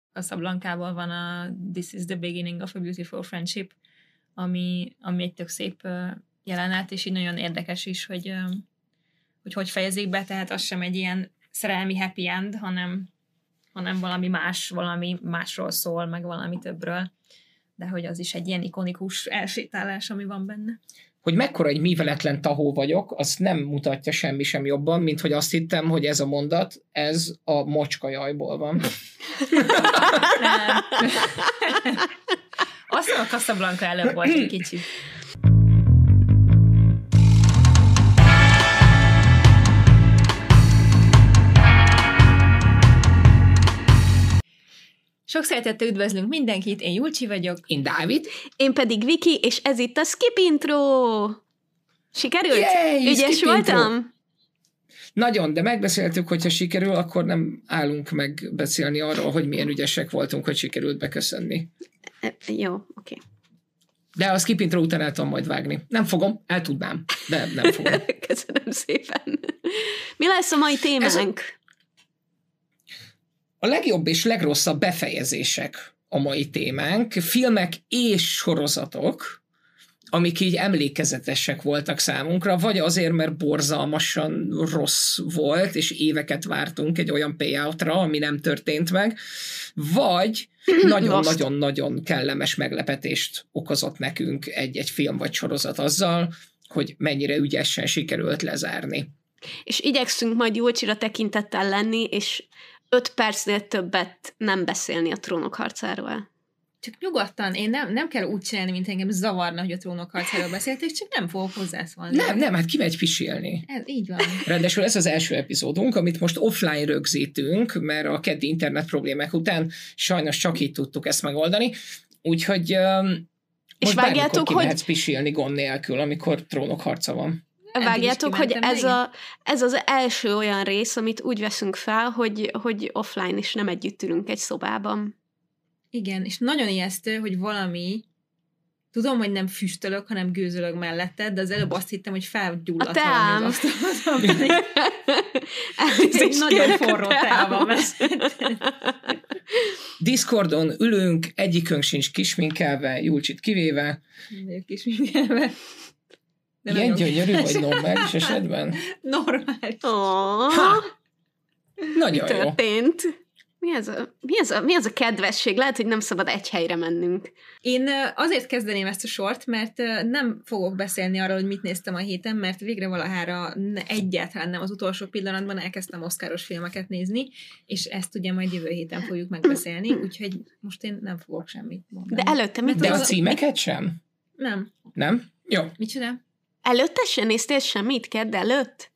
Casablancából van a This is the beginning of a beautiful friendship, ami egy tök szép jelenet, és így nagyon érdekes is, hogy fejezik be, tehát az sem egy ilyen szerelmi happy end, hanem valami másról szól, meg valami többről. De hogy az is egy ilyen ikonikus elsétálás, ami van benne. Hogy mekkora egy műveletlen tahó vagyok, azt nem mutatja semmi sem jobban, mint hogy azt hittem, hogy ez a mondat, ez a mocskajajból van. Azt a Casablanca előbb volt egy kicsit. Sok szeretettel üdvözlünk mindenkit, én Julcsi vagyok. Én Dávid. Én pedig Viki, és ez itt a Skip Intro! Sikerült? Yay, Ügyes voltam? Intro. Nagyon, de megbeszéltük, hogyha sikerül, akkor nem állunk megbeszélni arról, hogy milyen ügyesek voltunk, hogy sikerült beköszönni. Jó, oké. De a Skip Intro után el tudom majd vágni. Nem fogom, el tudnám, de nem fogom. Köszönöm szépen. Mi lesz a mai témánk? A legjobb és legrosszabb befejezések a mai témánk, filmek és sorozatok, amik így emlékezetesek voltak számunkra, vagy azért, mert borzalmasan rossz volt, és éveket vártunk egy olyan payoutra, ami nem történt meg, vagy nagyon-nagyon-nagyon kellemes meglepetést okozott nekünk egy film vagy sorozat azzal, hogy mennyire ügyesen sikerült lezárni. És igyekszünk majd Julcsira tekintettel lenni, és 5 percnél többet nem beszélni a Trónok harcáról. Csak nyugodtan, én nem kell úgy csinálni, mint engem zavarna, hogy a Trónok harcáról beszéltek, csak nem fogok hozzászólni. Nem, hát kimegy pisilni. Ez így van. Ráadásul ez az első epizódunk, amit most offline rögzítünk, mert a keddi internet problémák után sajnos csak így tudtuk ezt megoldani. Úgyhogy most bármikor kimehetsz pisilni gond nélkül, amikor Trónok harca van. Vágjátok, hogy ez az első olyan rész, amit úgy veszünk fel, hogy offline is nem együtt ülünk egy szobában. Igen, és nagyon ijesztő, hogy valami, tudom, hogy nem füstölök, hanem gőzölök melletted, de az előbb azt hittem, hogy felgyulladt valami az asztalon. Ez egy nagyon forró teával. Discordon ülünk, egyikünk sincs kisminkelve, Julcsit kivéve. Én kisminkelve. De ilyen gyönyörű vagy normális esetben? Normális. Nagyon jó. Mi történt? Mi az a kedvesség? Lehet, hogy nem szabad egy helyre mennünk. Én azért kezdeném ezt a sort, mert nem fogok beszélni arról, hogy mit néztem a héten, mert végre valahára egyáltalán nem az utolsó pillanatban elkezdtem oszkáros filmeket nézni, és ezt ugye majd jövő héten fogjuk megbeszélni, úgyhogy most én nem fogok semmit mondani. De előtte De a címeket sem? Nem. Nem? Jó. Mit csinál? Előtte sem néztél semmit kedd előtt?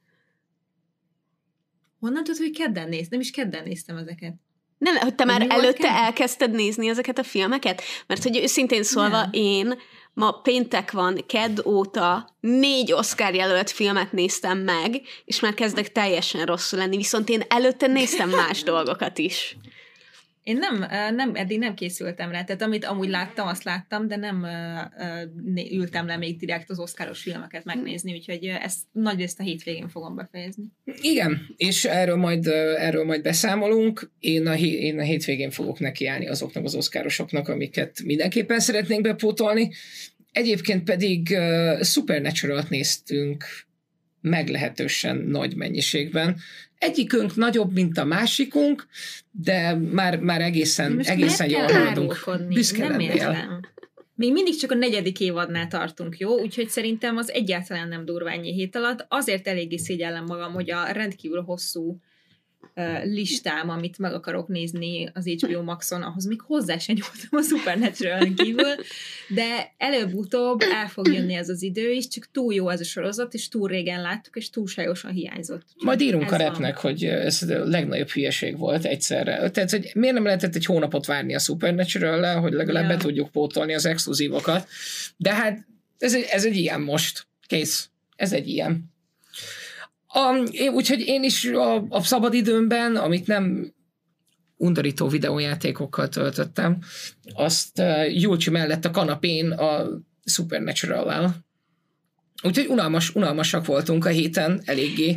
Honnan tudod, hogy kedden néztem? Nem is kedden néztem ezeket. Nem, hogy te már előtte elkezdted nézni ezeket a filmeket? Mert hogy őszintén szólva én ma péntek van, kedd óta 4 Oscar jelölt filmet néztem meg, és már kezdek teljesen rosszul lenni, viszont én előtte néztem más dolgokat is. Én eddig nem készültem rá, tehát amit amúgy láttam, azt láttam, de nem ültem le még direkt az oszkáros filmeket megnézni, úgyhogy ezt nagyrészt a hétvégén fogom befejezni. Igen, és erről majd beszámolunk. Én a hétvégén fogok nekiállni azoknak az oszkárosoknak, amiket mindenképpen szeretnénk bepótolni. Egyébként pedig Supernatural-t néztünk meglehetősen nagy mennyiségben. Egyikünk nagyobb, mint a másikunk, de már egészen jól haladunk. Büszke lennél. Még mindig csak a 4. évadnál tartunk, jó? Úgyhogy szerintem az egyáltalán nem durva ennyi hét alatt. Azért eléggé szégyellem magam, hogy a rendkívül hosszú listám, amit meg akarok nézni az HBO Maxon, ahhoz még hozzá sem nyúltam a Supernatural-en kívül, de előbb-utóbb el fog jönni ez az idő is, csak túl jó ez a sorozat, és túl régen láttuk, és túlságosan hiányzott. Majd írunk a repnek, hogy ez a legnagyobb hülyeség volt egyszerre. Tehát, hogy miért nem lehetett egy hónapot várni a Supernatural-lel, hogy legalább be tudjuk pótolni az exkluzívokat. De hát ez egy ilyen most. Kész. Ez egy ilyen. Úgyhogy én is a szabadidőmben, amit nem undorító videójátékokkal töltöttem, azt Julcsi mellett a kanapén a Supernatural-lel. Úgyhogy unalmasak voltunk a héten eléggé.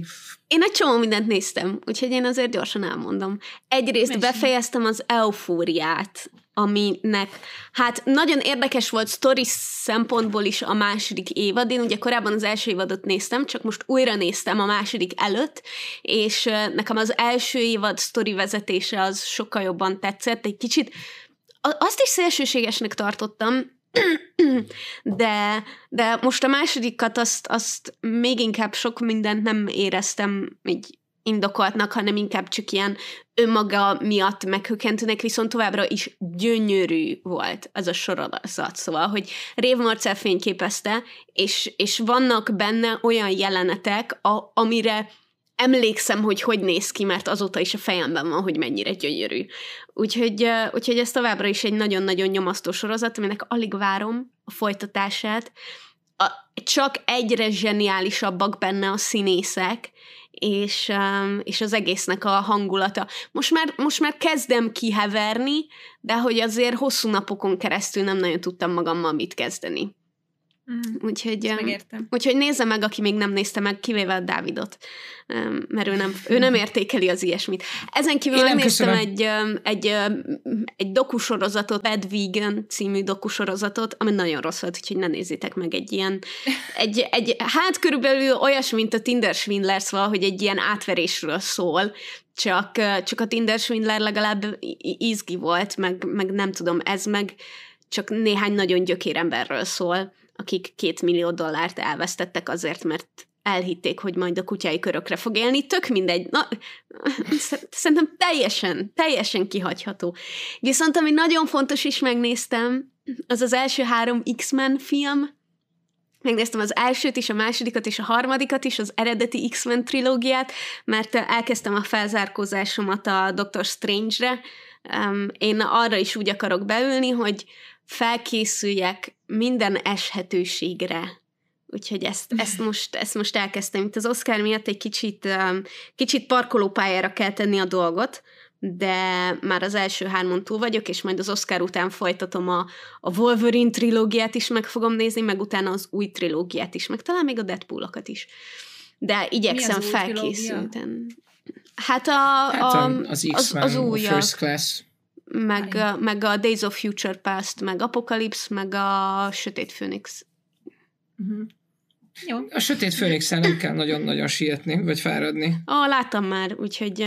Én egy csomó mindent néztem, úgyhogy én azért gyorsan elmondom. Egyrészt befejeztem az Eufóriát, aminek, hát nagyon érdekes volt sztori szempontból is a második évad. Én ugye korábban az első évadot néztem, csak most újra néztem a második előtt, és nekem az első évad sztori vezetése az sokkal jobban tetszett. Egy kicsit, azt is szélsőségesnek tartottam, de most a másodikat azt még inkább sok mindent nem éreztem így indokoltnak, hanem inkább csak ilyen önmaga miatt meghökkentőnek, viszont továbbra is gyönyörű volt az a sorozat. Szóval, hogy Rév Marcell fényképezte, és vannak benne olyan jelenetek, amire emlékszem, hogy néz ki, mert azóta is a fejemben van, hogy mennyire gyönyörű. Úgyhogy ez továbbra is egy nagyon-nagyon nyomasztó sorozat, aminek alig várom a folytatását. Csak egyre zseniálisabbak benne a színészek, és az egésznek a hangulata. Most már kezdem kiheverni, de hogy azért hosszú napokon keresztül nem nagyon tudtam magammal mit kezdeni. Úgyhogy nézze meg, aki még nem nézte meg, kivéve a Dávidot, mert ő nem értékeli az ilyesmit. Ezen kívül megnéztem egy dokusorozatot, Bad Vegan című dokusorozatot, ami nagyon rossz volt, úgyhogy ne nézzétek meg hát körülbelül olyas, mint a Tinder Swindler, szóval, hogy egy ilyen átverésről szól, csak a Tinder Swindler legalább izgi volt, meg nem tudom, ez meg csak néhány nagyon gyökér emberről szól, akik $2 millió elvesztettek azért, mert elhitték, hogy majd a kutyáik örökre fog élni. Tök mindegy. Na, szerintem teljesen kihagyható. Viszont ami nagyon fontos is megnéztem, az az első 3 X-Men film. Megnéztem az elsőt is, a másodikat és a harmadikat is, az eredeti X-Men trilógiát, mert elkezdtem a felzárkózásomat a Doctor Strange-re. Én arra is úgy akarok beülni, hogy felkészüljek minden eshetőségre. Úgyhogy ezt most elkezdtem. Itt az Oscar miatt egy kicsit parkolópályára kell tenni a dolgot, de már az első 3-on túl vagyok, és majd az Oscar után folytatom a Wolverine trilógiát is meg fogom nézni, meg utána az új trilógiát is, meg talán még a Deadpool-okat is. De igyekszem felkészülten. Hát az X-Men, az új, First Class. Meg a Days of Future Past, meg Apocalypse, meg a Sötét Főnix. Jó. A Sötét Főnixszel nem kell nagyon-nagyon sietni, vagy fáradni. Láttam már, úgyhogy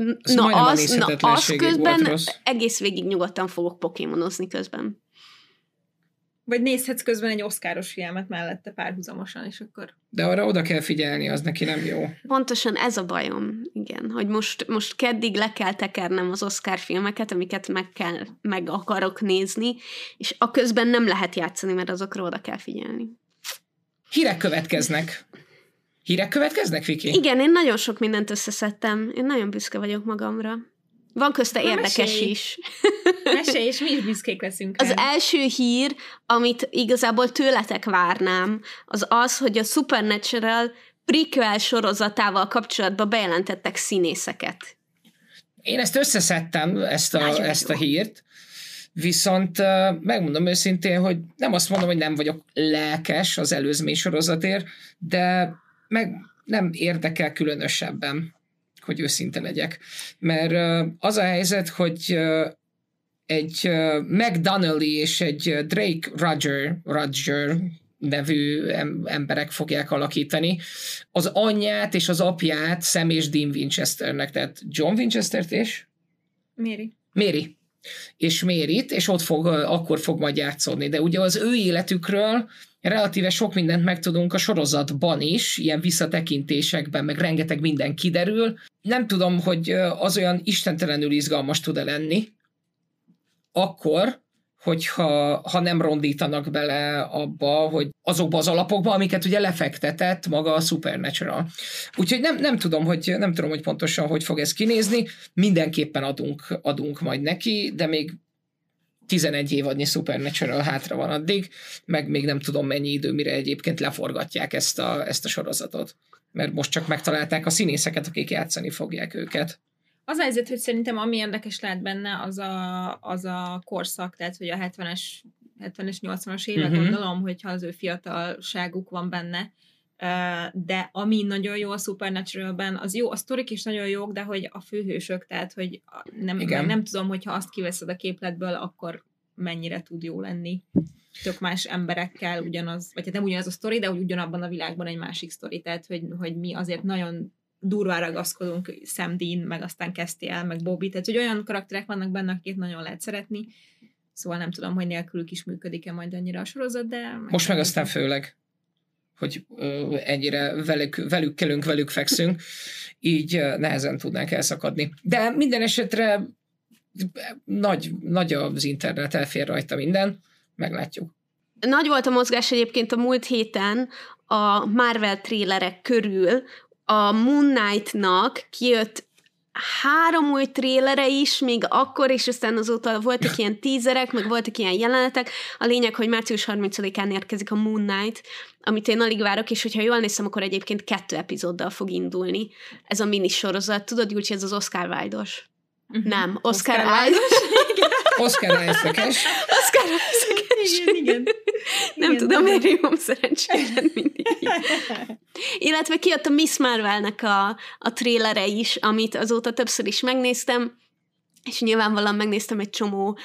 az közben egész végig nyugodtan fogok pokémonozni közben. Vagy nézhetsz közben egy oszkáros filmet mellette párhuzamosan, és akkor... De arra oda kell figyelni, az neki nem jó. Pontosan ez a bajom, igen, hogy most keddig le kell tekernem az Oscar filmeket, amiket meg akarok nézni, és a közben nem lehet játszani, mert azokra oda kell figyelni. Hírek következnek. Hírek következnek, Viki? Igen, én nagyon sok mindent összeszedtem. Én nagyon büszke vagyok magamra. Van közte érdekes is. Mesélj, és mi is büszkék leszünk rá. Az első hír, amit igazából tőletek várnám, az, hogy a Supernatural prequel sorozatával kapcsolatban bejelentettek színészeket. Én ezt összeszedtem, ezt a hírt, viszont megmondom őszintén, hogy nem azt mondom, hogy nem vagyok lelkes az előzmény sorozatért, de meg nem érdekel különösebben, hogy őszinte legyek. Mert az a helyzet, hogy egy McDonnelly és egy Drake Roger nevű emberek fogják alakítani az anyját és az apját Sam és Dean Winchesternek, tehát John Winchestert és? Mary. És Maryt, és ott akkor fog majd játszódni. De ugye az ő életükről relatíve sok mindent megtudunk a sorozatban is, ilyen visszatekintésekben, meg rengeteg minden kiderül. Nem tudom, hogy az olyan istentelenül izgalmas tud-e lenni, akkor, hogyha nem rondítanak bele abba, hogy azokba az alapokba, amiket ugye lefektetett maga a Supernatural. Úgyhogy nem tudom, hogy pontosan hogy fog ez kinézni. Mindenképpen adunk majd neki, de még 11 évadnyi Supernatural hátra van addig, meg még nem tudom mennyi idő, mire egyébként leforgatják ezt a sorozatot. Mert most csak megtalálták a színészeket, akik játszani fogják őket. Az a helyzet, hogy szerintem ami érdekes lehet benne, az a korszak, tehát hogy a 70-es 80-as évek, gondolom, hogyha az ő fiatalságuk van benne, de ami nagyon jó a Supernatural-ben, az jó, a sztorik is nagyon jók, de hogy a főhősök, tehát hogy nem tudom, hogyha azt kiveszed a képletből, akkor mennyire tud jó lenni. Tök más emberekkel ugyanaz, vagy hát nem ugyanaz a sztori, de hogy ugyanabban a világban egy másik sztori, tehát hogy mi azért nagyon durván ragaszkodunk Sam Dean, meg aztán Castiel, meg Bobby, tehát hogy olyan karakterek vannak benne, akiket nagyon lehet szeretni, szóval nem tudom, hogy nélkülük is működik-e majd annyira a sorozat, de... Most meg aztán főleg, hogy ennyire velük kelünk, velük fekszünk, így nehezen tudnánk elszakadni. De minden esetre nagy az internet, elfér rajta minden, meglátjuk. Nagy volt a mozgás egyébként a múlt héten a Marvel trélerek körül. A Moon Knight-nak kijött 3 új trélere is, még akkor, és aztán azóta voltak ilyen teaserek, meg voltak ilyen jelenetek. A lényeg, hogy március 30-án érkezik a Moon Knight, amit én alig várok, és hogyha jól néztem, akkor egyébként 2 epizóddal fog indulni. Ez a minisorozat. Tudod, Gyurcsi, ez az Oscar Wilde-os? Nem, Oscar Wilde-os. Oscar Isaac-es. Oscar Isaac-es. Igen. Nem tudom, miért hívom szerencsétlen mindig. Illetve kijött a Miss Marvel-nek a trélere is, amit azóta többször is megnéztem, és nyilvánvalóan megnéztem egy csomó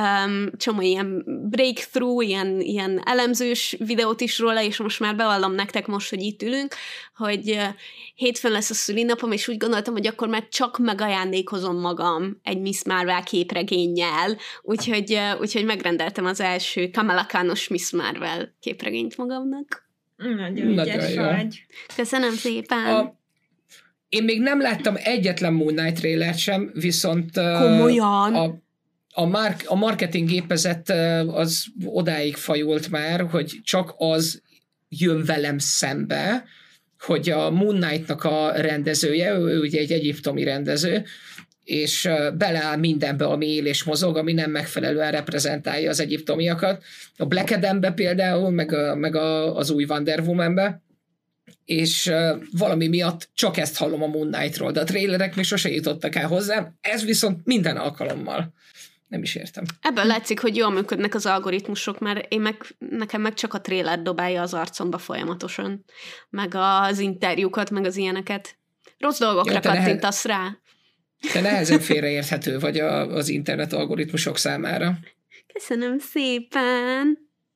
ilyen breakthrough, ilyen elemzős videót is róla, és most már bevallom nektek most, hogy itt ülünk, hogy hétfőn lesz a szülinapom, és úgy gondoltam, hogy akkor már csak megajándékozom magam egy Miss Marvel képregénnyel, úgyhogy megrendeltem az első Kamala Khan-os Miss Marvel képregényt magamnak. Nagyon ügyes vagy. Köszönöm szépen! Én még nem láttam egyetlen Moon Knight trailert sem, viszont komolyan? A marketing gépezet az odáig fajult már, hogy csak az jön velem szembe, hogy a Moon Knight-nak a rendezője, ő ugye egy egyiptomi rendező, és beleáll mindenbe, ami él és mozog, ami nem megfelelően reprezentálja az egyiptomiakat. A Black Adambe például, meg az új Wonder Womanbe, és valami miatt csak ezt hallom a Moon Knight-ról, de a trailerek még sose jutottak el hozzám, ez viszont minden alkalommal. Nem is értem. Ebből látszik, hogy jól működnek az algoritmusok, mert nekem meg csak a trailer dobálja az arcomba folyamatosan, meg az interjúkat, meg az ilyeneket. Rossz dolgokra kattintasz rá. Te nehezen félreérthető vagy az internet algoritmusok számára. Köszönöm szépen!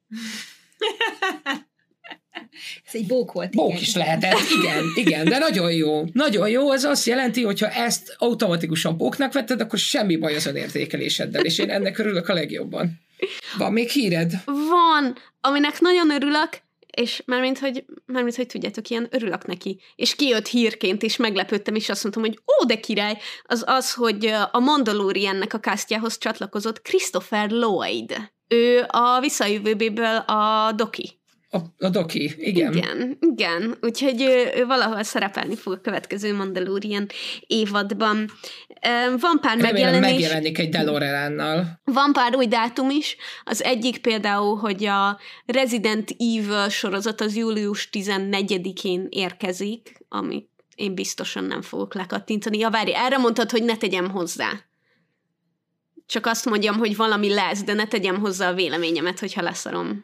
Ez egy bók volt. Bók is lehetett, igen, de nagyon jó. Nagyon jó, az azt jelenti, hogy ha ezt automatikusan bóknak vetted, akkor semmi baj az önértékeléseddel, és én ennek örülök a legjobban. Van még híred? Van, aminek nagyon örülök, és mármint, hogy tudjátok, ilyen örülök neki. És kijött hírként, és meglepődtem, és azt mondtam, hogy de király, az, hogy a Mandaloriannek a castjához csatlakozott Christopher Lloyd. Ő a Visszajövőből a Doki. A Doki, igen. Igen. Úgyhogy ő valahol szerepelni fog a következő Mandalorian évadban. Van pár megjelenés. Megjelenik egy DeLorean-nal. Van pár új dátum is. Az egyik például, hogy a Resident Evil sorozat az július 14-én érkezik, amit én biztosan nem fogok lekattintani. Ja, várj, erre mondtad, hogy ne tegyem hozzá. Csak azt mondjam, hogy valami lesz, de ne tegyem hozzá a véleményemet, hogyha leszarom.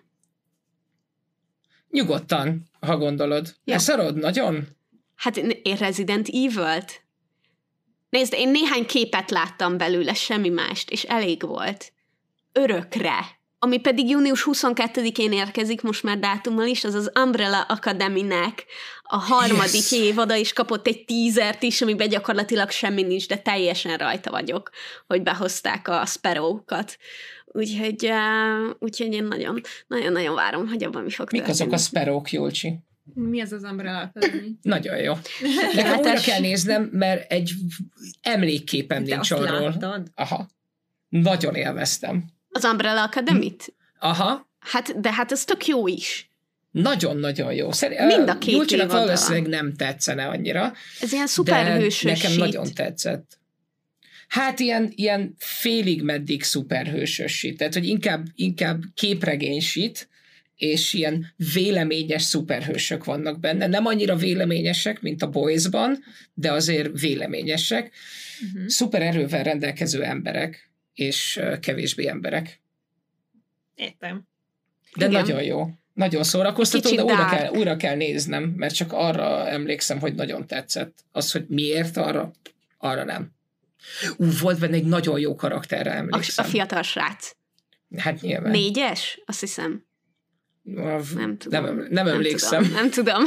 Nyugodtan, ha gondolod. Ja. Leszarod nagyon? Hát én Resident Evil-t? Nézd, én néhány képet láttam belőle, semmi mást, és elég volt. Örökre. Ami pedig június 22-én érkezik, most már dátummal is, az az Umbrella Academy-nek a 3. évada, és kapott egy teasert is, amiben gyakorlatilag semmi nincs, de teljesen rajta vagyok, hogy behozták a Sparrow-kat. Úgyhogy én nagyon várom, hogy abban mi fog történni. Mik azok a Sparrow-k, Jolcsi? Mi az az Umbrella Academy? Nagyon jó. Nekem újra kell néznem, mert egy emlékképem nincs arról. Láttad? Aha. Nagyon élveztem. Az Umbrella Academy-t? Aha. Hát ez tök jó is. Nagyon-nagyon jó. Mind a 2 Jolcsinak valószínűleg nem tetszene annyira. Ez ilyen szuperhősös. Nekem nagyon tetszett. Hát ilyen félig meddig szuperhősös shit. Tehát, hogy inkább képregény shit, és ilyen véleményes szuperhősök vannak benne. Nem annyira véleményesek, mint a Boys-ban, de azért véleményesek. Szuper erővel rendelkező emberek, és kevésbé emberek. Értem. De igen. Nagyon jó. Nagyon szórakoztató, Kicsit de újra kell néznem, mert csak arra emlékszem, hogy nagyon tetszett. Az, hogy miért arra nem. Volt benne egy nagyon jó karakterre, emlékszem. A fiatal srác. Hát nyilván. 4-es? Azt hiszem. Nem tudom. Nem emlékszem. Nem tudom.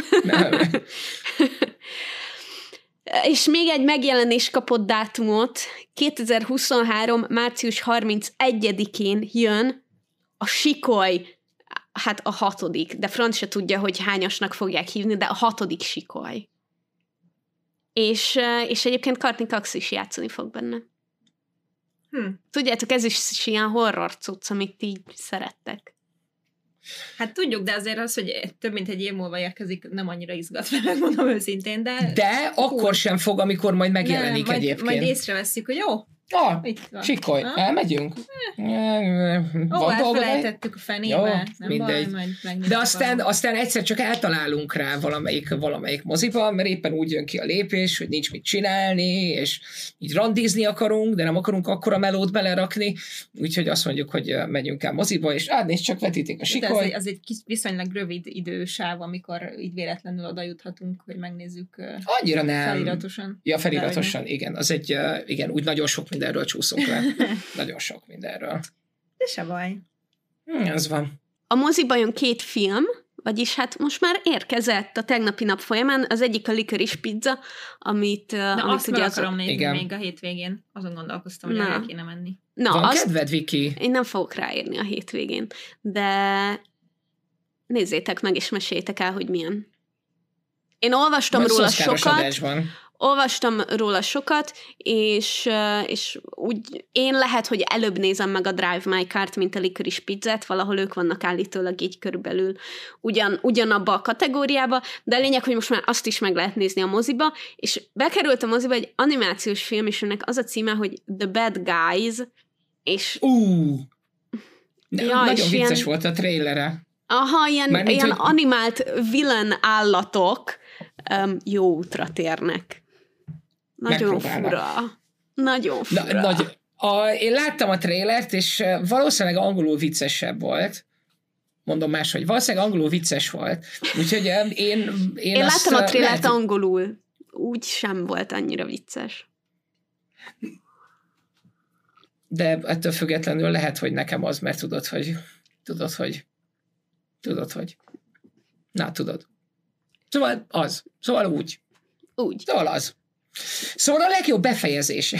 És még egy megjelenés kapott dátumot. 2023. március 31-én jön a Sikoly, hát a 6., de franc se tudja, hogy hányasnak fogják hívni, de a 6. Sikoly. És egyébként Courtney Cox is játszani fog benne. Tudjátok, ez is ilyen horror cucc, amit így szerettek. Hát tudjuk, de azért az, hogy több mint egy év múlva érkezik, nem annyira izgatva, megmondom őszintén, de... De akkor sem fog, amikor majd megjelenik egyébként. Majd észreveszünk, hogy jó, Sikoly, elmegyünk? Elfelejtettük a fenébe, nem mindegy. baj, majd de aztán egyszer csak eltalálunk rá valamelyik moziba, mert éppen úgy jön ki a lépés, hogy nincs mit csinálni, és így randizni akarunk, de nem akarunk akkora melót belerakni, úgyhogy azt mondjuk, hogy megyünk el moziba, és nézd, csak vetítik a Sikoly. Az egy viszonylag rövid idősáv, amikor így véletlenül oda juthatunk, hogy megnézzük annyira nem. Feliratosan. Ja, feliratosan, igen. Az egy, igen, úgy nagyon sok mindenről csúszunk le. Nagyon sok mindenről. De se baj. Ez van. A moziban jön 2 film, vagyis hát most már érkezett a tegnapi nap folyamán. Az egyik a Licorice Pizza, amit azt ugye meg akarom nézni még a hétvégén. Azon gondolkoztam, hogy el kéne menni. Van kedved, Viki? Én nem fogok ráírni a hétvégén, de nézzétek meg, és meséljétek el, hogy milyen. Én olvastam róla sokat, és úgy én lehet, hogy előbb nézem meg a Drive My Car-t, mint a Licorice Pizzát, valahol ők vannak állítólag így körülbelül ugyanabba a kategóriába, de a lényeg, hogy most már azt is meg lehet nézni a moziba, és bekerült a moziba egy animációs film, és ennek az a címe, hogy The Bad Guys, és... Nagyon vicces volt a trailere. Aha, ilyen animált villain állatok jó útra térnek. Nagyon fura. Nagyon fura. Én láttam a trailert, és valószínűleg angolul viccesebb volt. Mondom máshogy. Valószínűleg angolul vicces volt. Úgyhogy én láttam a trailert angolul. Úgy sem volt annyira vicces. De ettől függetlenül lehet, hogy nekem az, mert tudod, hogy na, tudod. Szóval az. Szóval úgy. Szóval az. Szóval a legjobb befejezés.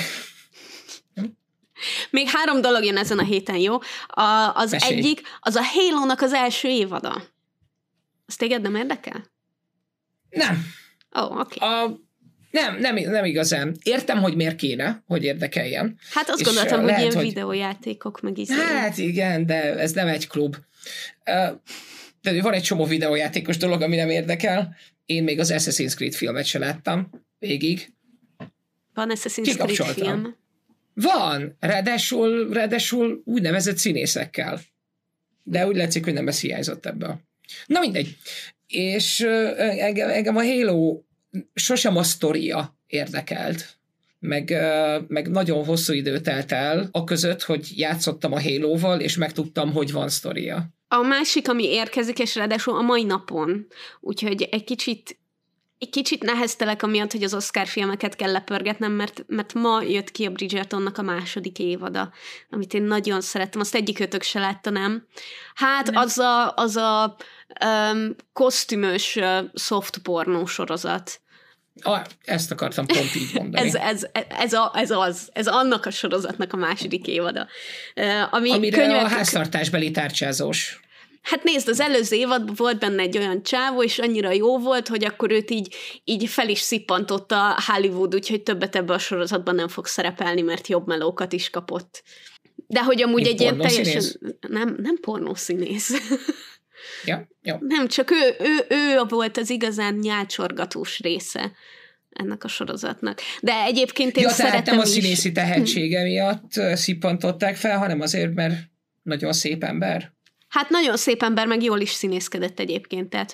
Még 3 dolog jön ezen a héten, jó? Az Mesélj. egyik, az a Halo-nak az első évada. Az téged nem érdekel? Nem. Oké. Nem igazán. Értem, hogy miért kéne, hogy érdekeljen. Hát azt gondoltam, hogy ilyen videójátékok meg is. Hát igen, de ez nem egy klub. De van egy csomó videójátékos dolog, ami nem érdekel. Én még az Assassin's Creed filmet se láttam végig. Van Assassin's Creed film? Van, ráadásul úgynevezett színészekkel. De úgy látszik, hogy nem ez hiányzott ebből. Na mindegy. És engem a Halo sosem a sztoria érdekelt. Meg nagyon hosszú idő telt el aközött, hogy játszottam a Halo-val, és megtudtam, hogy van sztoria. A másik, ami érkezik, és ráadásul a mai napon. Úgyhogy egy kicsit neheztelek amiatt, hogy az Oscar filmeket kell lepörgetnem, mert ma jött ki a Bridgertonnak a 2. évada, amit én nagyon szerettem. Azt egyikőtök se látta, nem? Hát nem. Az a kosztümös soft pornó sorozat. Ezt akartam pont így mondani. Ez annak a sorozatnak a 2. évada. Amire a háztartásbeli tárcsázós. Hát nézd, az előző évadban volt benne egy olyan csávó, és annyira jó volt, hogy akkor őt így fel is szippantotta Hollywood, úgyhogy többet ebbe a sorozatban nem fog szerepelni, mert jobb melókat is kapott. De hogy amúgy egy ilyen teljesen... Nem pornószínész. Ja, jó. Nem, csak ő volt az igazán nyálcsorgatós része ennek a sorozatnak. De egyébként én szeretem nem a színészi tehetsége miatt szippantották fel, hanem azért, mert nagyon szép ember. Hát nagyon szép ember, meg jól is színészkedett egyébként, tehát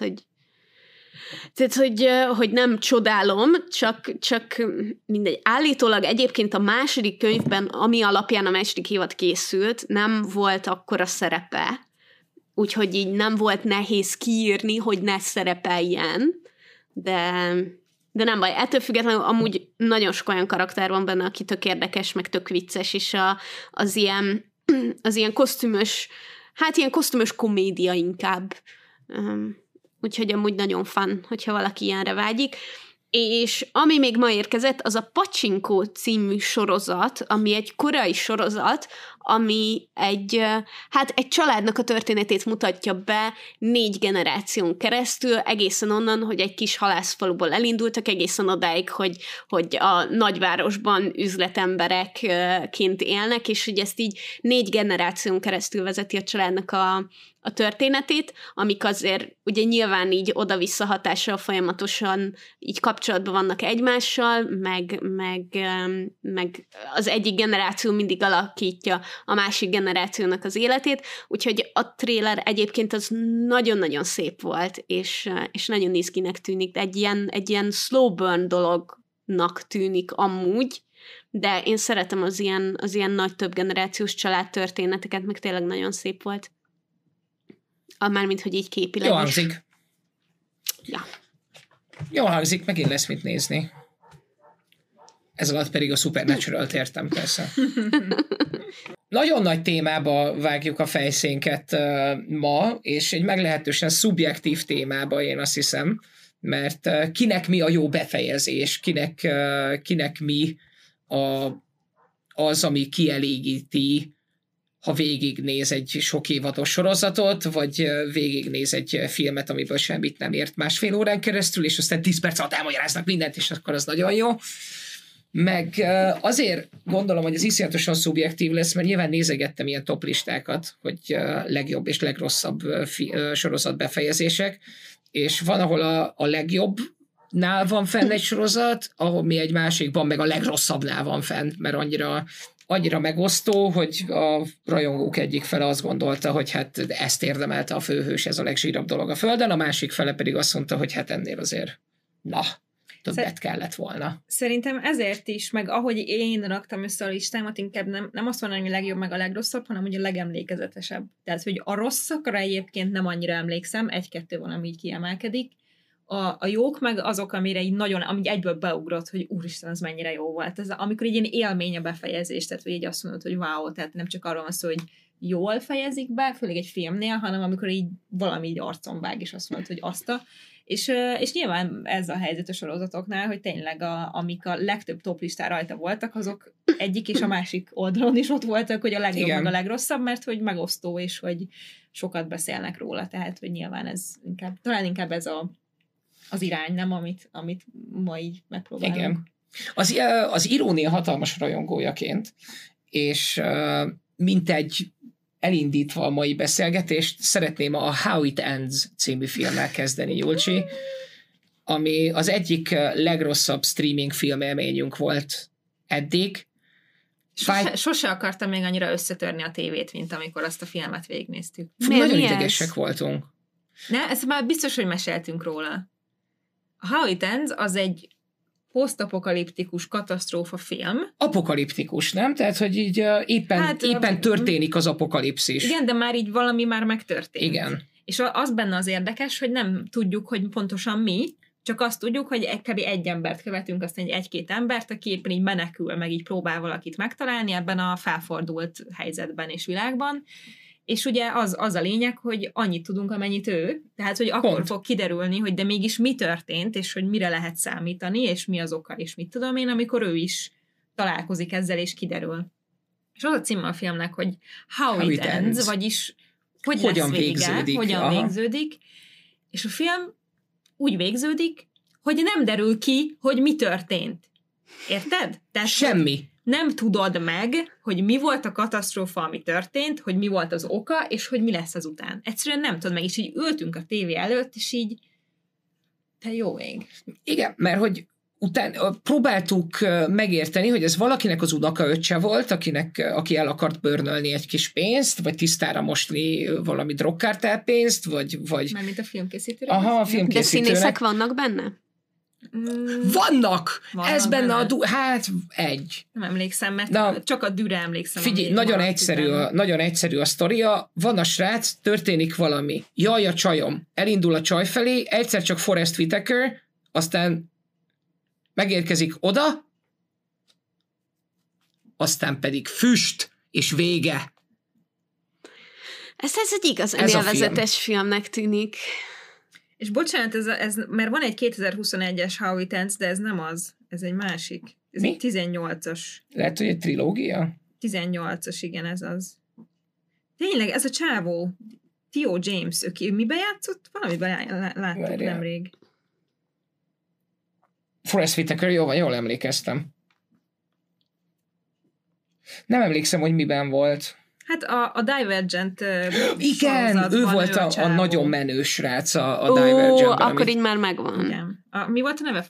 hogy nem csodálom, csak mindegy. Állítólag egyébként a 2. könyvben, ami alapján a 2. évad készült, nem volt akkora szerepe, úgyhogy így nem volt nehéz kiírni, hogy ne szerepeljen, de nem baj. Ettől függetlenül amúgy nagyon sok olyan karakter van benne, aki tök érdekes, meg tök vicces, és az ilyen kosztümös, hát ilyen kosztümös komédia inkább. Úgyhogy amúgy nagyon fun, hogyha valaki ilyenre vágyik. És ami még ma érkezett, az a Pachinko című sorozat, ami egy koreai sorozat, ami egy családnak a történetét mutatja be 4 generáción keresztül, egészen onnan, hogy egy kis halászfaluból elindultak, egészen odáig, hogy a nagyvárosban üzletemberekként élnek, és hogy ezt így 4 generáción keresztül vezeti a családnak a történetét, amik azért ugye nyilván így oda-vissza hatással folyamatosan így kapcsolatban vannak egymással, meg az egyik generáció mindig alakítja a másik generációnak az életét, úgyhogy a trailer egyébként az nagyon-nagyon szép volt, és nagyon izginek tűnik, egy ilyen slow burn dolognak tűnik amúgy, de én szeretem az ilyen nagy több generációs családtörténeteket, meg tényleg nagyon szép volt. Mármint, hogy így képileg Jó hangzik. Ja. Jó hangzik, megint lesz mit nézni. Ez alatt pedig a Supernatural-t értem, persze. Nagyon nagy témába vágjuk a fejszénket ma, és egy meglehetősen szubjektív témába, én azt hiszem, mert kinek mi a jó befejezés, kinek mi az, ami kielégíti, ha végignéz egy sok évados sorozatot, vagy végignéz egy filmet, amiből semmit nem ért 1,5 órán keresztül, és aztán 10 perc alatt elmagyaráznak mindent, és akkor az nagyon jó. Meg azért gondolom, hogy ez iszonyatosan szubjektív lesz, mert nyilván nézegettem ilyen toplistákat, hogy legjobb és legrosszabb sorozat befejezések, és van, ahol a legjobbnál van fenn egy sorozat, ahol mi egy másikban meg a legrosszabbnál van fenn, mert annyira megosztó, hogy a rajongók egyik fele azt gondolta, hogy hát ezt érdemelte a főhős, ez a legzsírabb dolog a földön, a másik fele pedig azt mondta, hogy hát ennél azért többet kellett volna. Szerintem ezért is, meg ahogy én raktam össze a listámat, inkább nem azt mondanám, hogy a legjobb, meg a legrosszabb, hanem hogy a legemlékezetesebb. Tehát, hogy a rosszakra egyébként nem annyira emlékszem, 1-2 van, ami így kiemelkedik. A jók meg azok, amire így nagyon, ami egyből beugrott, hogy úristen, az mennyire jó volt. Ez, amikor így ilyen élmény a befejezés, tehát hogy így azt mondod, hogy wow, tehát nem csak arról van szó, hogy jól fejezik be, főleg egy filmnél, hanem amikor így valami így arcon vág, és azt mondod, hogy és nyilván ez a helyzet a sorozatoknál, hogy tényleg amik a legtöbb toplistán rajta voltak, azok egyik és a másik oldalon is ott voltak, hogy a legjobb, meg a legrosszabb, mert hogy megosztó, és hogy sokat beszélnek róla, tehát hogy nyilván ez talán inkább ez az irány, nem, amit ma így megpróbálunk. Igen. Az irónia hatalmas rajongójaként, és mint egy elindítva a mai beszélgetést, szeretném a How It Ends című filmmel kezdeni, Julcsi, ami az egyik legrosszabb streaming filmélményünk volt eddig. Sose akartam még annyira összetörni a tévét, mint amikor azt a filmet végignéztük. Nagyon idegesek voltunk. Ezt már biztos, hogy meséltünk róla. A How It Ends az egy posztapokaliptikus katasztrófa film. Apokaliptikus, nem? Tehát, hogy így éppen történik az apokalipszis. Igen, de már így valami már megtörtént. Igen. És az benne az érdekes, hogy nem tudjuk, hogy pontosan mi, csak azt tudjuk, hogy kb. Egy embert követünk, aztán egy-két embert, aki éppen így menekül, meg így próbál valakit megtalálni ebben a felfordult helyzetben és világban. És ugye az a lényeg, hogy annyit tudunk, amennyit ő, tehát, hogy akkor fog kiderülni, hogy de mégis mi történt, és hogy mire lehet számítani, és mi az oka, és mit tudom én, amikor ő is találkozik ezzel, és kiderül. És az a címe a filmnek, hogy How It Ends, vagyis hogyan végződik. Hogyan végződik. És a film úgy végződik, hogy nem derül ki, hogy mi történt. Érted? Tehát semmi. Nem tudod meg, hogy mi volt a katasztrófa, ami történt, hogy mi volt az oka, és hogy mi lesz azután. Egyszerűen nem tudod meg, és így ültünk a tévé előtt, és így te jó ég. Igen, mert hogy utána próbáltuk megérteni, hogy ez valakinek az unokaöccse volt, aki el akart bőrnölni egy kis pénzt, vagy tisztára mosni valami drogkártál pénzt, vagy... Mármint a filmkészítőre? Aha, a filmkészítőre. De színészek vannak benne? Vannak! Van Ez benne benne? hát egy. Nem emlékszem, mert csak a dűre emlékszem. Figyelj, nagyon egyszerű a sztoria. Van a srác, történik valami. Jaj, a csajom. Elindul a csaj felé, egyszer csak Forest Whitaker, aztán megérkezik oda, aztán pedig füst, és vége. Ez egy igazán élvezetes filmnek tűnik. És bocsánat, mert van egy 2021-es How It Ends, de ez nem az. Ez egy másik. Ez egy 18-as. Lehet, hogy egy trilógia? 18-as, igen, ez az. Tényleg, ez a csávó. Theo James, ő miben játszott? Valamiben láttuk nemrég. Forest Whitaker, jól emlékeztem. Nem emlékszem, hogy miben volt. Hát a Divergent igen, ő volt a nagyon menő srác a Divergentben. Akkor így már megvan. Igen. Mi volt a neve?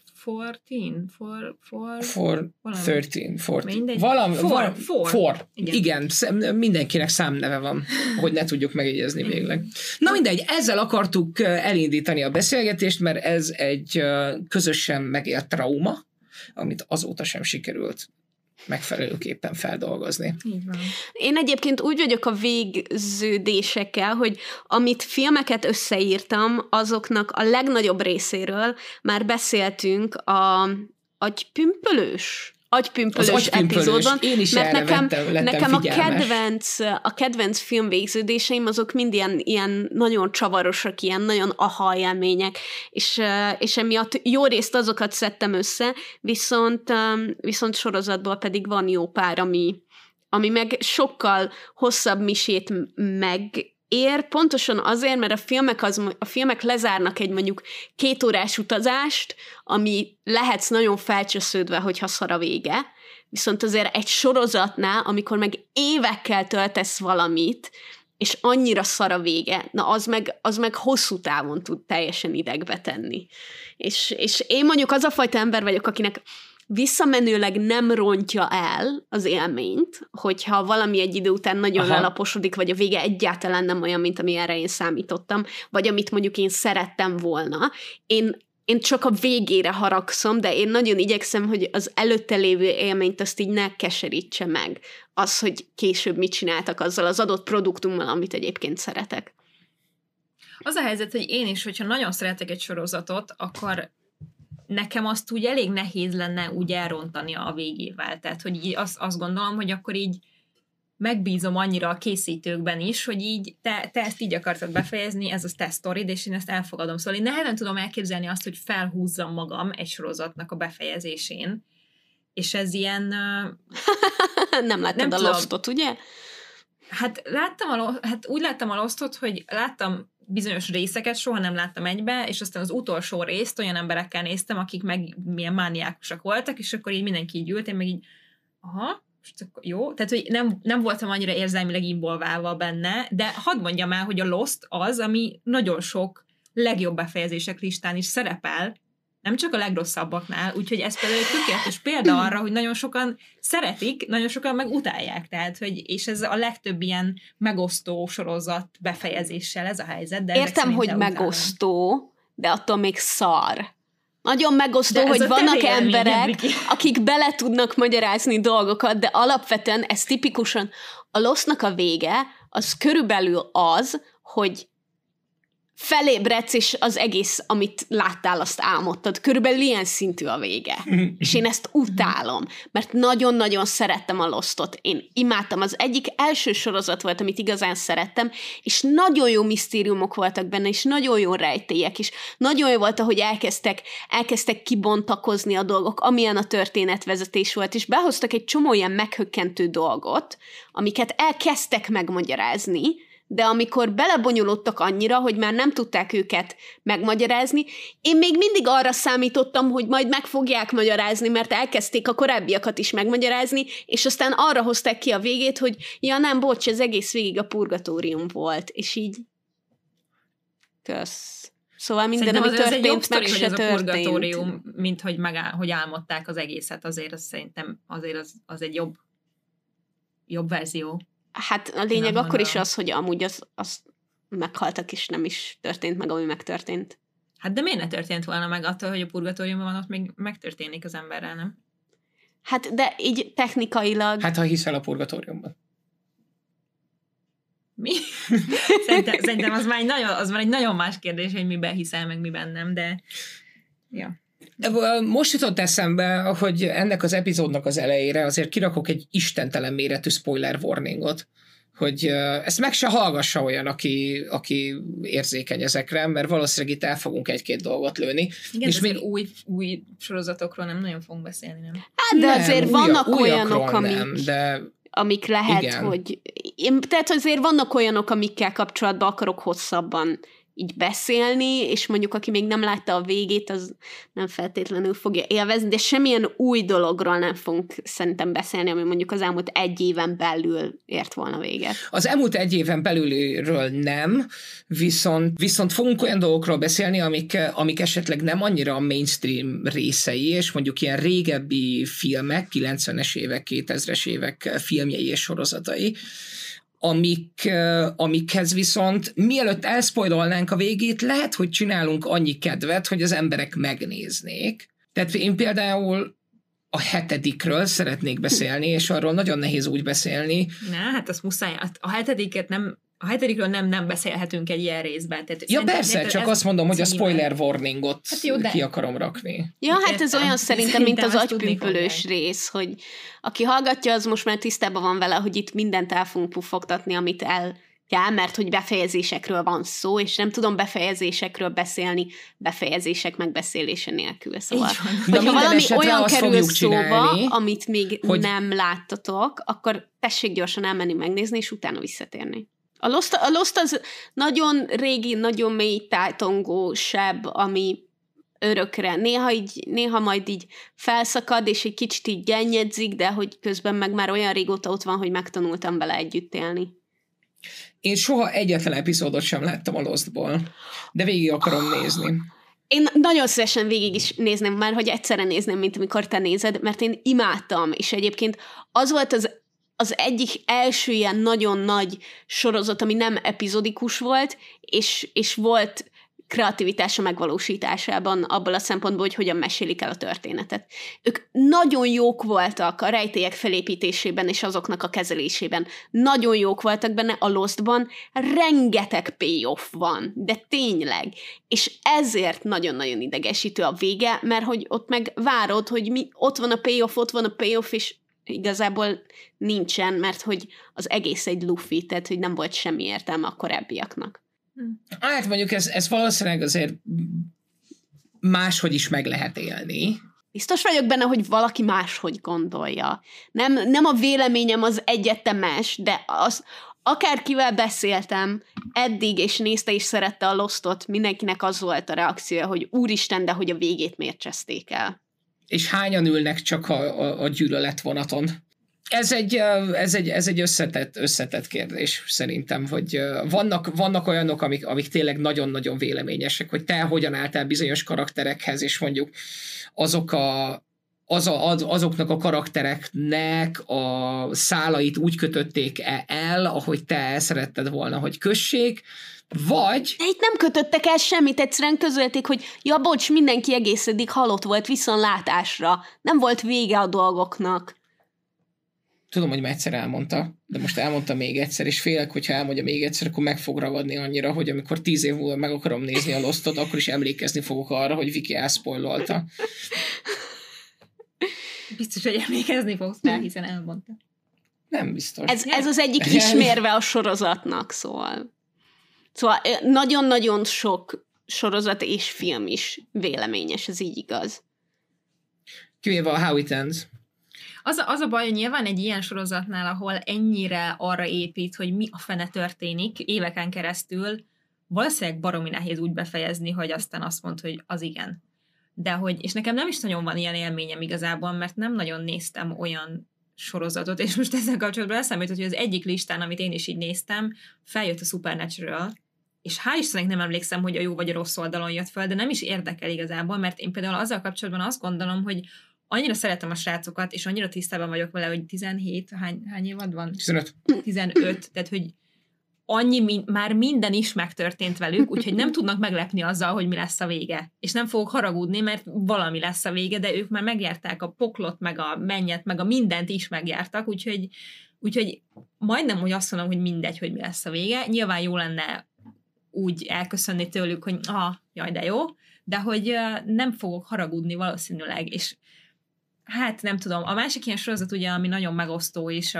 13. Mindegy. Four. Igen, mindenkinek számneve van, hogy ne tudjuk megjegyezni végleg. Na mindegy, ezzel akartuk elindítani a beszélgetést, mert ez egy közösen megélt trauma, amit azóta sem sikerült megfelelőképpen feldolgozni. Így van. Én egyébként úgy vagyok a végződésekkel, hogy amit filmeket összeírtam, azoknak a legnagyobb részéről már beszéltünk a agypümpölős epizódban, én is mert nekem a kedvenc film végződéseim azok mind ilyen nagyon csavarosak, ilyen nagyon aha élmények, és emiatt jó részt azokat szedtem össze, viszont sorozatból pedig van jó pár, ami meg sokkal hosszabb misét megér, pontosan azért, mert a filmek lezárnak egy mondjuk 2 órás utazást, ami lehetsz nagyon felcsesződve, hogyha szar a vége, viszont azért egy sorozatnál, amikor meg évekkel töltesz valamit, és annyira szar a vége, na az meg hosszú távon tud teljesen idegbe tenni. És én mondjuk az a fajta ember vagyok, akinek visszamenőleg nem rontja el az élményt, hogyha valami egy idő után nagyon lelaposodik, vagy a vége egyáltalán nem olyan, mint amilyenre én számítottam, vagy amit mondjuk én szerettem volna. Én csak a végére haragszom, de én nagyon igyekszem, hogy az előtte lévő élményt azt így ne keserítse meg. Az, hogy később mit csináltak azzal az adott produktummal, amit egyébként szeretek. Az a helyzet, hogy én is, hogyha nagyon szeretek egy sorozatot, akkor nekem azt úgy elég nehéz lenne úgy elrontani a végével. Tehát, hogy így azt gondolom, hogy akkor így megbízom annyira a készítőkben is, hogy így te ezt így akartad befejezni, ez az te sztorid, és én ezt elfogadom. Szóval én nehezen tudom elképzelni azt, hogy felhúzzam magam egy sorozatnak a befejezésén, és ez ilyen... Nem láttad a Lostot, ugye? Hát úgy láttam a Lostot, hogy láttam bizonyos részeket, soha nem láttam egybe, és aztán az utolsó részt olyan emberekkel néztem, akik meg milyen mániákusak voltak, és akkor így mindenki így ült, én meg így, jó, tehát hogy nem voltam annyira érzelmileg involválva benne, de hadd mondjam el, hogy a Lost az, ami nagyon sok legjobb befejezések listán is szerepel, nem csak a legrosszabbaknál, úgyhogy ez például egy tökéletes példa arra, hogy nagyon sokan szeretik, nagyon sokan meg utálják, tehát, hogy, és ez a legtöbb ilyen megosztó sorozat befejezéssel ez a helyzet. De értem, hogy megosztó, de attól még szar. Nagyon megosztó, hogy vannak emberek, akik bele tudnak magyarázni dolgokat, de alapvetően ez tipikusan a Lostnak a vége, az körülbelül az, hogy felébredsz, és az egész, amit láttál, azt álmodtad. Körülbelül ilyen szintű a vége. És én ezt utálom, mert nagyon-nagyon szerettem a Lostot. Én imádtam. Az egyik első sorozat volt, amit igazán szerettem, és nagyon jó misztériumok voltak benne, és nagyon jó rejtélyek, és nagyon jó volt, ahogy elkezdtek kibontakozni a dolgok, amilyen a történetvezetés volt, és behoztak egy csomó ilyen meghökkentő dolgot, amiket elkezdtek megmagyarázni, de amikor belebonyolódtak annyira, hogy már nem tudták őket megmagyarázni, én még mindig arra számítottam, hogy majd meg fogják magyarázni, mert elkezdték a korábbiakat is megmagyarázni, és aztán arra hozták ki a végét, hogy ja nem, bocs, ez egész végig a purgatórium volt, és így kösz. Szóval minden, ami történt, meg se történt. Ez a purgatórium, mint hogy álmodták az egészet, azért az szerintem az egy jobb verzió. Hát a lényeg akkor is az, hogy amúgy az meghaltak, és nem is történt meg, ami megtörtént. Hát de miért ne történt volna meg attól, hogy a purgatóriumban van, ott még megtörténik az emberrel, nem? Hát de így technikailag... Hát ha hiszel a purgatóriumban. Mi? Szerintem az már egy nagyon más kérdés, hogy miben hiszel, meg miben nem, de... Ja. Most jutott eszembe, hogy ennek az epizódnak az elejére azért kirakok egy istentelen méretű spoiler warningot, hogy ezt meg se hallgassa olyan, aki érzékeny ezekre, mert valószínűleg itt el fogunk egy-két dolgot lőni. Igen, és még új sorozatokról nem nagyon fogunk beszélni, nem? Hát de azért vannak olyanok, amik lehet, igen. hogy... Tehát azért vannak olyanok, amikkel kapcsolatban akarok hosszabban így beszélni, és mondjuk aki még nem látta a végét, az nem feltétlenül fogja élvezni, de semmilyen új dologról nem fogunk szerintem beszélni, ami mondjuk az elmúlt 1 éven belül ért volna véget. Az elmúlt 1 éven belülről nem, viszont fogunk olyan dolgokról beszélni, amik esetleg nem annyira a mainstream részei, és mondjuk ilyen régebbi filmek, 90-es évek, 2000-es évek filmjei és sorozatai, amikhez viszont mielőtt elspoilolnánk a végét, lehet, hogy csinálunk annyi kedvet, hogy az emberek megnéznék. Tehát én például a 7-ről szeretnék beszélni, és arról nagyon nehéz úgy beszélni. Hát azt muszáj. A 7-ről nem beszélhetünk egy ilyen részben. Tehát ja persze, csak azt mondom, hogy a spoiler warningot ki akarom rakni. Ja, hát ez olyan szerintem, mint az agypümpölős rész, hogy aki hallgatja, az most már tisztában van vele, hogy itt mindent el fogunk puffogtatni, amit el kell, mert hogy befejezésekről van szó, és nem tudom befejezésekről beszélni befejezések megbeszélése nélkül. Szóval, hogyha valami olyan kerül szóba, amit még nem láttatok, akkor tessék gyorsan elmenni megnézni, és utána visszatérni. A Lost az nagyon régi, nagyon mély tájtongó seb, ami örökre. Néha majd így felszakad, és egy kicsit így gennyedzik, de hogy közben meg már olyan régóta ott van, hogy megtanultam vele együtt élni. Én soha egyetlen epizódot sem láttam a Lostból, de végig akarom nézni. Én nagyon szívesen végig is nézném már, hogy egyszerre nézném, mint amikor te nézed, mert én imádtam, és egyébként az volt az egyik első ilyen nagyon nagy sorozat, ami nem epizodikus volt, és volt kreativitása megvalósításában abból a szempontból, hogy hogyan mesélik el a történetet. Ők nagyon jók voltak a rejtélyek felépítésében és azoknak a kezelésében. Nagyon jók voltak benne, a Lostban rengeteg payoff van, de tényleg. És ezért nagyon-nagyon idegesítő a vége, mert hogy ott meg várod, hogy ott van a payoff, és igazából nincsen, mert hogy az egész egy lufi, tehát hogy nem volt semmi értelme a korábbiaknak. Hát mondjuk ez valószínűleg azért máshogy is meg lehet élni. Biztos vagyok benne, hogy valaki máshogy gondolja. Nem a véleményem az egyetemes, de akárkivel beszéltem eddig, és nézte és szerette a Lostot, mindenkinek az volt a reakciója, hogy úristen, de hogy a végét miért cseszték el. És hányan ülnek csak a gyűlölet vonaton? Ez egy összetett kérdés szerintem, hogy vannak olyanok, amik tényleg nagyon-nagyon véleményesek, hogy te hogyan álltál bizonyos karakterekhez, és mondjuk azoknak a karaktereknek a szálait úgy kötötték el, ahogy te szeretted volna, hogy kössék, vagy... De itt nem kötöttek el semmit, egyszerűen közölték, hogy ja, bocs, mindenki egész eddig halott volt viszontlátásra. Nem volt vége a dolgoknak. Tudom, hogy már egyszer elmondta, de most elmondta még egyszer, és félek, hogyha elmondja még egyszer, akkor meg fog ragadni annyira, hogy amikor 10 év múlva meg akarom nézni a Lostot, akkor is emlékezni fogok arra, hogy Viki elspoilolta. Biztos, hogy emlékezni fogsz rá, hiszen elmondta. Nem biztos. Ez az egyik ismérve a sorozatnak, szóval nagyon-nagyon sok sorozat és film is véleményes, ez így igaz. Kivéve a How It Ends. Az a baj, hogy nyilván egy ilyen sorozatnál, ahol ennyire arra épít, hogy mi a fene történik éveken keresztül, valószínűleg baromi nehéz úgy befejezni, hogy aztán azt mond, hogy az igen. De hogy, és nekem nem is nagyon van ilyen élményem igazából, mert nem nagyon néztem olyan sorozatot, és most ezzel kapcsolatban eszembe jutott, hogy az egyik listán, amit én is így néztem, feljött a Supernatural, és hál' Istennek nem emlékszem, hogy a jó vagy a rossz oldalon jött fel, de nem is érdekel igazából, mert én például azzal kapcsolatban azt gondolom, hogy annyira szeretem a srácokat, és annyira tisztában vagyok vele, hogy 17, hány évad van? 15. 15, tehát hogy már minden is megtörtént velük, úgyhogy nem tudnak meglepni azzal, hogy mi lesz a vége. És nem fogok haragudni, mert valami lesz a vége, de ők már megjárták a poklot, meg a mennyet, meg a mindent is megjártak, úgyhogy majdnem, hogy azt mondom, hogy mindegy, hogy mi lesz a vége. Nyilván jó lenne úgy elköszönni tőlük, hogy jaj, de jó, de hogy nem fogok haragudni valószínűleg, és hát nem tudom, a másik ilyen sorozat ugye, ami nagyon megosztó, és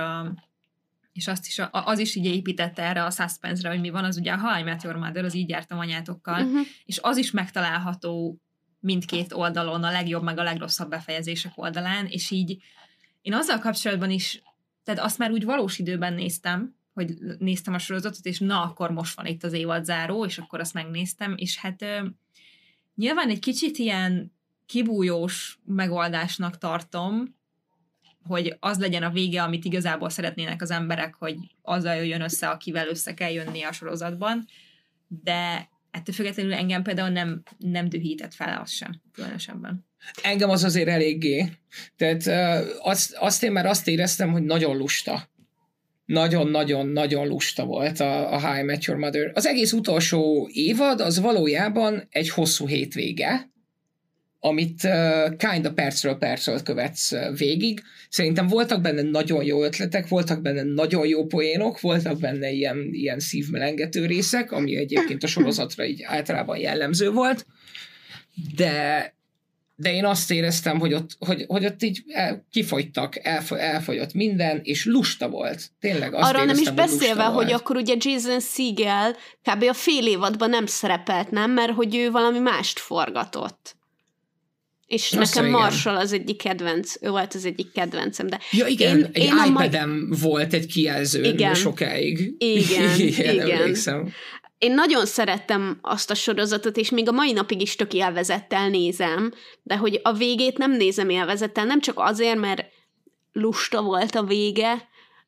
az is így építette erre a suspense-re, hogy mi van, az ugye a How I Met Your Mother, az Így jártam anyátokkal, és az is megtalálható mindkét oldalon, a legjobb meg a legrosszabb befejezések oldalán, és így én azzal kapcsolatban is, tehát azt már úgy valós időben néztem, hogy néztem a sorozatot, és akkor most van itt az évadzáró, és akkor azt megnéztem, és hát nyilván egy kicsit ilyen kibújós megoldásnak tartom, hogy az legyen a vége, amit igazából szeretnének az emberek, hogy azzal jöjjön össze, akivel össze kell jönni a sorozatban, de ettől függetlenül engem például nem dühített fel az sem, különösebben. Engem az azért eléggé. Tehát én már azt éreztem, hogy nagyon lusta. Nagyon-nagyon-nagyon lusta volt a How I Met Your Mother. Az egész utolsó évad az valójában egy hosszú hétvége, amit kinda percről percről követsz végig. Szerintem voltak benne nagyon jó ötletek, voltak benne nagyon jó poénok, voltak benne ilyen szívmelengető részek, ami egyébként a sorozatra így általában jellemző volt, de én azt éreztem, hogy ott így kifogytak, elfogyott minden, és lusta volt. Tényleg azt arra éreztem, nem is beszélve, hogy volt. akkor ugye Jason Segel kb. A fél évadban nem szerepelt, nem? Mert hogy ő valami mást forgatott. És azt nekem igen. Marshall az egyik kedvenc, ő volt az egyik kedvencem, de ja igen, egy iPad-em volt egy kijelzőn sokáig. Igen. Emlékszem. Én nagyon szerettem azt a sorozatot, és még a mai napig is tök élvezettel nézem, de hogy a végét nem nézem élvezettel, nem csak azért, mert lusta volt a vége,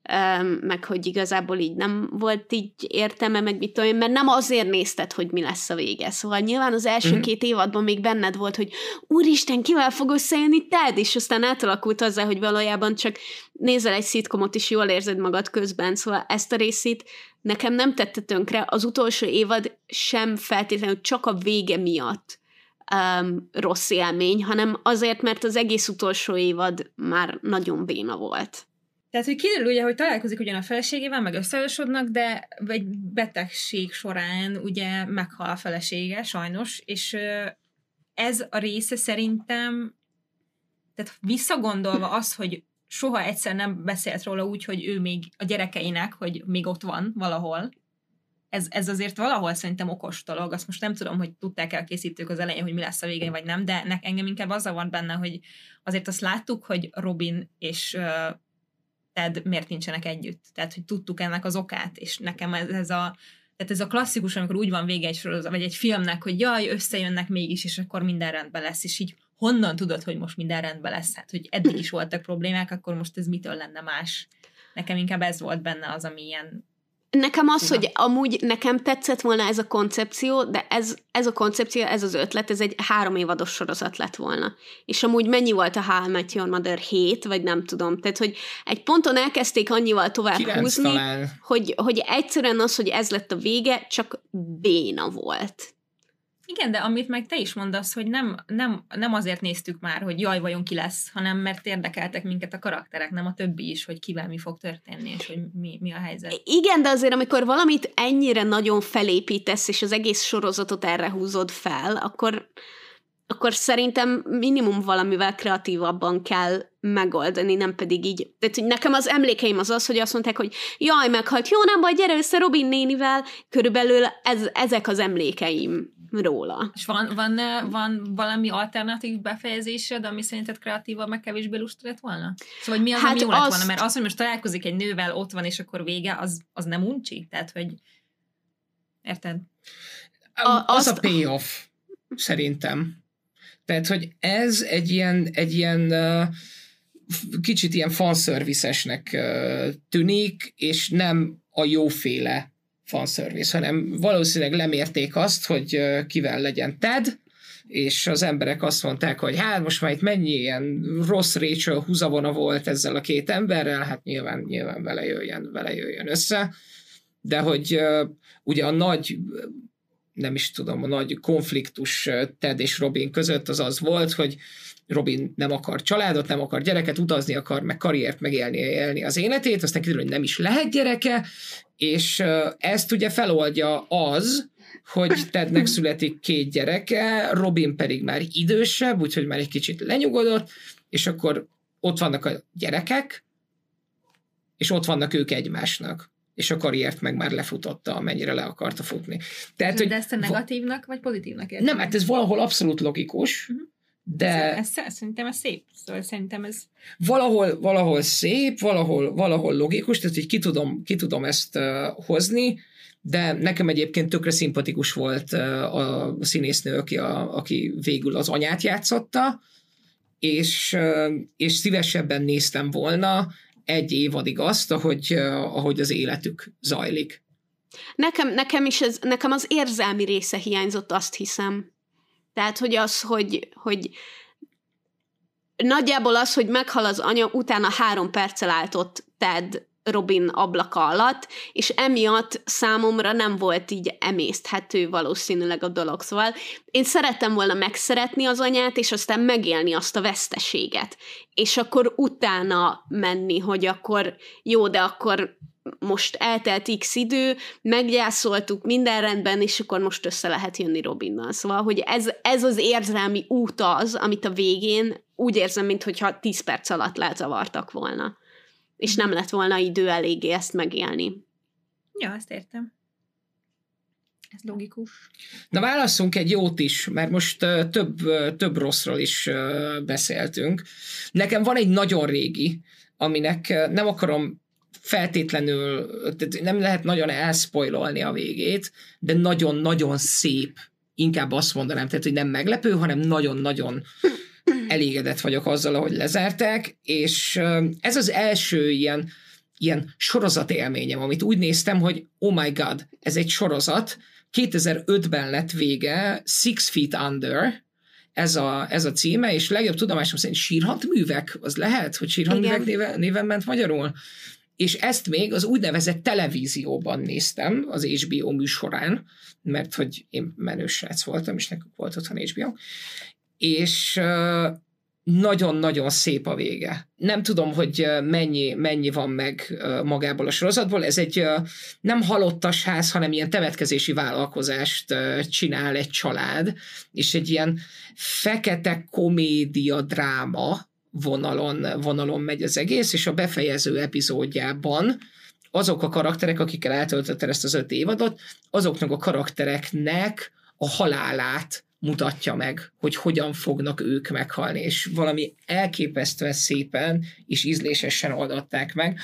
meg hogy igazából így nem volt így értelme, meg mit tudom én, mert nem azért nézted, hogy mi lesz a vége. Szóval nyilván az első 2 évadban még benned volt, hogy úristen, kivel fog összejönni Ted? És aztán átalakult azzal, hogy valójában csak nézel egy szitkomot, és jól érzed magad közben. Szóval ezt a részét nekem nem tette tönkre. Az utolsó évad sem feltétlenül csak a vége miatt rossz élmény, hanem azért, mert az egész utolsó évad már nagyon béna volt. Tehát, hogy kiderül ugye, hogy találkozik ugyan a feleségével, meg összehasonlodnak, de egy betegség során ugye meghal a felesége, sajnos, és ez a része szerintem, tehát visszagondolva az, hogy soha egyszer nem beszélt róla úgy, hogy ő még a gyerekeinek, hogy még ott van valahol, ez azért valahol szerintem okos dolog. Azt most nem tudom, hogy tudták el készítők az elején, hogy mi lesz a végén, vagy nem, de engem inkább azzal van benne, hogy azért azt láttuk, hogy Robin és Ted miért nincsenek együtt. Tehát, hogy tudtuk ennek az okát, és nekem ez a klasszikus, amikor úgy van vége egy sorozat, vagy egy filmnek, hogy jaj, összejönnek mégis, és akkor minden rendben lesz, és így honnan tudod, hogy most minden rendben lesz? Hát, hogy eddig is voltak problémák, akkor most ez mitől lenne más? Nekem inkább ez volt benne az, ami ilyen... Nekem az, hogy amúgy nekem tetszett volna ez a koncepció, de ez a koncepció, ez az ötlet, ez egy 3 évados sorozat lett volna. És amúgy mennyi volt a How I Met Your Mother 7, vagy nem tudom. Tehát, hogy egy ponton elkezdték annyival tovább húzni, hogy egyszerűen az, hogy ez lett a vége, csak béna volt. Igen, de amit meg te is mondasz, hogy nem azért néztük már, hogy jaj, vajon ki lesz, hanem mert érdekeltek minket a karakterek, nem a többi is, hogy kivel mi fog történni, és hogy mi a helyzet. Igen, de azért amikor valamit ennyire nagyon felépítesz, és az egész sorozatot erre húzod fel, akkor szerintem minimum valamivel kreatívabban kell megoldani, nem pedig így. Tehát, hogy nekem az emlékeim az, hogy azt mondták, hogy jaj, meghalt, jó, nem baj, gyere össze Robin nénivel, körülbelül ezek az emlékeim róla. És van valami alternatív befejezésed, ami szerinted kreatívabb, meg kevésbé lusta lett volna? Szóval, hogy mi az, ami jó lett volna? Mert az, hogy most találkozik egy nővel, ott van, és akkor vége, az nem uncsi? Tehát, hogy érted? Az a payoff, szerintem. Tehát, hogy ez egy ilyen kicsit ilyen fanszerviszesnek tűnik, és nem a jóféle fanszervisz, hanem valószínűleg lemérték azt, hogy kivel legyen Ted, és az emberek azt mondták, hogy hát most már itt mennyi ilyen rossz Rachel húzavona volt ezzel a 2 emberrel, hát nyilván vele jöjjön össze. de hogy ugye a nagy, nem is tudom, a nagy konfliktus Ted és Robin között az volt, hogy Robin nem akar családot, nem akar gyereket, utazni akar, meg karriert megélni az életét, aztán kiderül, hogy nem is lehet gyereke, és ezt ugye feloldja az, hogy Tednek születik 2 gyereke, Robin pedig már idősebb, úgyhogy már egy kicsit lenyugodott, és akkor ott vannak a gyerekek, és ott vannak ők egymásnak, és a karriert meg már lefutotta, amennyire le akarta futni. Tehát, de ezt a negatívnak, vagy pozitívnak értem? Nem, hát ez valahol abszolút logikus, de... Szerintem ez szép. Szóval szerintem ez... Valahol szép, valahol logikus, tehát így ki tudom ezt hozni, de nekem egyébként tökre szimpatikus volt a színésznő, aki végül az anyát játszotta, és szívesebben néztem volna 1 évadig azt, ahogy az életük zajlik. Nekem az érzelmi része hiányzott, azt hiszem. Tehát, hogy nagyjából az, hogy meghal az anya, utána 3 perccel állt ott Ted Robin ablaka alatt, és emiatt számomra nem volt így emészthető valószínűleg a dolog. Szóval én szerettem volna megszeretni az anyát, és aztán megélni azt a veszteséget. És akkor utána menni, hogy akkor jó, de akkor most eltelt X idő, meggyászoltuk, minden rendben, és akkor most össze lehet jönni Robinnal. Szóval, hogy ez az érzelmi út az, amit a végén úgy érzem, mintha 10 perc alatt lezavartak volna. És nem lett volna idő eléggé ezt megélni. Ja, ezt értem. Ez logikus. Na válasszunk egy jót is, mert most több rosszról is beszéltünk. Nekem van egy nagyon régi, aminek nem akarom feltétlenül, nem lehet nagyon elspoilolni a végét, de nagyon-nagyon szép. Inkább azt mondanám, tehát, hogy nem meglepő, hanem nagyon-nagyon elégedett vagyok azzal, ahogy lezárták, és ez az első ilyen sorozat élményem, amit úgy néztem, hogy oh my god, ez egy sorozat, 2005-ben lett vége, 6 Feet Under, ez a címe, és legjobb tudomásom szerint Sírhandművek, az lehet, hogy Sírhandművek néven ment magyarul? És ezt még az úgynevezett televízióban néztem, az HBO műsorán, mert hogy én menős srác voltam, és nekünk volt otthon HBO, és nagyon-nagyon szép a vége. Nem tudom, hogy mennyi van meg magából a sorozatból. Ez egy nem halottas ház, hanem ilyen temetkezési vállalkozást csinál egy család, és egy ilyen fekete komédia dráma vonalon megy az egész, és a befejező epizódjában azok a karakterek, akikkel eltöltötted ezt az 5 évadot, azoknak a karaktereknek a halálát mutatja meg, hogy hogyan fognak ők meghalni, és valami elképesztően szépen és ízlésesen oldották meg.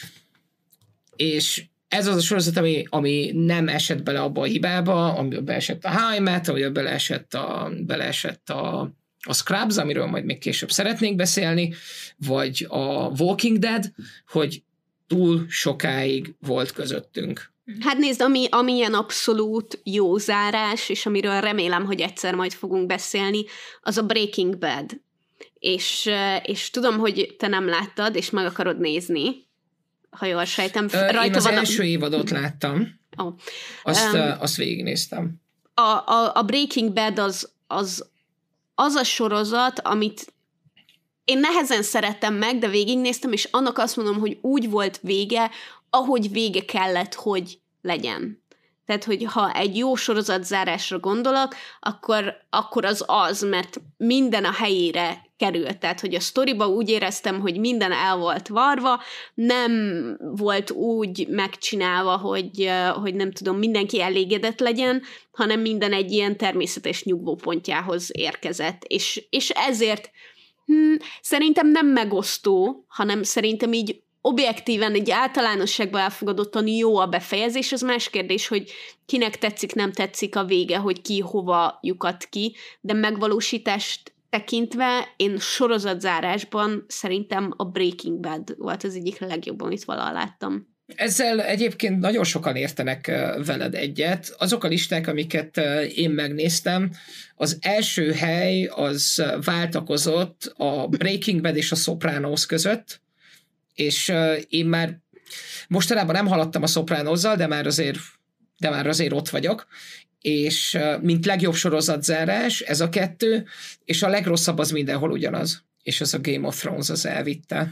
És ez az a sorozat, ami nem esett bele abba a hibába, amiben beesett a How I Met, amiben beleesett a Scrubs, amiről majd még később szeretnénk beszélni, vagy a Walking Dead, hogy túl sokáig volt közöttünk. Hát nézd, ami ilyen abszolút jó zárás, és amiről remélem, hogy egyszer majd fogunk beszélni, az a Breaking Bad. És tudom, hogy te nem láttad, és meg akarod nézni, ha jól sejtem. Én az első évadot láttam. Oh. Azt végignéztem. A Breaking Bad az a sorozat, amit én nehezen szerettem meg, de végignéztem, és annak azt mondom, hogy úgy volt vége, ahogy vége kellett, hogy legyen. Tehát, hogy ha egy jó sorozatzárásra gondolok, akkor az, mert minden a helyére került. Tehát, hogy a sztoriba úgy éreztem, hogy minden el volt varva, nem volt úgy megcsinálva, hogy nem tudom, mindenki elégedett legyen, hanem minden egy ilyen természetes nyugvópontjához érkezett. És ezért szerintem nem megosztó, hanem szerintem így objektíven, egy általánosságban elfogadottan jó a befejezés, az más kérdés, hogy kinek tetszik, nem tetszik a vége, hogy ki hova lyukat ki, de megvalósítást tekintve én sorozatzárásban szerintem a Breaking Bad volt az egyik legjobb, amit valaha láttam. Ezzel egyébként nagyon sokan értenek veled egyet. Azok a listák, amiket én megnéztem, az első hely az váltakozott a Breaking Bad és a Sopranos között, és én már Mostanában nem haladtam a Sopranozzal, de már azért ott vagyok, és mint legjobb sorozatzárás, ez a 2, és a legrosszabb az mindenhol ugyanaz. És az a Game of Thrones az elvitte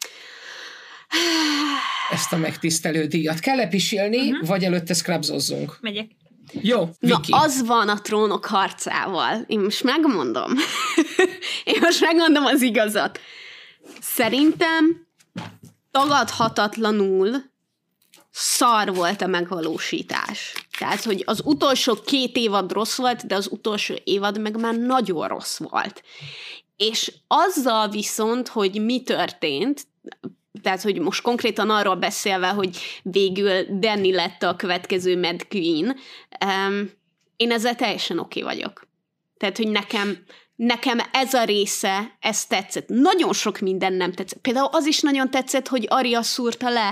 ezt a megtisztelő díjat. Kell-e pisilni, vagy előtte scrubzozzunk? Megyek. Jó, Viki. Na, az van a Trónok harcával. Én most megmondom. Az igazat. Szerintem tagadhatatlanul szar volt a megvalósítás. Tehát, hogy az utolsó 2 évad rossz volt, de az utolsó évad meg már nagyon rossz volt. És azzal viszont, hogy mi történt, tehát, hogy most konkrétan arról beszélve, hogy végül Dany lett a következő Mad Queen, én ezzel teljesen oké vagyok. Tehát, hogy nekem ez a része, ez tetszett. Nagyon sok minden nem tetszett. Például az is nagyon tetszett, hogy Arya szúrta le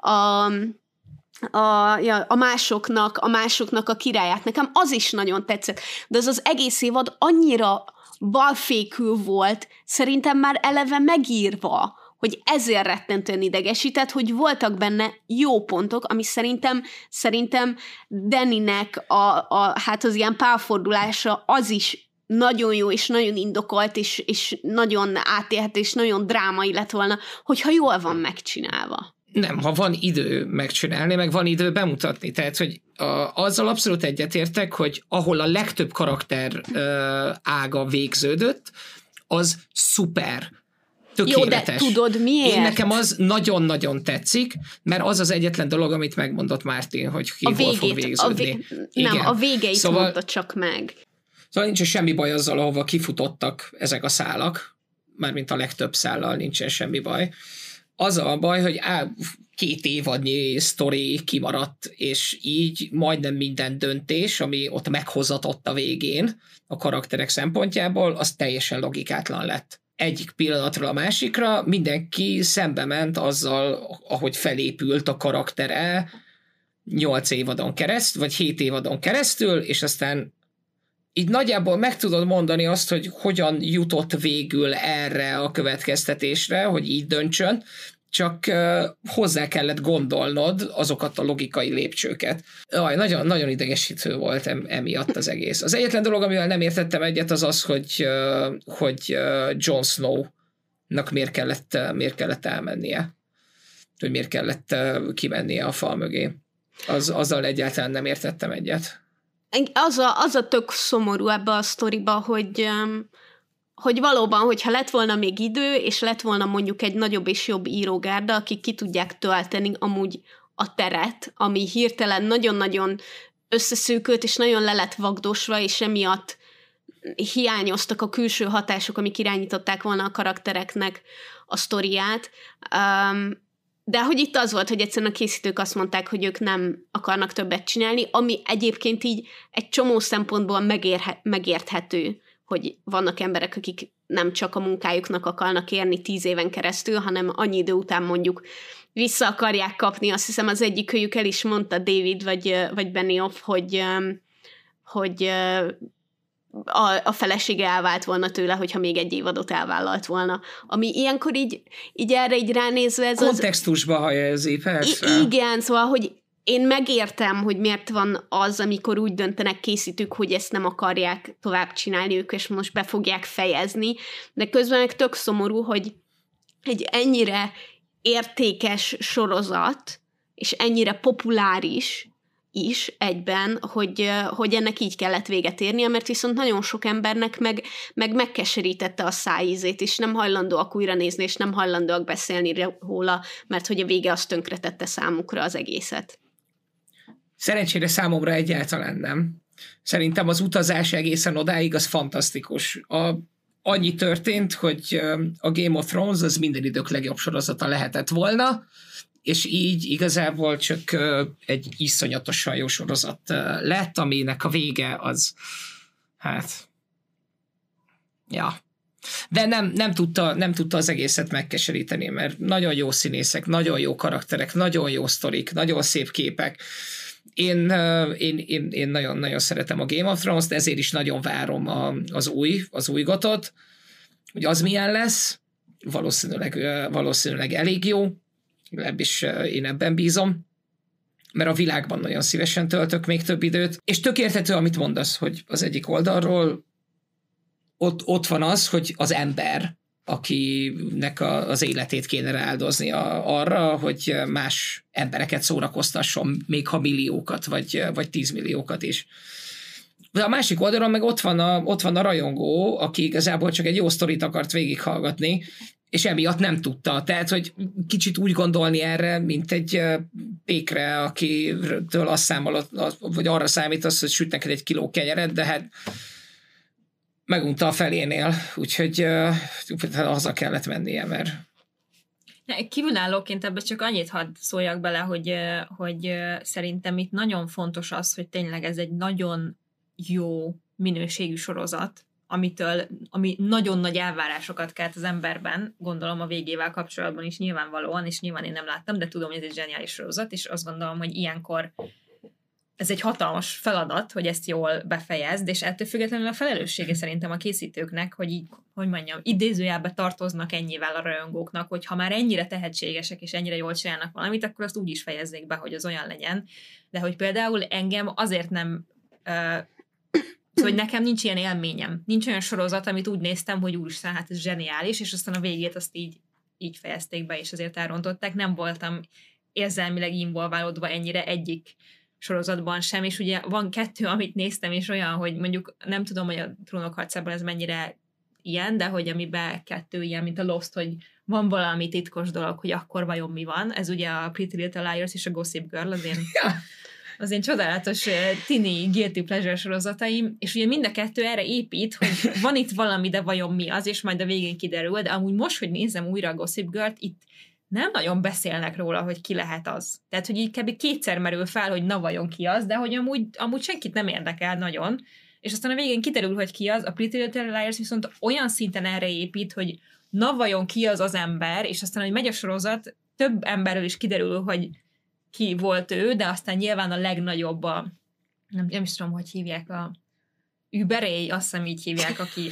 a másoknak a királyát. Nekem az is nagyon tetszett. De az egész évad annyira balfékül volt, szerintem már eleve megírva, hogy ezért rettentően idegesített, hogy voltak benne jó pontok, ami szerintem Danynek hát az ilyen pálfordulása az is nagyon jó, és nagyon indokolt, és nagyon átélhető, és nagyon drámai lett volna, hogyha jól van megcsinálva. Nem, ha van idő megcsinálni, meg van idő bemutatni. Tehát, hogy azzal abszolút egyetértek, hogy ahol a legtöbb karakter ága végződött, az szuper, tökéletes. Jó, de tudod miért? Nekem az nagyon-nagyon tetszik, mert az az egyetlen dolog, amit megmondott Mártin, hogy hol fog végződni. Nem, a végeit mondta csak meg. Szóval nincs semmi baj azzal, ahova kifutottak ezek a szálak, mármint a legtöbb szállal nincsen semmi baj. Az a baj, hogy 2 évadnyi sztori kimaradt, és így majdnem minden döntés, ami ott meghozatott a végén a karakterek szempontjából, az teljesen logikátlan lett. Egyik pillanatról a másikra mindenki szembe ment azzal, ahogy felépült a karaktere 8 évadon keresztül, vagy 7 évadon keresztül, és aztán így nagyjából meg tudod mondani azt, hogy hogyan jutott végül erre a következtetésre, hogy így döntsön, csak hozzá kellett gondolnod azokat a logikai lépcsőket. Nagyon, nagyon idegesítő volt emiatt az egész. Az egyetlen dolog, amivel nem értettem egyet, az az, hogy Jon Snow-nak miért kellett elmennie. Hogy miért kellett kimennie a fal mögé. Azzal egyáltalán nem értettem egyet. Az a tök szomorú ebbe a sztoriba, hogy valóban, hogyha lett volna még idő, és lett volna mondjuk egy nagyobb és jobb írógárda, akik ki tudják tölteni amúgy a teret, ami hirtelen nagyon-nagyon összeszűkült, és nagyon le lett vagdosva, és emiatt hiányoztak a külső hatások, amik irányították volna a karaktereknek a sztoriát. De hogy itt az volt, hogy egyszerűen a készítők azt mondták, hogy ők nem akarnak többet csinálni, ami egyébként így egy csomó szempontból megérthető, hogy vannak emberek, akik nem csak a munkájuknak akarnak érni 10 éven keresztül, hanem annyi idő után mondjuk vissza akarják kapni. Azt hiszem az egyik kölyük el is mondta, David vagy Benioff, hogy a felesége elvált volna tőle, hogyha még egy évadot elvállalt volna. Ami ilyenkor így erre így ránézve... Ez kontextusba helyezi, persze. Igen, szóval, hogy én megértem, hogy miért van az, amikor úgy döntenek készítők, hogy ezt nem akarják tovább csinálni ők, és most be fogják fejezni, de közben meg tök szomorú, hogy egy ennyire értékes sorozat, és ennyire populáris is egyben, hogy ennek így kellett véget érnie, mert viszont nagyon sok embernek meg megkeserítette a szájízét, és nem hajlandóak újra nézni, és nem hajlandóak beszélni róla, mert hogy a vége azt tönkretette számukra az egészet. Szerencsére számomra egyáltalán nem. Szerintem az utazás egészen odáig az fantasztikus. Annyi történt, hogy a Game of Thrones az minden idők legjobb sorozata lehetett volna, és így igazából csak egy iszonyatosan jó sorozat lett, aminek a vége az, hát, ja. De nem tudta az egészet megkeseríteni, mert nagyon jó színészek, nagyon jó karakterek, nagyon jó sztorik, nagyon szép képek. Én nagyon-nagyon szeretem a Game of Thrones-t, ezért is nagyon várom az új gotot, hogy az milyen lesz, valószínűleg elég jó, Legalábbis én ebben bízom, mert a világban nagyon szívesen töltök még több időt. És tök érthető, amit mondasz, hogy az egyik oldalról ott van az, hogy az ember, akinek az életét kéne rááldozni arra, hogy más embereket szórakoztasson, még ha milliókat, vagy 10 milliókat is. De a másik oldalon meg ott van a rajongó, aki igazából csak egy jó sztorit akart végighallgatni, és emiatt nem tudta. Tehát, hogy kicsit úgy gondolni erre, mint egy pékre, akitől azt számolod, vagy arra számítasz, hogy süt neked egy kiló kenyeret, de hát megunta a felénél, úgyhogy haza kellett mennie, mert... Kívülállóként ebbe csak annyit hadd szóljak bele, hogy szerintem itt nagyon fontos az, hogy tényleg ez egy nagyon jó minőségű sorozat, ami nagyon nagy elvárásokat kelt az emberben, gondolom a végével kapcsolatban is nyilvánvalóan, és nyilván én nem láttam, de tudom, hogy ez egy zseniális sorozat, és azt gondolom, hogy ilyenkor ez egy hatalmas feladat, hogy ezt jól befejezd, és ettől függetlenül a felelőssége szerintem a készítőknek, hogy így, hogy mondjam, idézőjelbe tartoznak ennyivel a rajongóknak, hogy ha már ennyire tehetségesek és ennyire jól csinálnak valamit, akkor azt úgy is fejezzék be, hogy az olyan legyen. De hogy például engem azért nem... hogy nekem nincs ilyen élményem. Nincs olyan sorozat, amit úgy néztem, hogy úristen, hát ez zseniális, és aztán a végét azt így fejezték be, és azért elrontották. Nem voltam érzelmileg involválódva ennyire egyik sorozatban sem, és ugye van 2, amit néztem, és olyan, hogy mondjuk nem tudom, hogy a Trónok harcában ez mennyire ilyen, de hogy amiben 2 ilyen, mint a Lost, hogy van valami titkos dolog, hogy akkor vajon mi van. Ez ugye a Pretty Little Liars és a Gossip Girl, az én csodálatos tini guilty pleasure sorozataim, és ugye mind a 2 erre épít, hogy van itt valami, de vajon mi az, és majd a végén kiderül, de amúgy most, hogy nézem újra a Gossip Girl-t, itt nem nagyon beszélnek róla, hogy ki lehet az. Tehát, hogy így kb. 2-szer merül fel, hogy na vajon ki az, de hogy amúgy senkit nem érdekel nagyon, és aztán a végén kiderül, hogy ki az, a Pretty Little Liars viszont olyan szinten erre épít, hogy na vajon ki az ember, és aztán, hogy megy a sorozat, több emberről is kiderül, hogy ki volt ő, de aztán nyilván a legnagyobb nem is tudom, hogy hívják Überély, azt hiszem így hívják, aki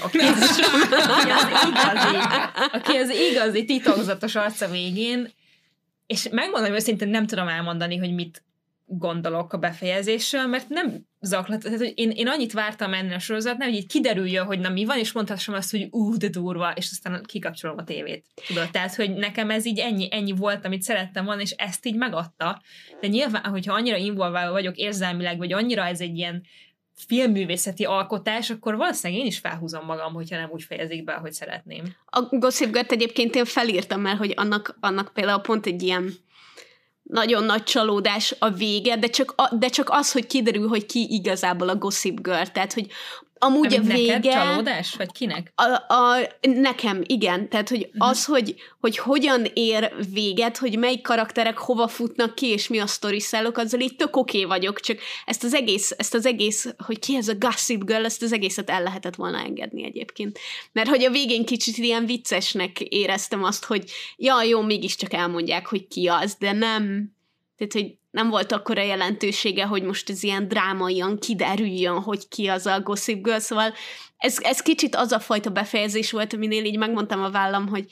az igazi titokzatos arca végén, és megmondom őszintén, nem tudom elmondani, hogy mit gondolok a befejezésről, mert nem zaklat. Tehát, hogy én annyit vártam ennél a sorozatnál, hogy így kiderüljön, hogy na mi van, és mondhassam azt, hogy de durva, és aztán kikapcsolom a tévét. Tudod, tehát, hogy nekem ez így ennyi volt, amit szerettem volna, és ezt így megadta. De nyilván, hogyha annyira involválva vagyok érzelmileg, vagy annyira ez egy ilyen filmművészeti alkotás, akkor valószínűleg én is felhúzom magam, hogyha nem úgy fejezik be, ahogy szeretném. A Gossip Girl-t egyébként én felírtam, mert hogy annak például pont egy ilyen nagyon nagy csalódás a vége, de csak az, hogy kiderül, hogy ki igazából a Gossip Girl. Tehát, hogy amúgy a vége... Neked csalódás? Vagy kinek? Nekem, igen. Tehát, hogy az, hogy hogyan ér véget, hogy melyik karakterek hova futnak ki, és mi a sztoriszálok, azzal így tök oké vagyok, csak ezt az egész, hogy ki ez a Gossip Girl, ezt az egészet el lehetett volna engedni egyébként. Mert hogy a végén kicsit ilyen viccesnek éreztem azt, hogy jó, mégiscsak elmondják, hogy ki az, de nem... Tehát, hogy nem volt akkora jelentősége, hogy most ez ilyen drámaian kiderüljön, hogy ki az a Gossip Girl, szóval ez kicsit az a fajta befejezés volt, aminél így megmondtam a vállam, hogy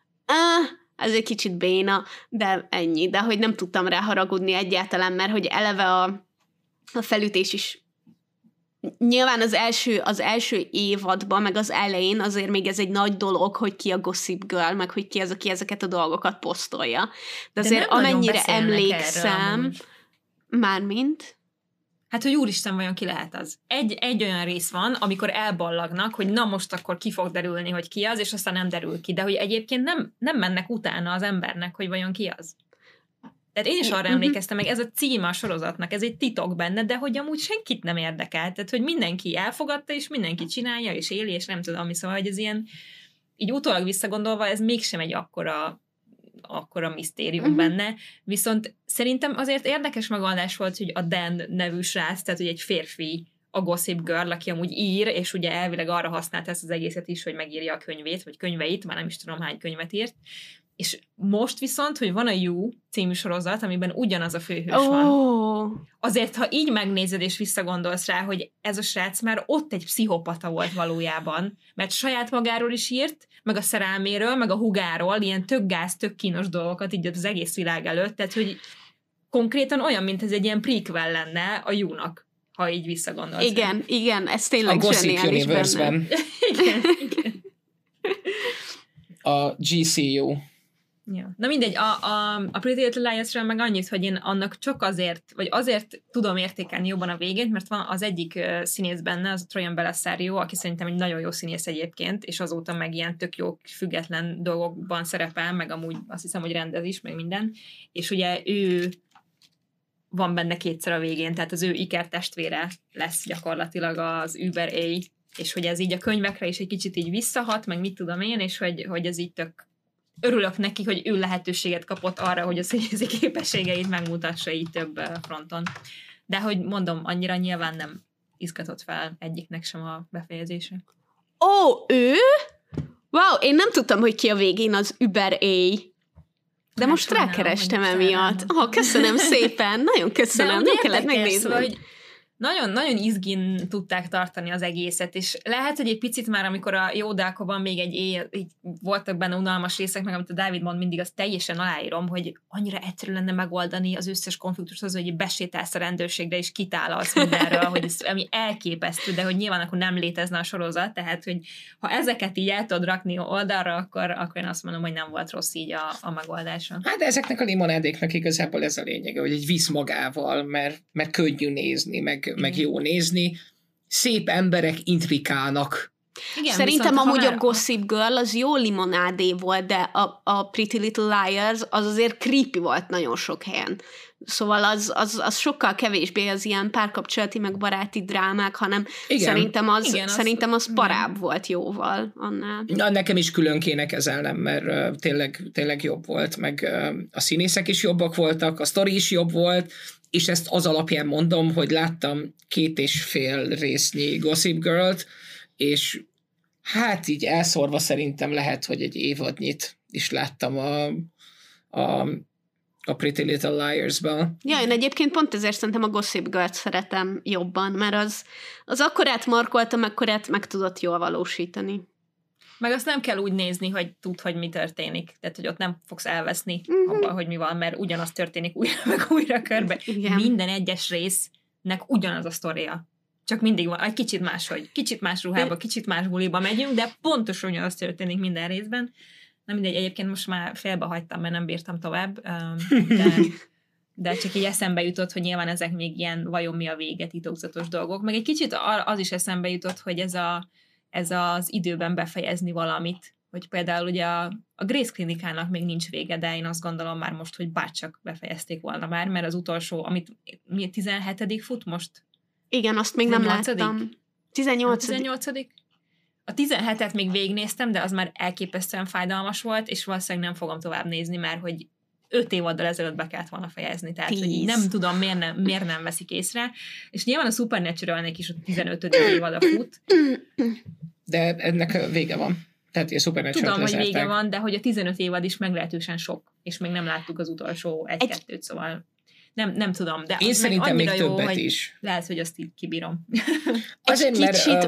ez egy kicsit béna, de ennyi, de hogy nem tudtam rá haragudni egyáltalán, mert hogy eleve a felütés is nyilván az első évadban, meg az elején azért még ez egy nagy dolog, hogy ki a Gossip Girl, meg hogy ki az, aki ezeket a dolgokat posztolja. De azért amennyire emlékszem, mármint... Hát, hogy úristen, vajon ki lehet az? Egy olyan rész van, amikor elballagnak, hogy na most akkor ki fog derülni, hogy ki az, és aztán nem derül ki. De hogy egyébként nem mennek utána az embernek, hogy vajon ki az. Tehát én is arra emlékeztem meg, ez a címe a sorozatnak, ez egy titok benne, de hogy amúgy senkit nem érdekel, tehát hogy mindenki elfogadta, és mindenki csinálja, és éli, és nem tudom, szóval, hogy ez ilyen, így utólag visszagondolva, ez mégsem egy akkora misztérium benne, viszont szerintem azért érdekes megoldás volt, hogy a Dan nevű srác, tehát hogy egy férfi a Gossip Girl, aki amúgy ír, és ugye elvileg arra használta ezt az egészet is, hogy megírja a könyvét, vagy könyveit, már nem is tudom hány könyvet írt, És most viszont, hogy van a You című sorozat, amiben ugyanaz a főhős van. Azért, ha így megnézed és visszagondolsz rá, hogy ez a srác már ott egy pszichopata volt valójában, mert saját magáról is írt, meg a szerelméről, meg a húgáról, ilyen tök gáz, tök kínos dolgokat így az egész világ előtt, tehát, hogy konkrétan olyan, mint ez egy ilyen prequel lenne a You-nak, ha így visszagondolsz. Igen, ez tényleg a zseniális Gossip Universe-ben. igen. A GCU. Ja. Na mindegy, a Pretty Little Liarsről meg annyit, hogy én annak csak azért tudom értékelni jobban a végét, mert van az egyik színész benne, az a Troian Bellisario, aki szerintem egy nagyon jó színész egyébként, és azóta meg ilyen tök jó független dolgokban szerepel, meg amúgy azt hiszem, hogy rendez is, meg minden, és ugye ő van benne kétszer a végén, tehát az ő ikertestvére lesz gyakorlatilag az Uber A, és hogy ez így a könyvekre is egy kicsit így visszahat, meg mit tudom én, és hogy ez így tök örülök neki, hogy ő lehetőséget kapott arra, hogy a színészi képességeit megmutassa így több fronton. De hogy mondom, annyira nyilván nem izgatott fel egyiknek sem a befejezése. Ő? Wow, én nem tudtam, hogy ki a végén az Uber A. De most rákerestem emiatt. Köszönöm szépen, nagyon köszönöm, nem kellett megnézni. Hogy nagyon, nagyon izgin tudták tartani az egészet, és lehet, hogy egy picit már, amikor a Jódákban még így voltak benne unalmas részek, meg amit a Dávid mond mindig, azt teljesen aláírom, hogy annyira egyszerű lenne megoldani az összes konfliktust az, hogy besétálsz a rendőrségre, és kitálalsz mindenről, hogy ez ami elképesztő, de hogy nyilván akkor nem létezne a sorozat, tehát, hogy ha ezeket így el tudod rakni oldalra, akkor én azt mondom, hogy nem volt rossz így a megoldása. Hát de ezeknek a limonádéknak igazából ez a lényege, hogy egy visz magával, mert könnyű nézni, meg jó nézni. Szép emberek intrikálnak. Igen, szerintem amúgy a Gossip Girl az jó limonádé volt, de a Pretty Little Liars az azért creepy volt nagyon sok helyen. Szóval az sokkal kevésbé az ilyen párkapcsolati meg baráti drámák, hanem szerintem az parább volt jóval annál. Na, nekem is külön kéne kezelnem, mert tényleg jobb volt, meg a színészek is jobbak voltak, a sztori is jobb volt, és ezt az alapján mondom, hogy láttam 2,5 résznyi Gossip Girl-t, és hát így elszórva szerintem lehet, hogy egy évadnyit is láttam a Pretty Little Liars-ban. Ja, én egyébként pont ezért szerintem a Gossip Girl-t szeretem jobban, mert az akkorát markoltam, akkorát meg tudott jól valósítani. Meg azt nem kell úgy nézni, hogy tudd, hogy mi történik. Tehát, hogy ott nem fogsz elveszni abban, hogy mi van, mert ugyanaz történik újra meg újra körbe. Igen. Minden egyes résznek ugyanaz a sztoria. Csak mindig van, egy kicsit máshogy. Kicsit más ruhába, kicsit más buliba megyünk, de pontosan ugyanaz történik minden részben. Na mindegy, egyébként most már félbehagytam, mert nem bírtam tovább, de csak így eszembe jutott, hogy nyilván ezek még ilyen vajon mi a vége titokzatos dolgok. Meg egy kicsit az is eszembe jutott, hogy ez az időben befejezni valamit, hogy például ugye a Grace klinikának még nincs vége, de én azt gondolom már most, hogy bárcsak befejezték volna már, mert az utolsó, amit 17. fut most? Igen, azt még 18? Nem láttam. 18. A 17-et még végignéztem, de az már elképesztően fájdalmas volt, és valószínűleg nem fogom tovább nézni, mert hogy 5 évaddal ezelőtt be kellett volna fejezni, tehát hogy így nem tudom, miért nem veszik észre, és nyilván a Supernatural-nek is a 15. évada fut. De ennek vége van. Tehát a Supernatural-t tudom, lezárták. hogy vége van, de hogy a 15 évad is meglehetősen sok, és még nem láttuk az utolsó 1-2-t, szóval nem tudom. De én szerintem még jó, többet is. Lehet, hogy azt így kibírom. Azért, mert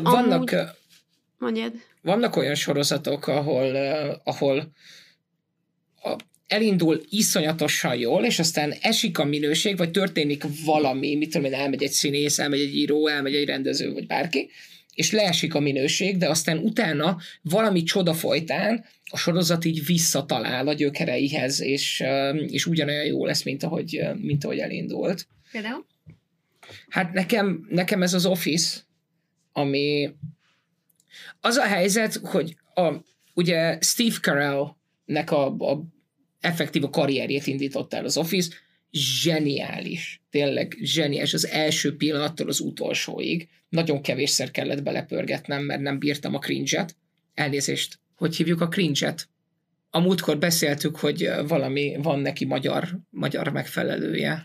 vannak olyan sorozatok, ahol elindul iszonyatosan jól, és aztán esik a minőség, vagy történik valami, mit tudom én, elmegy egy színész, elmegy egy író, elmegy egy rendező, vagy bárki, és leesik a minőség, de aztán utána valami csoda folytán a sorozat így visszatalál a gyökereihez, és ugyanolyan jó lesz, mint ahogy elindult. Például? Hát nekem ez az Office, ami az a helyzet, hogy ugye Steve Carell-nek a effektív a karrierjét indított el az Office, zseniális, tényleg zseniális, az első pillanattól az utolsóig. Nagyon kevésszer kellett belepörgetnem, mert nem bírtam a cringe-et. Elnézést, hogy hívjuk a cringe-et? A múltkor beszéltük, hogy valami van neki magyar megfelelője.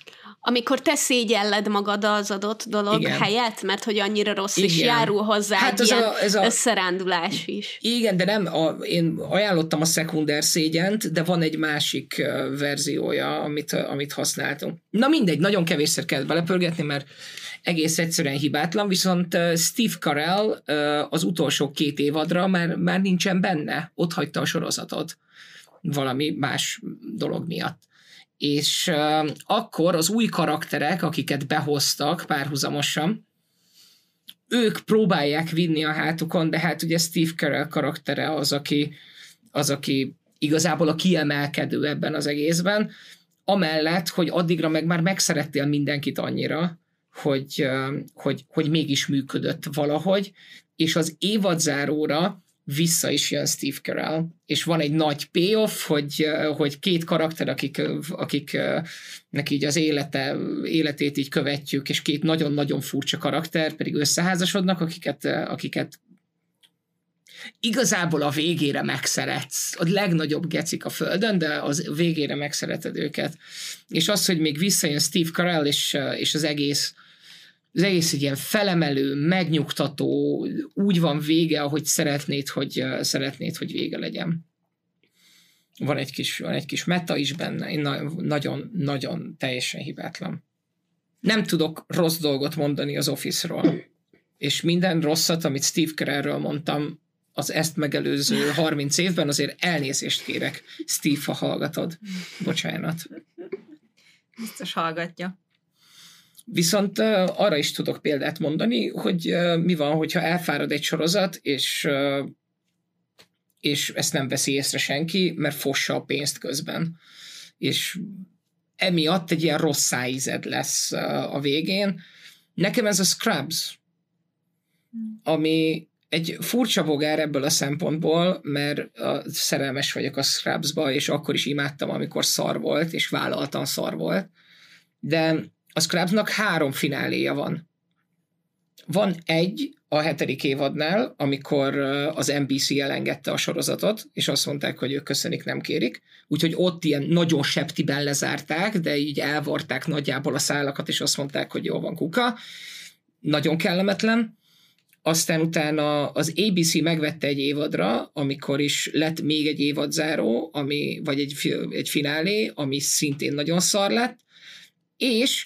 amikor te szégyelled magad az adott dolog Igen. helyett, mert hogy annyira rossz, Igen. és járul hozzá Hát egy ilyen ez a összerándulás is. Igen, de nem, én ajánlottam a szekunder szégyent, de van egy másik verziója, amit használtunk. Na mindegy, nagyon kevésszer kell belepörgetni, mert egész egyszerűen hibátlan, viszont Steve Carell az utolsó 2 évadra már nincsen benne, ott hagyta a sorozatot valami más dolog miatt. És akkor az új karakterek, akiket behoztak párhuzamosan, ők próbálják vinni a hátukon, de hát ugye Steve Carell karaktere az, aki igazából a kiemelkedő ebben az egészben, amellett, hogy addigra meg már megszerettél mindenkit annyira, hogy mégis működött valahogy, és az évadzáróra vissza is jön Steve Carell, és van egy nagy payoff, hogy 2 karakter, akiknek így az életét így követjük, és 2 nagyon-nagyon furcsa karakter pedig összeházasodnak, akiket igazából a végére megszeretsz. A legnagyobb gecik a földön, de az végére megszereted őket. És az, hogy még visszajön Steve Carell, és az egész egy ilyen felemelő, megnyugtató, úgy van vége, ahogy szeretnéd, hogy vége legyen. Van egy kis meta is benne, én nagyon teljesen hibátlan. Nem tudok rossz dolgot mondani az Office-ról, és minden rosszat, amit Steve Carellről mondtam, az ezt megelőző 30 évben, azért elnézést kérek. Steve, ha hallgatod. Bocsánat. Biztos hallgatja. Viszont arra is tudok példát mondani, hogy mi van, hogyha elfárad egy sorozat, és ezt nem veszi észre senki, mert fossa a pénzt közben. És emiatt egy ilyen rossz szájízed lesz a végén. Nekem ez a Scrubs, ami egy furcsa bogár ebből a szempontból, mert szerelmes vagyok a Scrubsba, és akkor is imádtam, amikor szar volt, és vállaltan szar volt. De a Scrubsnak 3 fináléja van. Van egy a 7. évadnál, amikor az NBC elengedte a sorozatot, és azt mondták, hogy ők köszönik, nem kérik. Úgyhogy ott ilyen nagyon septiben lezárták, de így elvarták nagyjából a szálakat, és azt mondták, hogy jó van, kuka. Nagyon kellemetlen. Aztán utána az ABC megvette egy évadra, amikor is lett még egy évadzáró, vagy egy finálé, ami szintén nagyon szar lett, és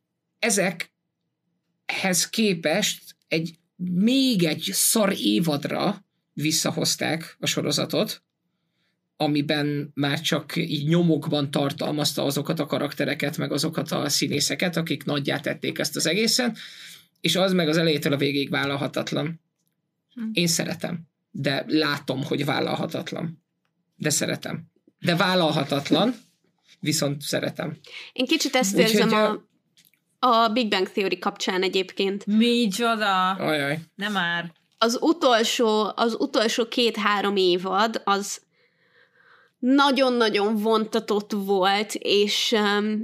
ezekhez képest még egy szar évadra visszahozták a sorozatot, amiben már csak így nyomokban tartalmazta azokat a karaktereket, meg azokat a színészeket, akik nagyját tették ezt az egészen, és az meg az elejétől a végéig vállalhatatlan. Én szeretem, de látom, hogy vállalhatatlan. De szeretem. De vállalhatatlan, viszont szeretem. Én kicsit ezt érzem a Big Bang Theory kapcsán egyébként. Micsoda! Ajaj. Nem már. Az utolsó 2-3 évad az nagyon-nagyon vontatott volt, és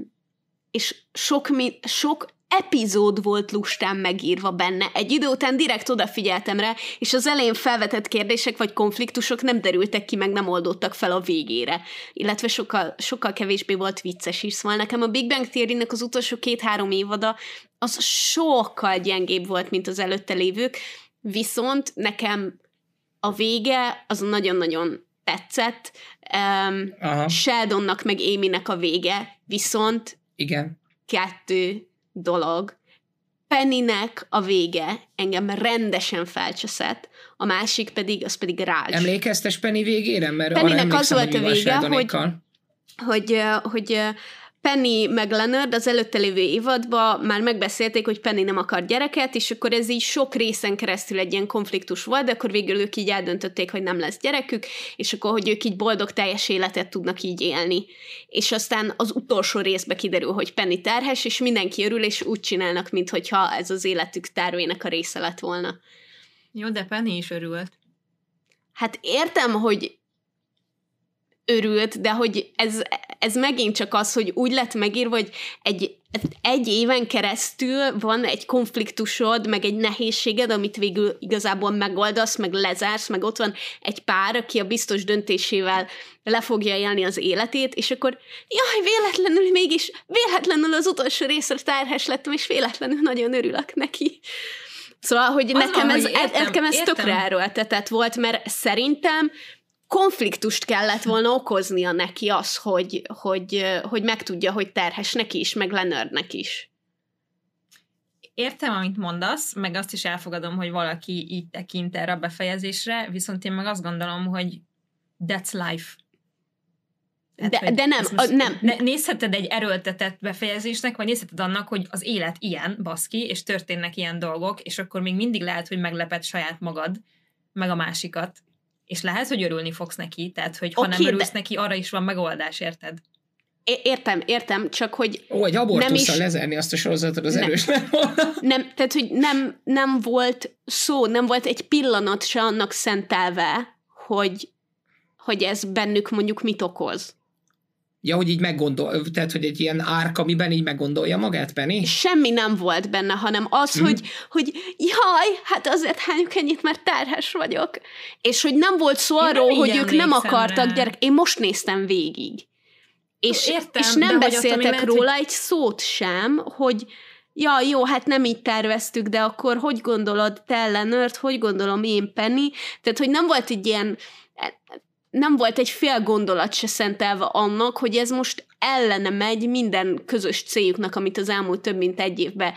sok epizód volt lustán megírva benne. Egy idő után direkt odafigyeltem rá, és az elején felvetett kérdések vagy konfliktusok nem derültek ki, meg nem oldódtak fel a végére. Illetve sokkal kevésbé volt vicces is. Szóval nekem a Big Bang Theory-nek az utolsó 2-3 évada az sokkal gyengébb volt, mint az előtte lévők, viszont nekem a vége az nagyon-nagyon tetszett. Sheldonnak meg Amynek a vége, viszont igen. 2 dolog. Pennynek a vége engem rendesen felcseszett, a másik pedig, az pedig Raj. Emlékeztes Penny végére? Mert Pennynek az volt a vége, hogy Penny meg Leonard az előtte lévő évadban már megbeszélték, hogy Penny nem akar gyereket, és akkor ez így sok részen keresztül egy ilyen konfliktus volt, de akkor végül ők így eldöntötték, hogy nem lesz gyerekük, és akkor, hogy ők így boldog, teljes életet tudnak így élni. És aztán az utolsó részbe kiderül, hogy Penny terhes, és mindenki örül, és úgy csinálnak, minthogyha ez az életük tervének a része lett volna. Jó, de Penny is örült. Hát értem, hogy örült, de hogy ez megint csak az, hogy úgy lett megírva, hogy egy éven keresztül van egy konfliktusod, meg egy nehézséged, amit végül igazából megoldasz, meg lezársz, meg ott van egy pár, aki a biztos döntésével le fogja élni az életét, és akkor véletlenül az utolsó részre terhes lettem, és véletlenül nagyon örülök neki. Szóval, hogy nekem ez tökre erőltetett volt, mert szerintem konfliktust kellett volna okoznia neki az, hogy megtudja, hogy terhes neki is, meg Leonardnek is. Értem, amit mondasz, meg azt is elfogadom, hogy valaki így tekint erre a befejezésre, viszont én meg azt gondolom, hogy that's life. Hát, de nem. Nézheted egy erőltetett befejezésnek, vagy nézheted annak, hogy az élet ilyen, baszki, és történnek ilyen dolgok, és akkor még mindig lehet, hogy megleped saját magad, meg a másikat. És lehet, hogy örülni fogsz neki, tehát, hogy ha nem örülsz neki, arra is van megoldás, érted? Értem, csak hogy egy abortusszal lezárni azt a sorozatot az erős nem volna. Nem, tehát, hogy nem volt szó, nem volt egy pillanat se annak szentelve, hogy ez bennük mondjuk mit okoz. Ja, hogy így tehát, hogy egy ilyen árk, amiben így meggondolja magát, Penny? Semmi nem volt benne, hanem az, hogy jaj, hát azért hányok ennyit, mert terhes vagyok. És hogy nem volt szó arról, hogy ők nem akartak gyerek. Én most néztem végig. És nem beszéltek róla egy szót sem, hogy ja, jó, hát nem így terveztük, de akkor hogy gondolod te, Leonard, hogy gondolom én, Penny? Tehát, hogy nem volt egy ilyen... nem volt egy fél gondolat se szentelve annak, hogy ez most ellene megy minden közös céljuknak, amit az elmúlt több mint egy évben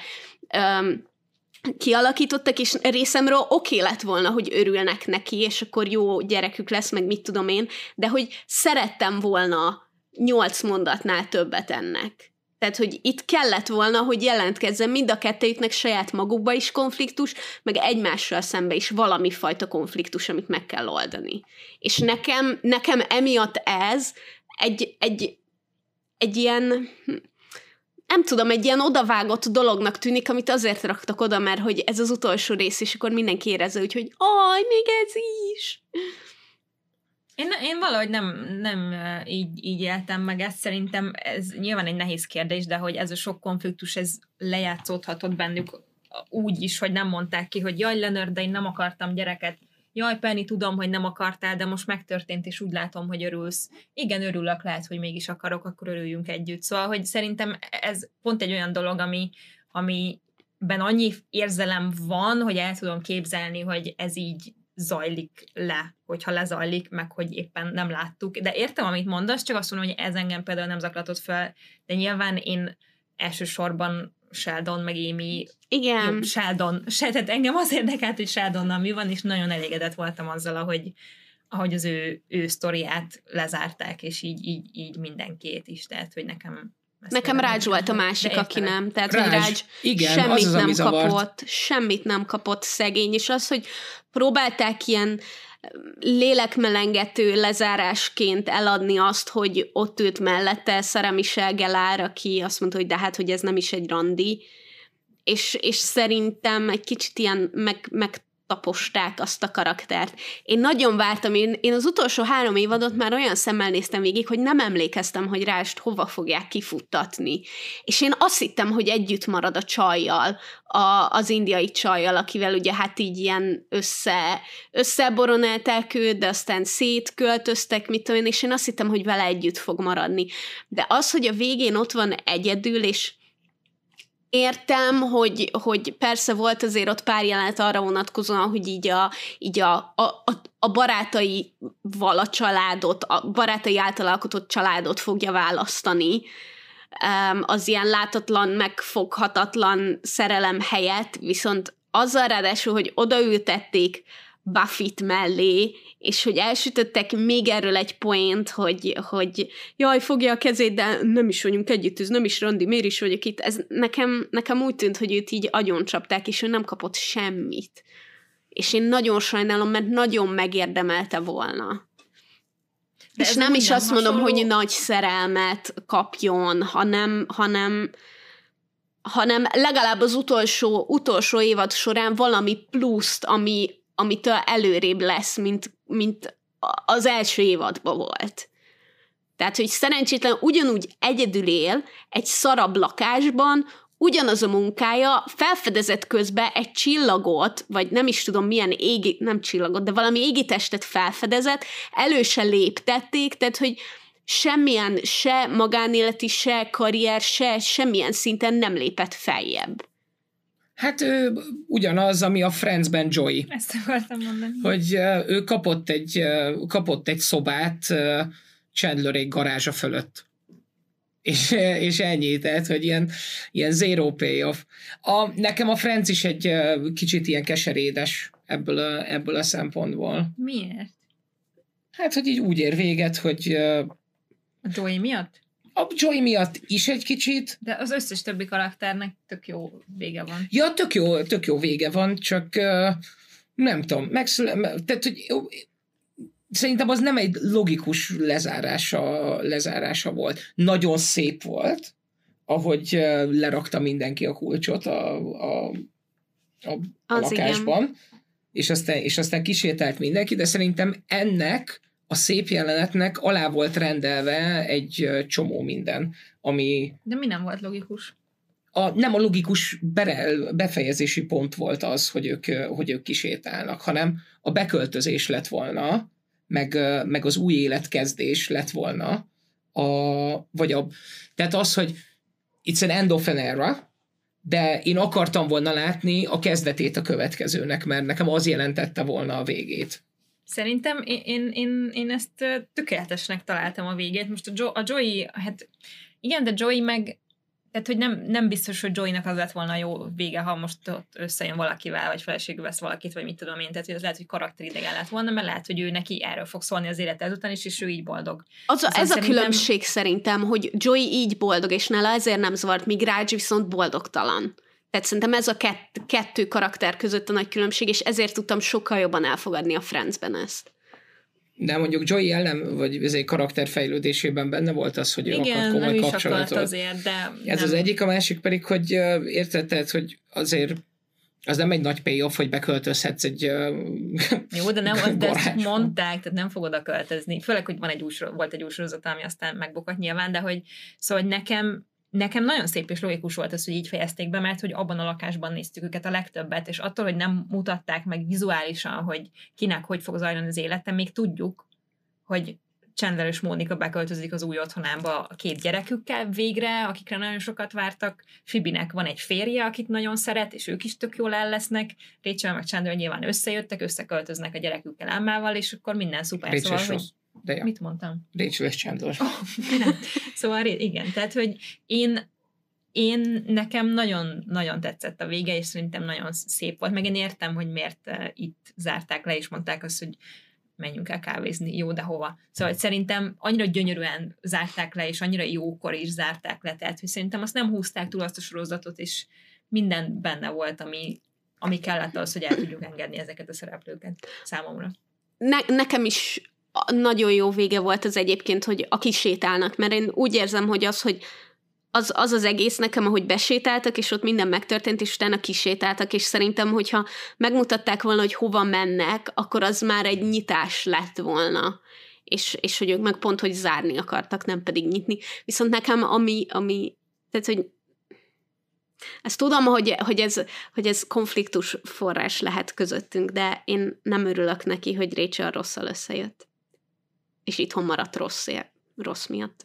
kialakítottak, és részemről oké lett volna, hogy örülnek neki, és akkor jó gyerekük lesz, meg mit tudom én, de hogy szerettem volna 8 mondatnál többet ennek. Tehát, hogy itt kellett volna, hogy jelentkezzen mind a kettőjüknek saját magukba is konfliktus, meg egymással szembe is valami fajta konfliktus, amit meg kell oldani. És nekem emiatt ez egy ilyen, nem tudom, egy ilyen odavágott dolognak tűnik, amit azért raktak oda, mert hogy ez az utolsó rész, és akkor mindenki érezze úgy, hogy még ez is. Én valahogy nem így éltem meg ezt, szerintem ez nyilván egy nehéz kérdés, de hogy ez a sok konfliktus, ez lejátszódhatott bennük úgy is, hogy nem mondták ki, hogy jaj, Leonard, de én nem akartam gyereket, jaj, Penny, tudom, hogy nem akartál, de most megtörtént, és úgy látom, hogy örülsz. Igen, örülök, lehet, hogy mégis akarok, akkor örüljünk együtt. Szóval, hogy szerintem ez pont egy olyan dolog, amiben annyi érzelem van, hogy el tudom képzelni, hogy ez így zajlik le, hogyha lezajlik, meg hogy éppen nem láttuk. De értem, amit mondasz, csak azt mondom, hogy ez engem például nem zaklatott fel, de nyilván én elsősorban Sheldon, meg Amy... Igen. Jó, tehát engem az érdekelt, hogy Sheldonnal mi van, és nagyon elégedett voltam azzal, ahogy az ő sztoriát lezárták, és így mindenkét is, tehát, hogy nekem Raj volt a másik, aki nem. Tehát, hogy Raj semmit nem kapott, semmit nem kapott szegény, és az, hogy próbálták ilyen lélekmelengető lezárásként eladni azt, hogy ott ült mellette Sarah Michelle Gellar, aki azt mondta, hogy de hát, hogy ez nem is egy randi, és szerintem egy kicsit ilyen megtaposták azt a karaktert. Én nagyon vártam, én az utolsó 3 évadot már olyan szemmel néztem végig, hogy nem emlékeztem, hogy Rást hova fogják kifuttatni. És én azt hittem, hogy együtt marad a csajjal, az indiai csajjal, akivel ugye hát így ilyen összeboronálták őt, de aztán szétköltöztek, mit tudom én, és én azt hittem, hogy vele együtt fog maradni. De az, hogy a végén ott van egyedül, és értem, hogy persze volt azért ott pár jelenet arra vonatkozóan, hogy így a barátaival a családot, a barátai által alkotott családot fogja választani, az ilyen látatlan, megfoghatatlan szerelem helyett, viszont azzal ráadásul, hogy odaültették Buffyt mellé, és hogy elsütöttek még erről egy point, hogy jaj, fogja a kezét, de nem is vagyunk együtt, ez nem is randi, miért is vagyok itt? Ez nekem úgy tűnt, hogy őt így agyoncsapták, és ő nem kapott semmit. És én nagyon sajnálom, mert nagyon megérdemelte volna. De és nem is azt mondom, hogy nagy szerelmet kapjon, hanem legalább az utolsó évad során valami pluszt, amitől előrébb lesz, mint az első évadban volt. Tehát, hogy szerencsétlen ugyanúgy egyedül él, egy szarabb lakásban, ugyanaz a munkája, felfedezett közben egy csillagot, vagy nem is tudom milyen nem csillagot, de valami égitestet felfedezett, elő se léptették, tehát, hogy semmilyen, se magánéleti, se karrier, se semmilyen szinten nem lépett feljebb. Hát ő ugyanaz, ami a Friendsben Joey. Ezt akartam mondani. Hogy ő kapott egy szobát Chandlerék garázsa fölött. És ennyi, tehát, hogy ilyen zero payoff. Nekem a Friends is egy kicsit ilyen keserédes ebből a szempontból. Miért? Hát, hogy így úgy ér véget, hogy... A Joey miatt? A Joey miatt is egy kicsit. De az összes többi karakternek tök jó vége van. Ja, tök jó vége van, csak nem tudom, tehát, hogy szerintem az nem egy logikus lezárása volt. Nagyon szép volt, ahogy lerakta mindenki a kulcsot a lakásban, és aztán kisétált mindenki, de szerintem ennek a szép jelenetnek alá volt rendelve egy csomó minden, ami... De mi nem volt logikus? Nem a logikus befejezési pont volt az, hogy ők kisétálnak, hanem a beköltözés lett volna, meg az új életkezdés lett volna, tehát az, hogy it's an end of an era, de én akartam volna látni a kezdetét a következőnek, mert nekem az jelentette volna a végét. Szerintem én ezt tökéletesnek találtam a végét. Most a Joey, hát igen, de Joey meg, tehát hogy nem biztos, hogy Joeynak az lett volna jó vége, ha most ott összejön valakivel, vagy feleségül vesz valakit, vagy mit tudom én, tehát hogy az lehet, hogy karakteridegen lett volna, mert lehet, hogy ő neki erről fog szólni az élet ezután is, és ő így boldog. Ez a különbség szerintem, hogy Joey így boldog, és nála ezért nem zavart, míg Raj viszont boldogtalan. Tehát szerintem ez a kettő karakter között a nagy különbség, és ezért tudtam sokkal jobban elfogadni a Friendsben ezt. De mondjuk Joey ellen, vagy ezért karakterfejlődésében benne volt az, hogy ő akart komoly kapcsolatot. Azért, de ez nem. Az egyik, a másik pedig, hogy érted, hogy azért az nem egy nagy payoff, hogy beköltözhetsz egy jó, de nem, de ezt mondták, tehát nem fog oda költözni. Főleg, hogy volt egy új sorozat, ami aztán megbukott nyilván, de hogy szóval nekem nagyon szép és logikus volt az, hogy így fejezték be, mert hogy abban a lakásban néztük őket a legtöbbet, és attól, hogy nem mutatták meg vizuálisan, hogy kinek hogy fog zajlani az élete, még tudjuk, hogy Chandler és Mónika beköltözik az új otthonába a 2 gyerekükkel végre, akikre nagyon sokat vártak. Phoebe-nek van egy férje, akit nagyon szeret, és ők is tök jól el lesznek. Rachel meg Chandler nyilván összejöttek, összeköltöznek a gyerekükkel Emmával, és akkor minden szuper. Rachel szóval, hogy... De ja. Mit mondtam? Rachel és Chandler. Szóval igen, tehát, hogy én nekem nagyon tetszett a vége, és szerintem nagyon szép volt, meg én értem, hogy miért itt zárták le, és mondták azt, hogy menjünk el kávézni, jó, de hova. Szóval szerintem annyira gyönyörűen zárták le, és annyira jókor is zárták le, tehát hogy szerintem azt nem húzták túl azt a sorozatot, és minden benne volt, ami kellett az, hogy el tudjuk engedni ezeket a szereplőket számomra. Nekem is nagyon jó vége volt az egyébként, hogy akik sétálnak, mert én úgy érzem, hogy hogy az egész nekem, ahogy besétáltak, és ott minden megtörtént, és utána kisétáltak, és szerintem, hogyha megmutatták volna, hogy hova mennek, akkor az már egy nyitás lett volna. És hogy ők meg pont, hogy zárni akartak, nem pedig nyitni. Viszont nekem, ami tehát, hogy ezt tudom, hogy ez konfliktus forrás lehet közöttünk, de én nem örülök neki, hogy Rachel Rosszal összejött. És itthon maradt Ross miatt.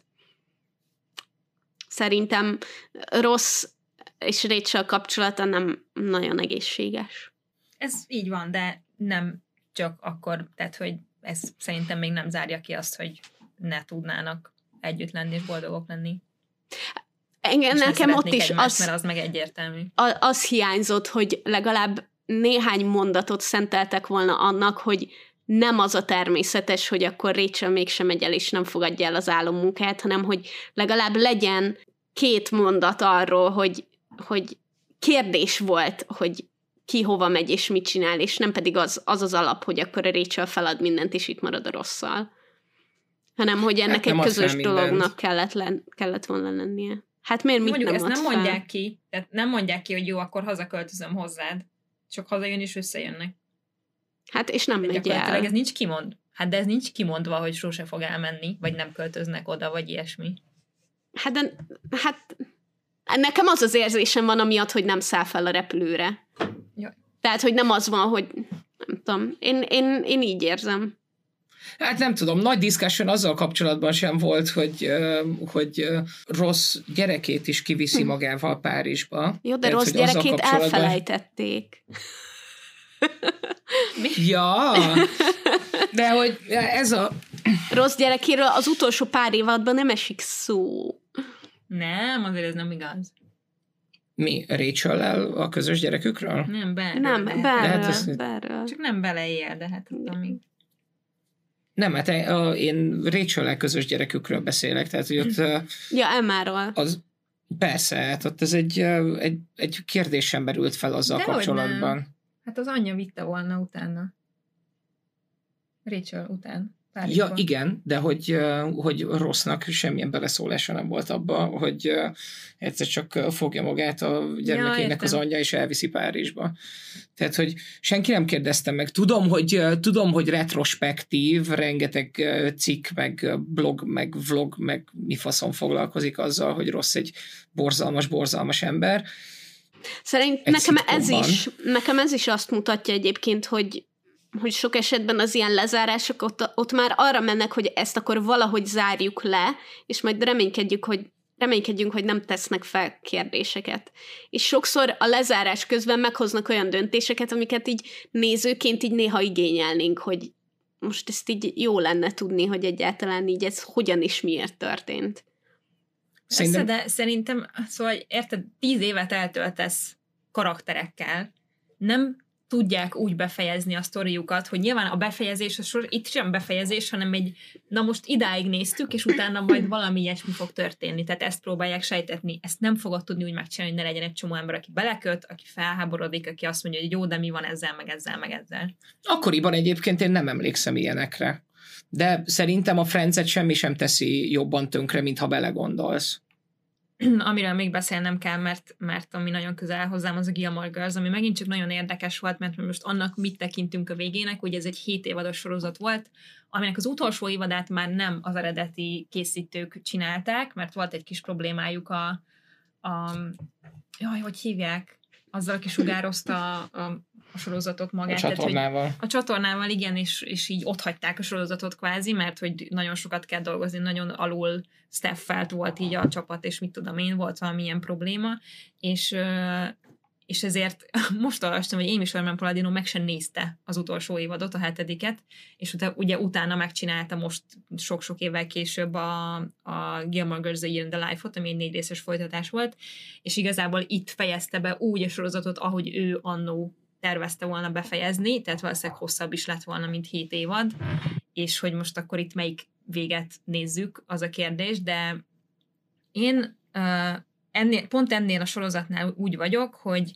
Szerintem Ross és Rachel kapcsolata nem nagyon egészséges. Ez így van, de nem csak akkor, tehát, hogy ez szerintem még nem zárja ki azt, hogy ne tudnának együtt lenni és boldogok lenni. Nekem ott is egymást, mert az meg egyértelmű. Az hiányzott, hogy legalább néhány mondatot szenteltek volna annak, hogy nem az a természetes, hogy akkor Rachel mégsem megy el, és nem fogadja el az álommunkát, hanem hogy legalább legyen 2 mondat arról, hogy kérdés volt, hogy ki hova megy, és mit csinál, és nem pedig az alap, hogy akkor a Rachel felad mindent, és itt marad a Rosszal. Hanem, hogy ennek hát egy közös dolognak kellett volna lennie. Hát miért mit mondjuk nem ezt nem fel? mondják ki, tehát nem mondják ki, hogy jó, akkor hazaköltözöm hozzád, csak hazajön és összejönnek. Hát és nem megy el. Ez nincs kimond. Hát de ez nincs kimondva, hogy sose fog elmenni, vagy nem költöznek oda, vagy ilyesmi. Hát nekem az érzésem van amiatt, hogy nem száll fel a repülőre. Jaj. Tehát, hogy nem az van, hogy nem tudom, én így érzem. Hát nem tudom, nagy discussion azzal kapcsolatban sem volt, hogy rossz gyerekét is kiviszi magával Párizsba. Jó, de rossz gyerekét elfelejtették. Ja, de hogy ez a... Rossz gyerekéről az utolsó pár évadban nem esik szó. Nem, azért ez nem igaz. Mi? Rachel-lel a közös gyerekükről? Nem, Berről. Csak nem beleél, de hát még... Nem, hát én Rachel-lel közös gyerekükről beszélek, tehát hogy ott... Ja, Emmáról. Persze, hát ott ez egy kérdés sem merült fel azzal kapcsolatban. Hát az anyja vitte volna utána. Rachel után. Ja, igen, de hogy Rossnak semmilyen beleszólása nem volt abba, hogy egyszer csak fogja magát a gyermekének az anyja, és elviszi Párizsba. Tehát, hogy senki nem kérdezte meg. Tudom, hogy retrospektív, rengeteg cikk, meg blog, meg vlog, meg mi faszom foglalkozik azzal, hogy Ross egy borzalmas ember. Szerintem nekem ez is azt mutatja egyébként, hogy sok esetben az ilyen lezárások ott már arra mennek, hogy ezt akkor valahogy zárjuk le, és majd reménykedjünk, hogy nem tesznek fel kérdéseket. És sokszor a lezárás közben meghoznak olyan döntéseket, amiket így nézőként így néha igényelnénk, hogy most ezt így jó lenne tudni, hogy egyáltalán így ez hogyan és miért történt. De szerintem, szóval érted, 10 évet eltöltesz karakterekkel, nem tudják úgy befejezni a sztoriukat, hogy nyilván a befejezés, itt sem befejezés, hanem na most idáig néztük, és utána majd valami ilyesmi fog történni. Tehát ezt próbálják sejtetni. Ezt nem fogod tudni úgy megcsinálni, hogy ne legyen egy csomó ember, aki beleköt, aki felháborodik, aki azt mondja, hogy jó, de mi van ezzel, meg ezzel, meg ezzel. Akkoriban egyébként én nem emlékszem ilyenekre. De szerintem a Friends-et semmi sem teszi jobban tönkre, mintha belegondolsz. Amiről még beszélnem kell, mert ami nagyon közel hozzám, az a Gilmore Girls, ami megint csak nagyon érdekes volt, mert most annak mit tekintünk a végének, ugye ez egy 7 évados sorozat volt, aminek az utolsó évadát már nem az eredeti készítők csinálták, mert volt egy kis problémájuk hogy hívják? Azzal, aki sugározta a sorozatot magát. A csatornával. Tehát, a csatornával, igen, és így otthagyták a sorozatot kvázi, mert hogy nagyon sokat kell dolgozni, nagyon alul staffelt volt így a csapat, és mit tudom én, volt valamilyen probléma, és ezért most olvastam, hogy Amy Sherman Palladino meg sem nézte az utolsó évadot, a 7-et, és ugye utána megcsinálta most sok-sok évvel később a Gilmore Girls A Year in the Life-ot, ami egy 4 részes folytatás volt, és igazából itt fejezte be úgy a sorozatot, ahogy ő annó tervezte volna befejezni, tehát valószínűleg hosszabb is lett volna, mint 7 évad, és hogy most akkor itt melyik véget nézzük, az a kérdés, de én pont ennél a sorozatnál úgy vagyok, hogy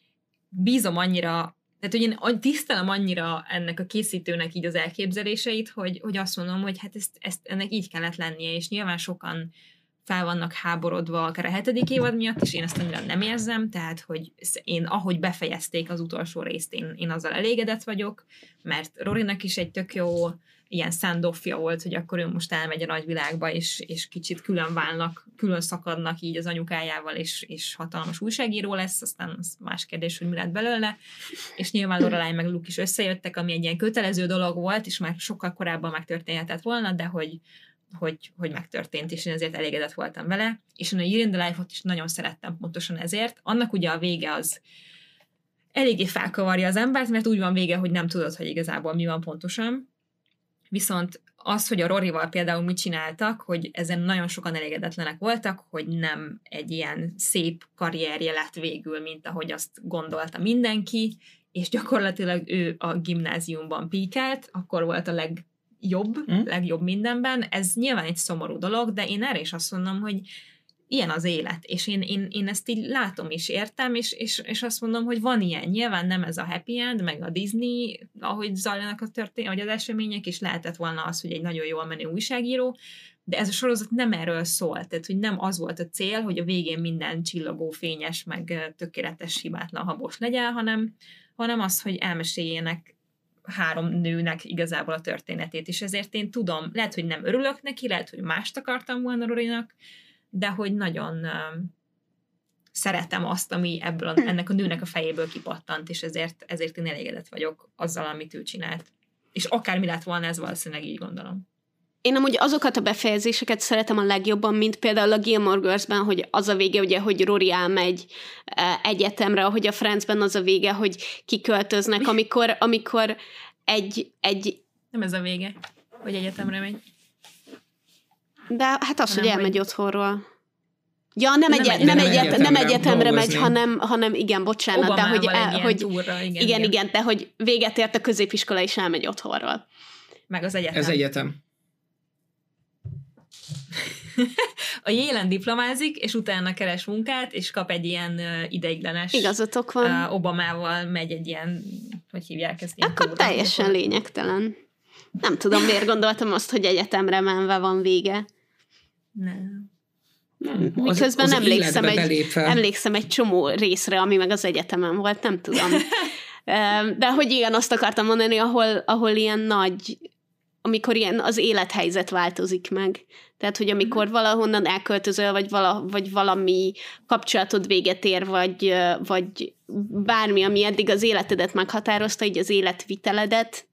bízom annyira, tehát hogy én tisztelem annyira ennek a készítőnek így az elképzeléseit, hogy azt mondom, hogy hát ennek így kellett lennie, és nyilván sokan fel vannak háborodva akár a 7. évad miatt, és én ezt annyira nem érzem, tehát hogy én ahogy befejezték az utolsó részt, én azzal elégedett vagyok, mert Rorynak is egy tök jó ilyen send-offja volt, hogy akkor ő most elmegy a nagyvilágba, és kicsit külön szakadnak így az anyukájával, és hatalmas újságíró lesz, aztán az más kérdés, hogy mi lett belőle, és nyilván Lorelai meg Luke is összejöttek, ami egy ilyen kötelező dolog volt, és már sokkal korábban megtörténhetett volna, de hogy megtörtént, és én ezért elégedett voltam vele, és én a Year in the Life-ot is nagyon szerettem pontosan ezért. Annak ugye a vége az eléggé felkavarja az embert, mert úgy van vége, hogy nem tudod, hogy igazából mi van pontosan. Viszont az, hogy a Roryval például mit csináltak, hogy ezen nagyon sokan elégedetlenek voltak, hogy nem egy ilyen szép karrierje lett végül, mint ahogy azt gondolta mindenki, és gyakorlatilag ő a gimnáziumban píkelt, akkor volt a legjobb mindenben. Ez nyilván egy szomorú dolog, de én erre is azt mondom, hogy ilyen az élet, és én ezt így látom és értem, és azt mondom, hogy van ilyen. Nyilván nem ez a happy end, meg a Disney, ahogy zajlanak vagy az események, és lehetett volna az, hogy egy nagyon jól menő újságíró, de ez a sorozat nem erről szól, tehát hogy nem az volt a cél, hogy a végén minden csillogó, fényes, meg tökéletes, hibátlan habos legyen, hanem az, hogy elmeséljenek három nőnek igazából a történetét, és ezért én tudom, lehet, hogy nem örülök neki, lehet, hogy mást akartam volna Rorynak, de hogy nagyon szeretem azt, ami ennek a nőnek a fejéből kipattant, és ezért én elégedett vagyok azzal, amit ő csinált. És akármi lett volna, ez valószínűleg így gondolom. Én amúgy azokat a befejezéseket szeretem a legjobban, mint például a Gilmore Girls-ben, hogy az a vége, ugye, hogy Rory elmegy egyetemre, ahogy a Friends-ben az a vége, hogy kiköltöznek, amikor egy... Nem ez a vége, hogy egyetemre megy. De hát az, hogy elmegy otthonról. Ja, nem egyetemre megy, hanem igen, bocsánat, Obamával de hogy túlra, igen, de hogy véget ért a középiskola, és elmegy otthonról. Meg az egyetem. Ez egyetem. A Yale-en diplomázik, és utána keres munkát, és kap egy ilyen ideiglenes... Igazatok van. Obamával megy egy ilyen, hogy hívják ezt? Akkor teljesen lényegtelen. Nem tudom, miért gondoltam azt, hogy egyetemre menve van vége. Nem. Miközben emlékszem egy csomó részre, ami meg az egyetemen volt, nem tudom. De hogy igen, azt akartam mondani, ahol ilyen nagy, amikor ilyen az élethelyzet változik meg. Tehát, hogy amikor valahonnan elköltözöl, vagy valami kapcsolatod véget ér, vagy bármi, ami eddig az életedet meghatározta, így az életviteledet,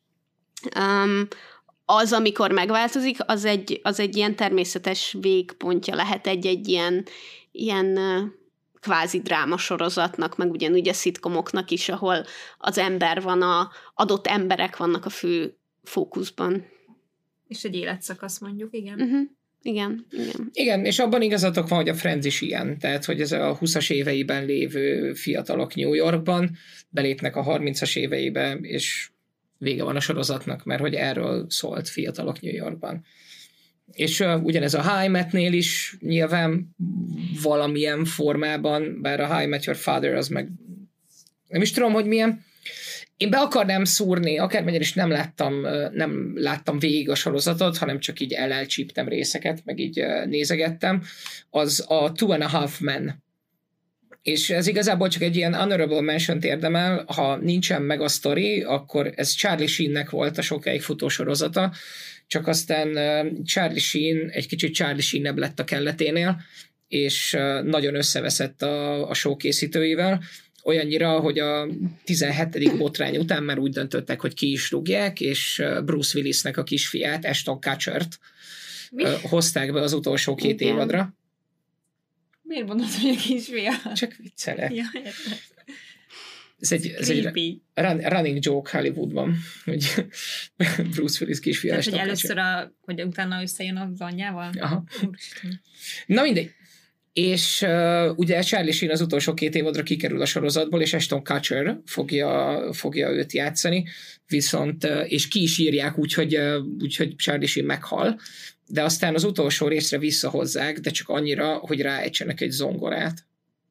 az, amikor megváltozik, az egy ilyen természetes végpontja lehet egy ilyen kvázi drámasorozatnak, meg ugyanúgy a szitkomoknak is, ahol az ember van, adott emberek vannak a fő fókuszban. És egy életszakasz mondjuk, igen. Uh-huh. Igen. Igen, és abban igazatok van, hogy a Friends is ilyen, tehát, hogy ez a 20-as éveiben lévő fiatalok New Yorkban belépnek a 30-as éveibe, és vége van a sorozatnak, mert hogy erről szólt fiatalok New Yorkban. És ugyanez a How I Met-nél is nyilván valamilyen formában, bár a How I Met Your Father az meg nem is tudom, hogy milyen. Én be akarnám szúrni, akármennyire is nem láttam végig a sorozatot, hanem csak így elcsíptem részeket, meg így nézegettem, az a Two and a Half Men. És ez igazából csak egy ilyen honorable mention-t érdemel, ha nincsen meg a sztori, akkor ez Charlie Sheennek volt a sokáig futó sorozata, csak aztán Charlie Sheen egy kicsit Charlie Sheen-ebb lett a kelleténél, és nagyon összeveszett a show készítőivel, olyannyira, hogy a 17. botrány után már úgy döntöttek, hogy ki is rúgják, és Bruce Willisnek a kisfiát, Ashton Kutchert hozták be az utolsó 2 évadra. Miért mondod, hogy a kisfia? Csak viccelek. Ja, ez egy running joke Hollywoodban, hogy Bruce Willis kisfia. Tehát, hogy először, hogy utána összejön az anyjával? Aha. Na mindegy. És ugye Charlie Sheen az utolsó 2 évadra kikerül a sorozatból, és Ashton Kutcher fogja őt játszani, viszont, és ki is írják úgy, hogy Charlie Sheen meghal, de aztán az utolsó részre visszahozzák, de csak annyira, hogy ráejtsenek egy zongorát.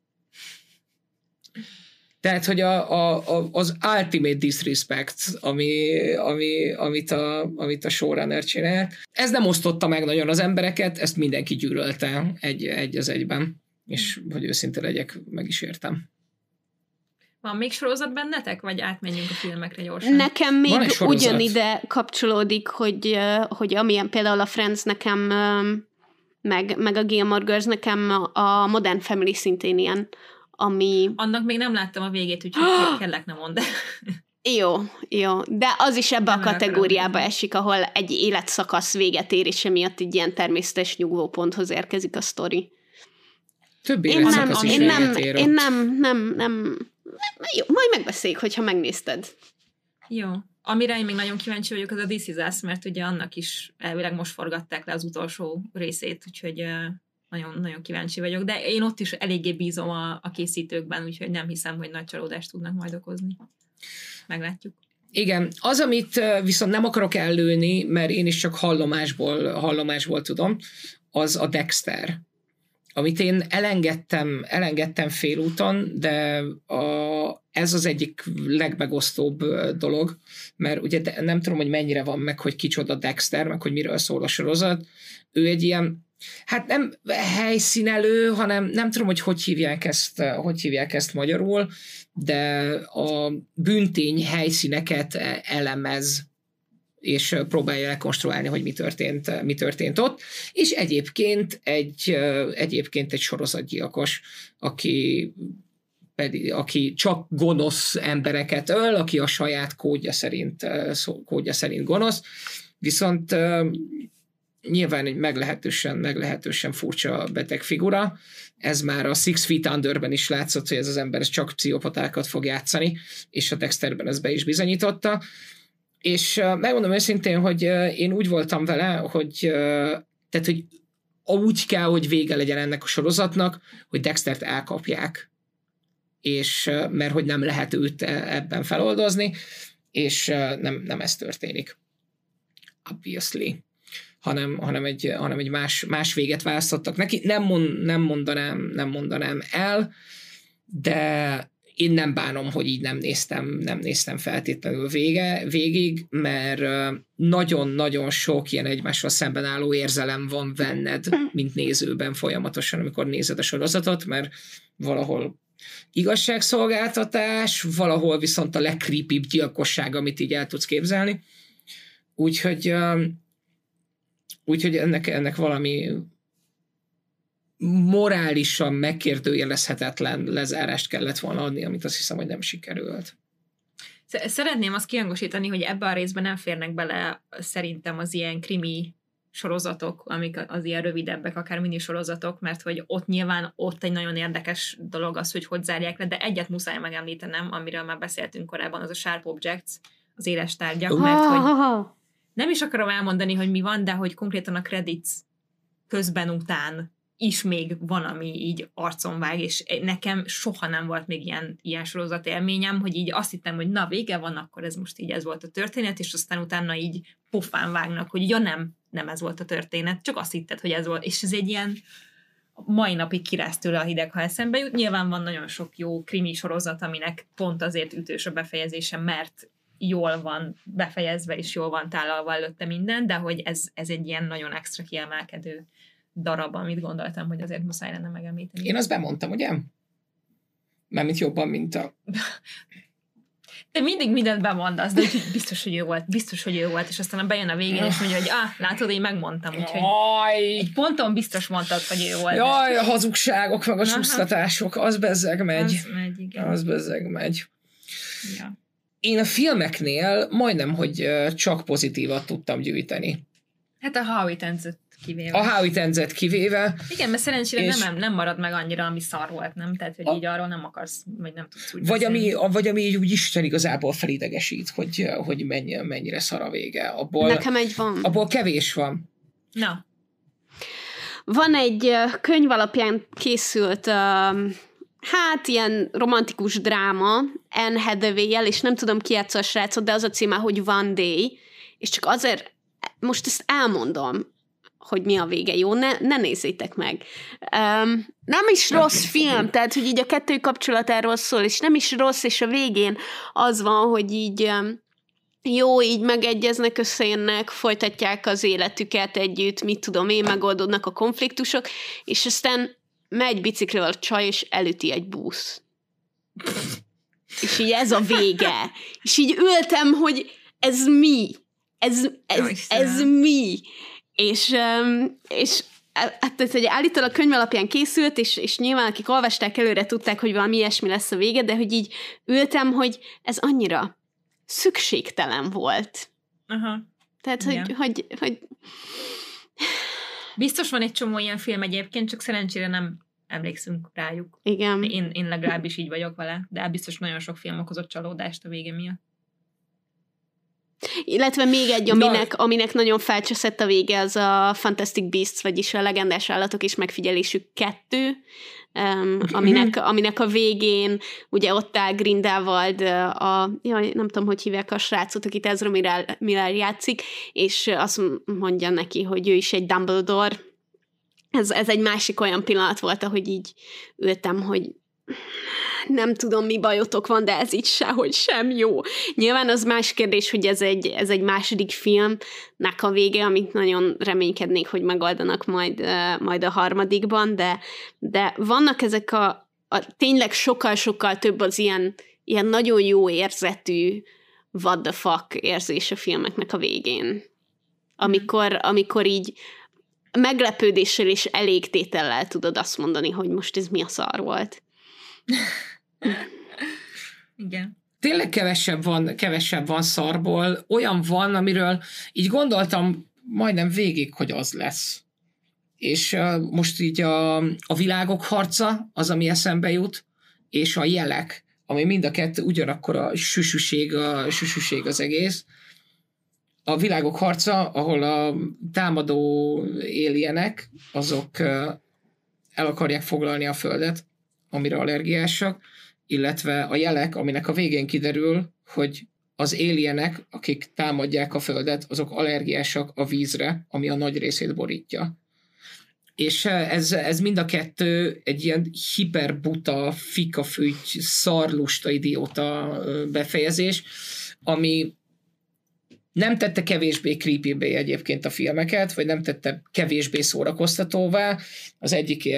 Tehát, hogy az ultimate disrespect, amit a showrunner csinált. Ez nem osztotta meg nagyon az embereket, ezt mindenki gyűlölte egy az egyben. És, hogy őszinte legyek, meg is értem. Van még sorozat bennetek, vagy átmenjünk a filmekre gyorsan? Nekem még ugyanide kapcsolódik, hogy amilyen például a Friends nekem, meg a Gilmore Girls nekem a Modern Family szintén ilyen, ami... Annak még nem láttam a végét, úgyhogy kellek nem mondd. Jó, de az is ebbe a kategóriába esik, ahol egy életszakasz véget ér, és emiatt egy ilyen természetes nyugvóponthoz érkezik a sztori. Több életszakasz is véget ér. Én nem. Jó, majd megbeszéljük, hogyha megnézted. Jó. Amire én még nagyon kíváncsi vagyok, az a This Is Us, mert ugye annak is elvileg most forgatták le az utolsó részét, úgyhogy nagyon, nagyon kíváncsi vagyok. De én ott is eléggé bízom a készítőkben, úgyhogy nem hiszem, hogy nagy csalódást tudnak majd okozni. Meglátjuk. Igen, az, amit viszont nem akarok ellőni, mert én is csak hallomásból tudom, az a Dexter. Amit én elengedtem félúton, de ez az egyik legmegosztóbb dolog, mert ugye nem tudom, hogy mennyire van meg, hogy kicsoda Dexter, meg hogy miről szól a sorozat. Ő egy ilyen Hát nem helyszínelő, hanem nem tudom, hogy hívják ezt magyarul, de a bűntény helyszíneket elemez, és próbálja rekonstruálni, hogy mi történt ott, és egyébként egy sorozatgyilkos, aki csak gonosz embereket öl, aki a saját kódja szerint gonosz, viszont nyilván egy meglehetősen furcsa beteg figura. Ez már a Six Feet Under-ben is látszott, hogy ez az ember csak pszichopatákat fog játszani, és a Dexterben ez be is bizonyította. És megmondom őszintén, hogy én úgy voltam vele, hogy úgy kell, hogy vége legyen ennek a sorozatnak, hogy Dextert elkapják, és mert hogy nem lehet őt ebben feloldozni, és nem ez történik. Obviously. Hanem egy más véget választottak neki. Nem mondanám el, de én nem bánom, hogy így nem néztem feltétlenül végig, mert nagyon-nagyon sok ilyen egymással szemben álló érzelem van benned, mint nézőben folyamatosan, amikor nézed a sorozatot, mert valahol igazságszolgáltatás, valahol viszont a legcreepibb gyilkosság, amit így el tudsz képzelni. Úgyhogy ennek valami morálisan megkérdőjelezhetetlen lezárást kellett volna adni, amit azt hiszem, hogy nem sikerült. Szeretném azt kihangosítani, hogy ebben a részben nem férnek bele szerintem az ilyen krimi sorozatok, amik az ilyen rövidebbek, akár mini sorozatok, mert hogy ott egy nagyon érdekes dolog az, hogy zárják le, de egyet muszáj megemlítenem, amiről már beszéltünk korábban, az a Sharp Objects, az éles tárgyak, mert hogy nem is akarom elmondani, hogy mi van, de hogy konkrétan a credits közben után is még van, ami így arcon vág, és nekem soha nem volt még ilyen sorozat élményem, hogy így azt hittem, hogy na vége van, akkor ez most így ez volt a történet, és aztán utána így pofán vágnak, hogy ja nem ez volt a történet, csak azt hitted, hogy ez volt, és ez egy ilyen mai napig kiráz tőle a hideg, ha eszembe jut. Nyilván van nagyon sok jó krimi sorozat, aminek pont azért ütős a befejezése, mert jól van befejezve, és jól van tálalva előtte minden, de hogy ez egy ilyen nagyon extra kiemelkedő darab, amit gondoltam, hogy azért muszáj lenne megemlíteni. Én azt bemondtam, ugye? Mármint jobban, mint a... Te mindig mindent bemondasz, de biztos, hogy ő volt, és aztán bejön a végén, és mondja, hogy látod, én megmondtam, úgyhogy egy ponton biztos mondtad, hogy ő volt. Jaj, a hazugságok, meg a csúsztatások, az bezzeg megy. Az bezzeg megy. Ja. Én a filmeknél majdnem, hogy csak pozitívat tudtam gyűjteni. Hát a How It Ends-et kivéve. A How It Ends-et kivéve. Igen, mert szerencsére nem marad meg annyira, ami szar volt, nem? Tehát, hogy így arról nem akarsz, vagy nem tudsz úgy vagy ami úgy Isten igazából felidegesít, hogy mennyire szar a vége. Nekem egy van. Abból kevés van. Na. Van egy könyv alapján készült ilyen romantikus dráma Anne Hathaway-jel, és nem tudom ki játsza a srácot, de az a címe, hogy One Day, és csak azért most ezt elmondom, hogy mi a vége, jó? Ne nézzétek meg. Nem is rossz film, tehát, hogy így a kettő kapcsolatáról szól, és nem is rossz, és a végén az van, hogy így jó, így megegyeznek, összejönnek, folytatják az életüket együtt, mit tudom én, megoldódnak a konfliktusok, és aztán megy biciklivel a csaj, és elüti egy busz. És így ez a vége. És így ültem, hogy ez mi? Ez mi? És hogy állítólag a könyv alapján készült, és nyilván akik olvasták előre, tudták, hogy valami ilyesmi lesz a vége, de hogy így ültem, hogy ez annyira szükségtelen volt. Aha. Tehát, hogy biztos van egy csomó ilyen film egyébként, csak szerencsére nem emlékszünk rájuk. Igen. Én legalábbis így vagyok vele, de biztos nagyon sok film okozott csalódást a vége miatt. Illetve még egy, aminek nagyon felcseszett a vége, az a Fantastic Beasts, vagyis a Legendás Állatok és Megfigyelésük 2, aminek a végén ugye ott áll Grindelwald, nem tudom, hogy hívják a srácot, akit Ezra Miller játszik, és azt mondja neki, hogy ő is egy Dumbledore. Ez egy másik olyan pillanat volt, ahogy így ültem, hogy nem tudom, mi bajotok van, de ez így sehogy sem jó. Nyilván az más kérdés, hogy ez egy második filmnek a vége, amit nagyon reménykednék, hogy megoldanak majd a harmadikban, de vannak ezek a tényleg sokkal-sokkal több az ilyen nagyon jó érzetű what the fuck érzés a filmeknek a végén. Amikor így meglepődéssel és elégtétellel tudod azt mondani, hogy most ez mi a szar volt. Igen. Tényleg kevesebb van szarból. Olyan van, amiről így gondoltam majdnem végig, hogy az lesz. És most így a világok harca az, ami eszembe jut, és a jelek, ami mind a kettő ugyanakkor a süsüség az egész. A világok harca, ahol a támadó alienek, azok el akarják foglalni a földet, amire allergiásak, illetve a jelek, aminek a végén kiderül, hogy az alienek, akik támadják a földet, azok allergiásak a vízre, ami a nagy részét borítja. És ez mind a kettő egy ilyen hiperbuta, fikafügy, szarlusta, idióta befejezés, ami nem tette kevésbé creepy-bé egyébként a filmeket, vagy nem tette kevésbé szórakoztatóvá. Az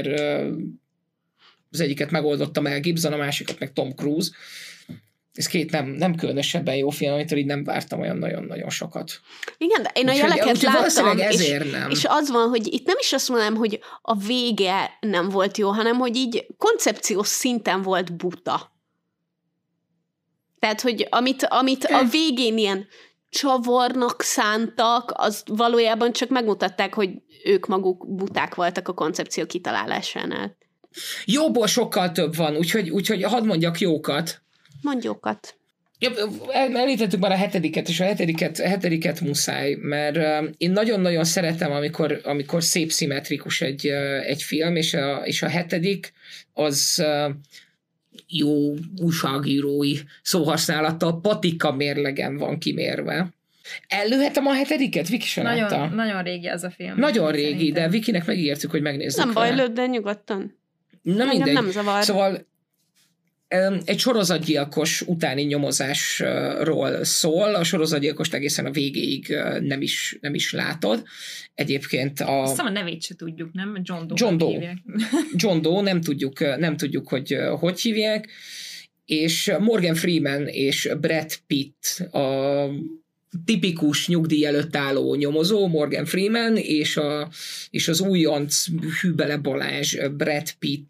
egyiket megoldotta Mel Gibson, a másikat meg Tom Cruise. Ez két nem különösebben jó film, amitől így nem vártam olyan nagyon-nagyon sokat. Igen, de én a jeleket láttam, nem. És az van, hogy itt nem is azt mondanám, hogy a vége nem volt jó, hanem hogy így koncepciós szinten volt buta. Tehát, hogy amit a végén ilyen csavarnak szántak, az valójában csak megmutatták, hogy ők maguk buták voltak a koncepció kitalálásánál. Jóból sokkal több van, úgyhogy hadd mondjak jókat. Mondj jókat. Ja, említettük már a hetediket, és a hetediket muszáj, mert én nagyon-nagyon szeretem, amikor szép szimmetrikus egy film, és a hetedik az jó újságírói szóhasználattal patika mérlegen van kimérve. Ellőhetem a hetediket? Viki sem látta? Nagyon régi az a film. Nagyon régi, de Vikinek megígértük, hogy megnézzük. Nem baj, lőd, de nyugodtan. Na mindegy. Nem zavar. Szóval egy sorozatgyilkos utáni nyomozásról szól. A sorozatgyilkost egészen a végéig nem is látod. Egyébként Azt a nevét se tudjuk, nem? John Doe, nem tudjuk, hogy hívják. És Morgan Freeman és Brad Pitt a tipikus nyugdíj előtt álló nyomozó, Morgan Freeman, és az újonc Hübele Balázs, Brad Pitt.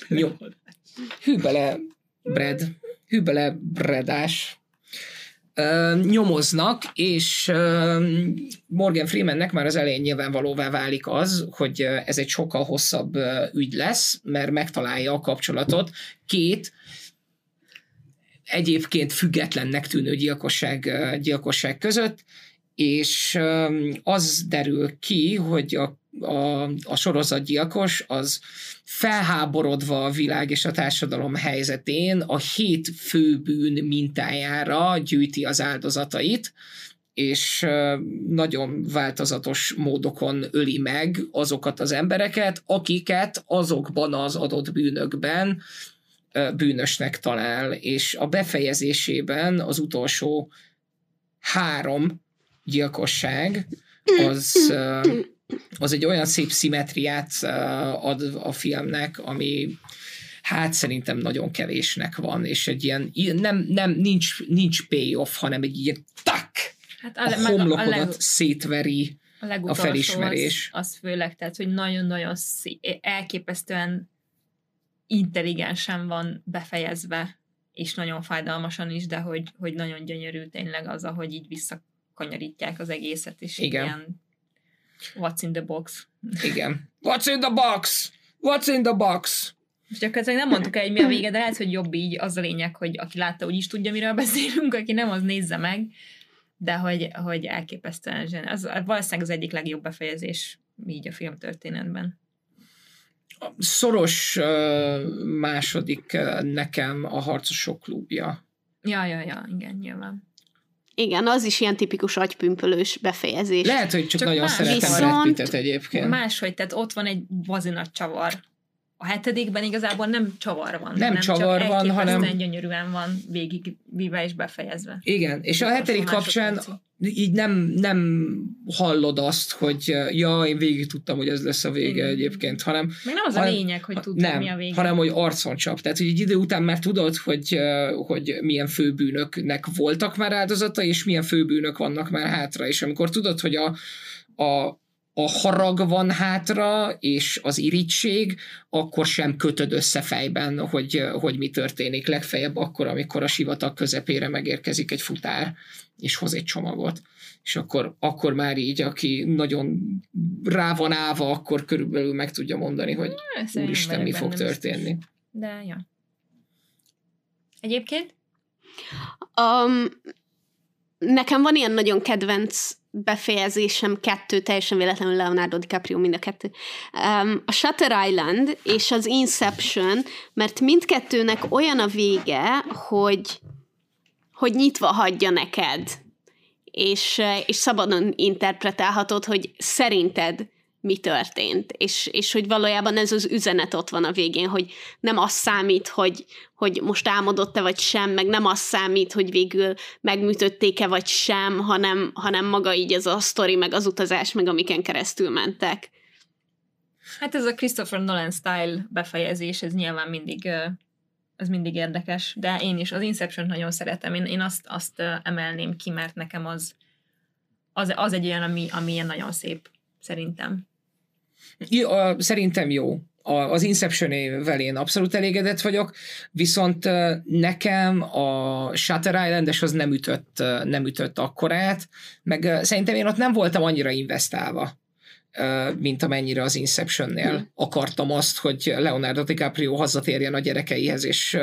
Hübele Bredás nyomoznak, és Morgan Freemannek már az elején nyilvánvalóvá válik az, hogy ez egy sokkal hosszabb ügy lesz, mert megtalálja a kapcsolatot két egyébként függetlennek tűnő gyilkosság között, és az derül ki, hogy a sorozatgyilkos az felháborodva a világ és a társadalom helyzetén a 7 főbűn mintájára gyűjti az áldozatait, és nagyon változatos módokon öli meg azokat az embereket, akiket azokban az adott bűnökben bűnösnek talál, és a befejezésében az utolsó 3 gyilkosság az egy olyan szép szimmetriát ad a filmnek, ami hát szerintem nagyon kevésnek van, és egy ilyen nincs payoff, hanem egy ilyen hát a homlokodat szétveri a felismerés. Az főleg, tehát, hogy nagyon-nagyon elképesztően intelligensen van befejezve, és nagyon fájdalmasan is, de hogy nagyon gyönyörű tényleg az, ahogy így visszakanyarítják az egészet, és ilyen what's in the box. Igen. What's in the box? What's in the box? És gyakorlatilag nem mondtuk el, hogy mi a vége, de lehet, hogy jobb így, az a lényeg, hogy aki látta, úgy is tudja, miről beszélünk, aki nem, az nézze meg, de hogy elképesztően az valószínűleg az egyik legjobb befejezés így a filmtörténetben. Szoros második nekem a Harcosok klubja. Ja, igen, nyilván. Igen, az is ilyen tipikus agypümpölős befejezés. Lehet, hogy csak nagyon szeretem a Brad Pittet egyébként. Máshogy, tehát ott van egy vazinat csavar, A 7. igazából nem csavar van. Nem csavar csak van, hanem... gyönyörűen van végigvive és befejezve. Igen, és a 7. kapcsán így nem hallod azt, hogy én végig tudtam, hogy ez lesz a vége egyébként, hanem... Még nem az a lényeg, hogy tudtam, mi a vége. Hanem, hogy arcon csap. Tehát, hogy egy idő után már tudod, hogy milyen főbűnöknek voltak már áldozata, és milyen főbűnök vannak már hátra. És amikor tudod, hogy a harag van hátra, és az irigység, akkor sem kötöd össze fejben, hogy mi történik. Legfeljebb akkor, amikor a sivatag közepére megérkezik egy futár, és hoz egy csomagot. És akkor már így, aki nagyon rá van állva, akkor körülbelül meg tudja mondani, hogy úristen, mi fog történni. Biztos. De, ja. Egyébként? Nekem van ilyen nagyon kedvenc befejezésem, 2, teljesen véletlenül Leonardo DiCaprio, mind a 2. A Shutter Island és az Inception, mert mindkettőnek olyan a vége, hogy nyitva hagyja neked, és szabadon interpretálhatod, hogy szerinted mi történt, és hogy valójában ez az üzenet ott van a végén, hogy nem az számít, hogy most álmodott-e vagy sem, meg nem az számít, hogy végül megműtötték-e vagy sem, hanem maga így ez a sztori, meg az utazás, meg amiken keresztül mentek. Hát ez a Christopher Nolan style befejezés, ez nyilván mindig érdekes, de én is az Inception nagyon szeretem, én azt emelném ki, mert nekem az egy olyan, ami ilyen nagyon szép, szerintem. Szerintem jó. Az Inception-ével én abszolút elégedett vagyok, viszont nekem a Shutter Island-es az nem ütött akkorát, meg szerintem én ott nem voltam annyira investálva, mint amennyire az Inception-nél akartam azt, hogy Leonardo DiCaprio hazatérjen a gyerekeihez,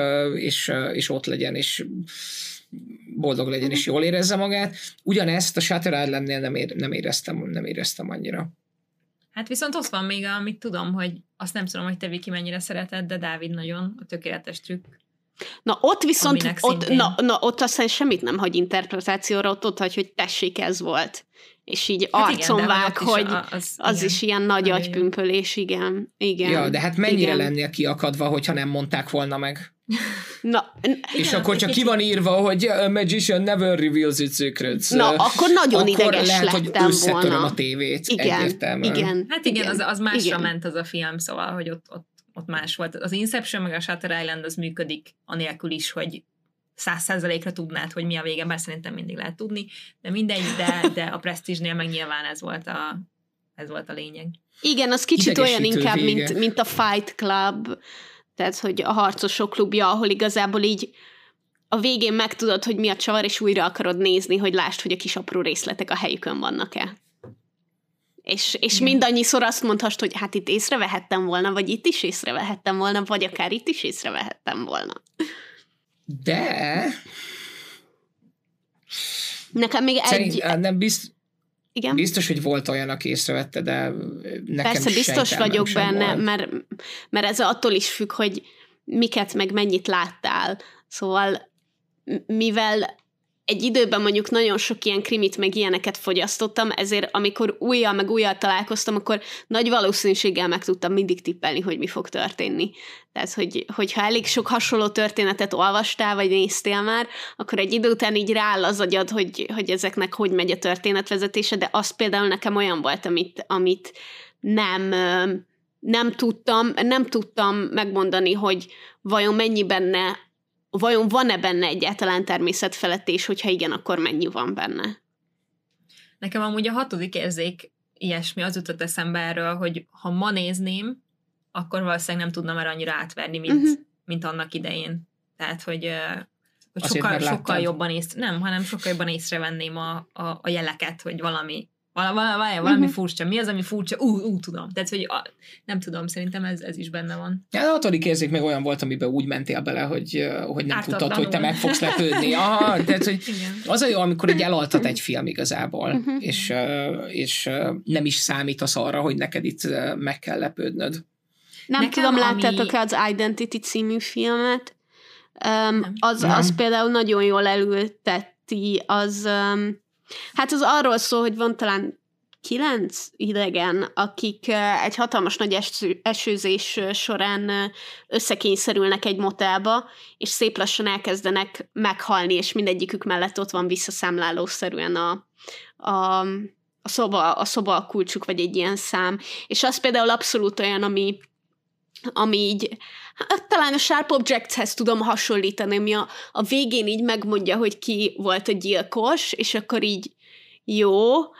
és ott legyen, és boldog legyen, és jól érezze magát. Ugyanezt a Shutter Island-nél nem éreztem annyira. Hát viszont ott van még, amit tudom, hogy azt nem tudom, hogy te, Viki, mennyire szereted, de Dávid nagyon, a tökéletes trükk. Na ott viszont, ott aztán semmit nem hagy interpretációra, ott hagy, hogy tessék, ez volt. És így arcon vág, hogy az is ilyen nagy agypümpölés, igen. Ja, de hát mennyire lennél kiakadva, hogyha nem mondták volna meg? És igen, akkor csak ki van írva, hogy a magician never reveals its secrets. Na, akkor nagyon ideges lehet, lettem volna. Hogy összetöröm a tévét. Igen. Hát igen, az másra ment az a film, szóval, hogy ott más volt. Az Inception meg a Shutter Island az működik anélkül is, hogy 100%-ra tudnád, hogy mi a vége, bár szerintem mindig lehet tudni, de mindegy, de a Prestige-nél meg nyilván ez volt a lényeg. Igen, az kicsit olyan inkább, mint a Fight Club, tehát, hogy a harcosok klubja, ahol igazából így a végén megtudod, hogy mi a csavar, és újra akarod nézni, hogy lásd, hogy a kis apró részletek a helyükön vannak-e. És mindannyiszor azt mondhast, hogy hát itt észrevehettem volna, vagy itt is észrevehettem volna, vagy akár itt is észrevehettem volna. De... Nekem még nem igen? Biztos, hogy volt olyan, aki észrevette, de nekem persze, biztos vagyok benne, mert ez attól is függ, hogy miket meg mennyit láttál. Szóval, mivel egy időben mondjuk nagyon sok ilyen krimit meg ilyeneket fogyasztottam, ezért amikor újjal találkoztam, akkor nagy valószínűséggel meg tudtam mindig tippelni, hogy mi fog történni. Tehát, hogyha elég sok hasonló történetet olvastál, vagy néztél már, akkor egy idő után így rááll az agyad, hogy ezeknek hogy megy a történetvezetése, de az például nekem olyan volt, amit nem tudtam megmondani, hogy vajon van-e benne egyáltalán természetfeletti, és hogyha igen, akkor mennyi van benne? Nekem amúgy a 6. érzék ilyesmi, az jutott eszembe erről, hogy ha ma nézném, akkor valószínűleg nem tudnam már annyira átverni, mint annak idején. Tehát, hogy sokkal jobban sokkal jobban észrevenném a jeleket, hogy valami furcsa. Mi az, ami furcsa? Tudom. Tehát, hogy nem tudom, szerintem ez is benne van. Ja, a 6. érzék meg olyan volt, amiben úgy mentél bele, hogy nem tudtad, hogy te meg fogsz lepődni. Aha, tehát, hogy az a jó, amikor így elaltat egy film igazából, és nem is számítasz arra, hogy neked itt meg kell lepődnöd. Nem tudom, láttátok-e az Identity című filmet? Az például nagyon jól elülteti, hát az arról szól, hogy van talán 9 idegen, akik egy hatalmas nagy esőzés során összekényszerülnek egy motelba, és szép lassan elkezdenek meghalni, és mindegyikük mellett ott van visszaszámlálószerűen a szoba a kulcsuk, vagy egy ilyen szám. És az például abszolút olyan, ami így, talán a Sharp Objects-hez tudom hasonlítani, ami a végén így megmondja, hogy ki volt a gyilkos, és akkor így jó,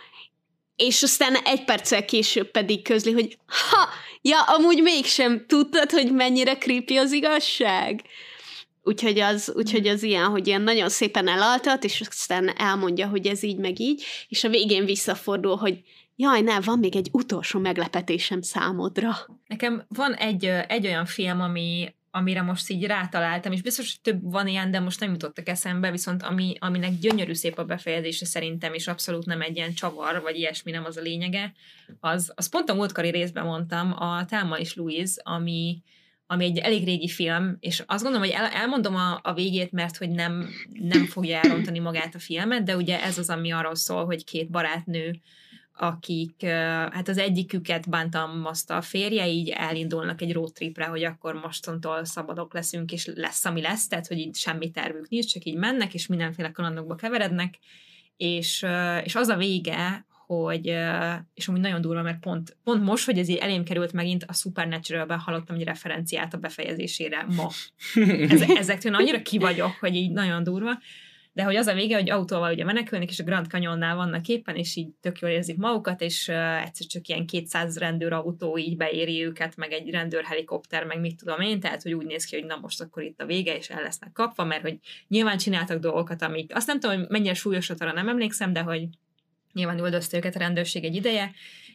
és aztán egy perccel később pedig közli, hogy amúgy mégsem tudtad, hogy mennyire creepy az igazság. Úgyhogy az ilyen, hogy ilyen nagyon szépen elaltat, és aztán elmondja, hogy ez így meg így, és a végén visszafordul, hogy jaj, ne, van még egy utolsó meglepetésem számodra. Nekem van egy olyan film, amire most így rátaláltam, és biztos, hogy több van ilyen, de most nem jutottak eszembe, viszont aminek gyönyörű szép a befejezése szerintem, és abszolút nem egy ilyen csavar, vagy ilyesmi, nem az a lényege, az pont a múltkori részben mondtam, a Thelma és Louise, ami egy elég régi film, és azt gondolom, hogy elmondom a végét, mert hogy nem fogja elrontani magát a filmet, de ugye ez az, ami arról szól, hogy két barátnő, akik, hát az egyiküket bántalmazta a férje, így elindulnak egy roadtripre, hogy akkor mostantól szabadok leszünk, és lesz, ami lesz, tehát, hogy így semmi tervük nincs, csak így mennek, és mindenféle kalandokba keverednek, és az a vége, hogy, és amúgy nagyon durva, mert pont most, hogy ez így elém került megint, a Supernatural-ben hallottam egy referenciát a befejezésére ma. Ezektől annyira kivagyok, hogy így nagyon durva, de hogy az a vége, hogy autóval ugye menekülnek, és a Grand Canyonnál vannak éppen, és így tök jól érzik magukat, és egyszer csak ilyen 200 rendőrautó így beéri őket, meg egy rendőrhelikopter, meg mit tudom én, tehát hogy úgy néz ki, hogy na most akkor itt a vége, és el lesznek kapva, mert hogy nyilván csináltak dolgokat, amik, azt nem tudom, hogy mennyire súlyosat, arra nem emlékszem, de hogy nyilván üldözte őket a rendőrség egy ideje,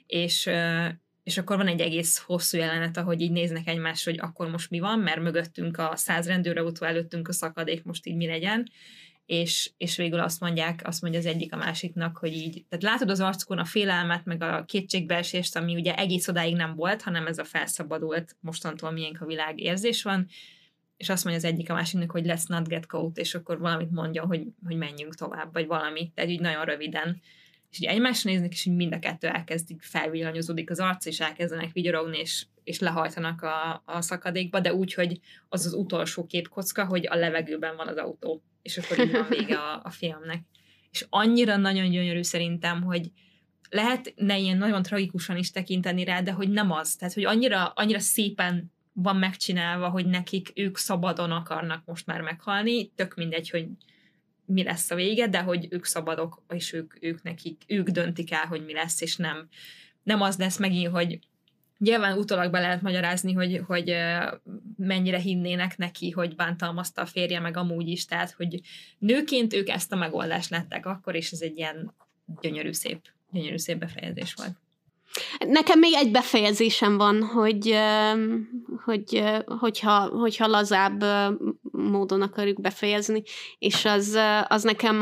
és akkor van egy egész hosszú jelenet, ahogy így néznek egymásra, hogy akkor most mi van, mert mögöttünk a 100 rendőrautó, előttünk a szakadék, most így mi legyen, és végül azt mondja az egyik a másiknak, hogy így, tehát látod az arcukon a félelmet, meg a kétségbeesést, ami ugye egész odáig nem volt, hanem ez a felszabadult, mostantól miénk a világ érzés van, és azt mondja az egyik a másiknak, hogy let's not get caught, és akkor valamit mondja, hogy menjünk tovább, vagy valami, tehát így nagyon röviden. És így egymásra néznek, és így mind a kettő elkezd, így felvillanyozódik az arc, és elkezdenek vigyorogni, és lehajtanak a szakadékba, de úgy, hogy az utolsó képkocka, hogy a levegőben van az autó, és akkor így van vége a filmnek. És annyira nagyon gyönyörű szerintem, hogy lehetne ilyen nagyon tragikusan is tekinteni rá, de hogy nem az. Tehát, hogy annyira szépen van megcsinálva, hogy nekik ők szabadon akarnak most már meghalni, tök mindegy, hogy mi lesz a vége, de hogy ők szabadok, és ők döntik el, hogy mi lesz, és nem az lesz megint, hogy nyilván utólag be lehet magyarázni, hogy mennyire hinnének neki, hogy bántalmazta a férje, meg amúgy is, tehát, hogy nőként ők ezt a megoldást látták akkor, és ez egy ilyen gyönyörű szép befejezés volt. Nekem még egy befejezésem van, hogyha lazább módon akarjuk befejezni, és az nekem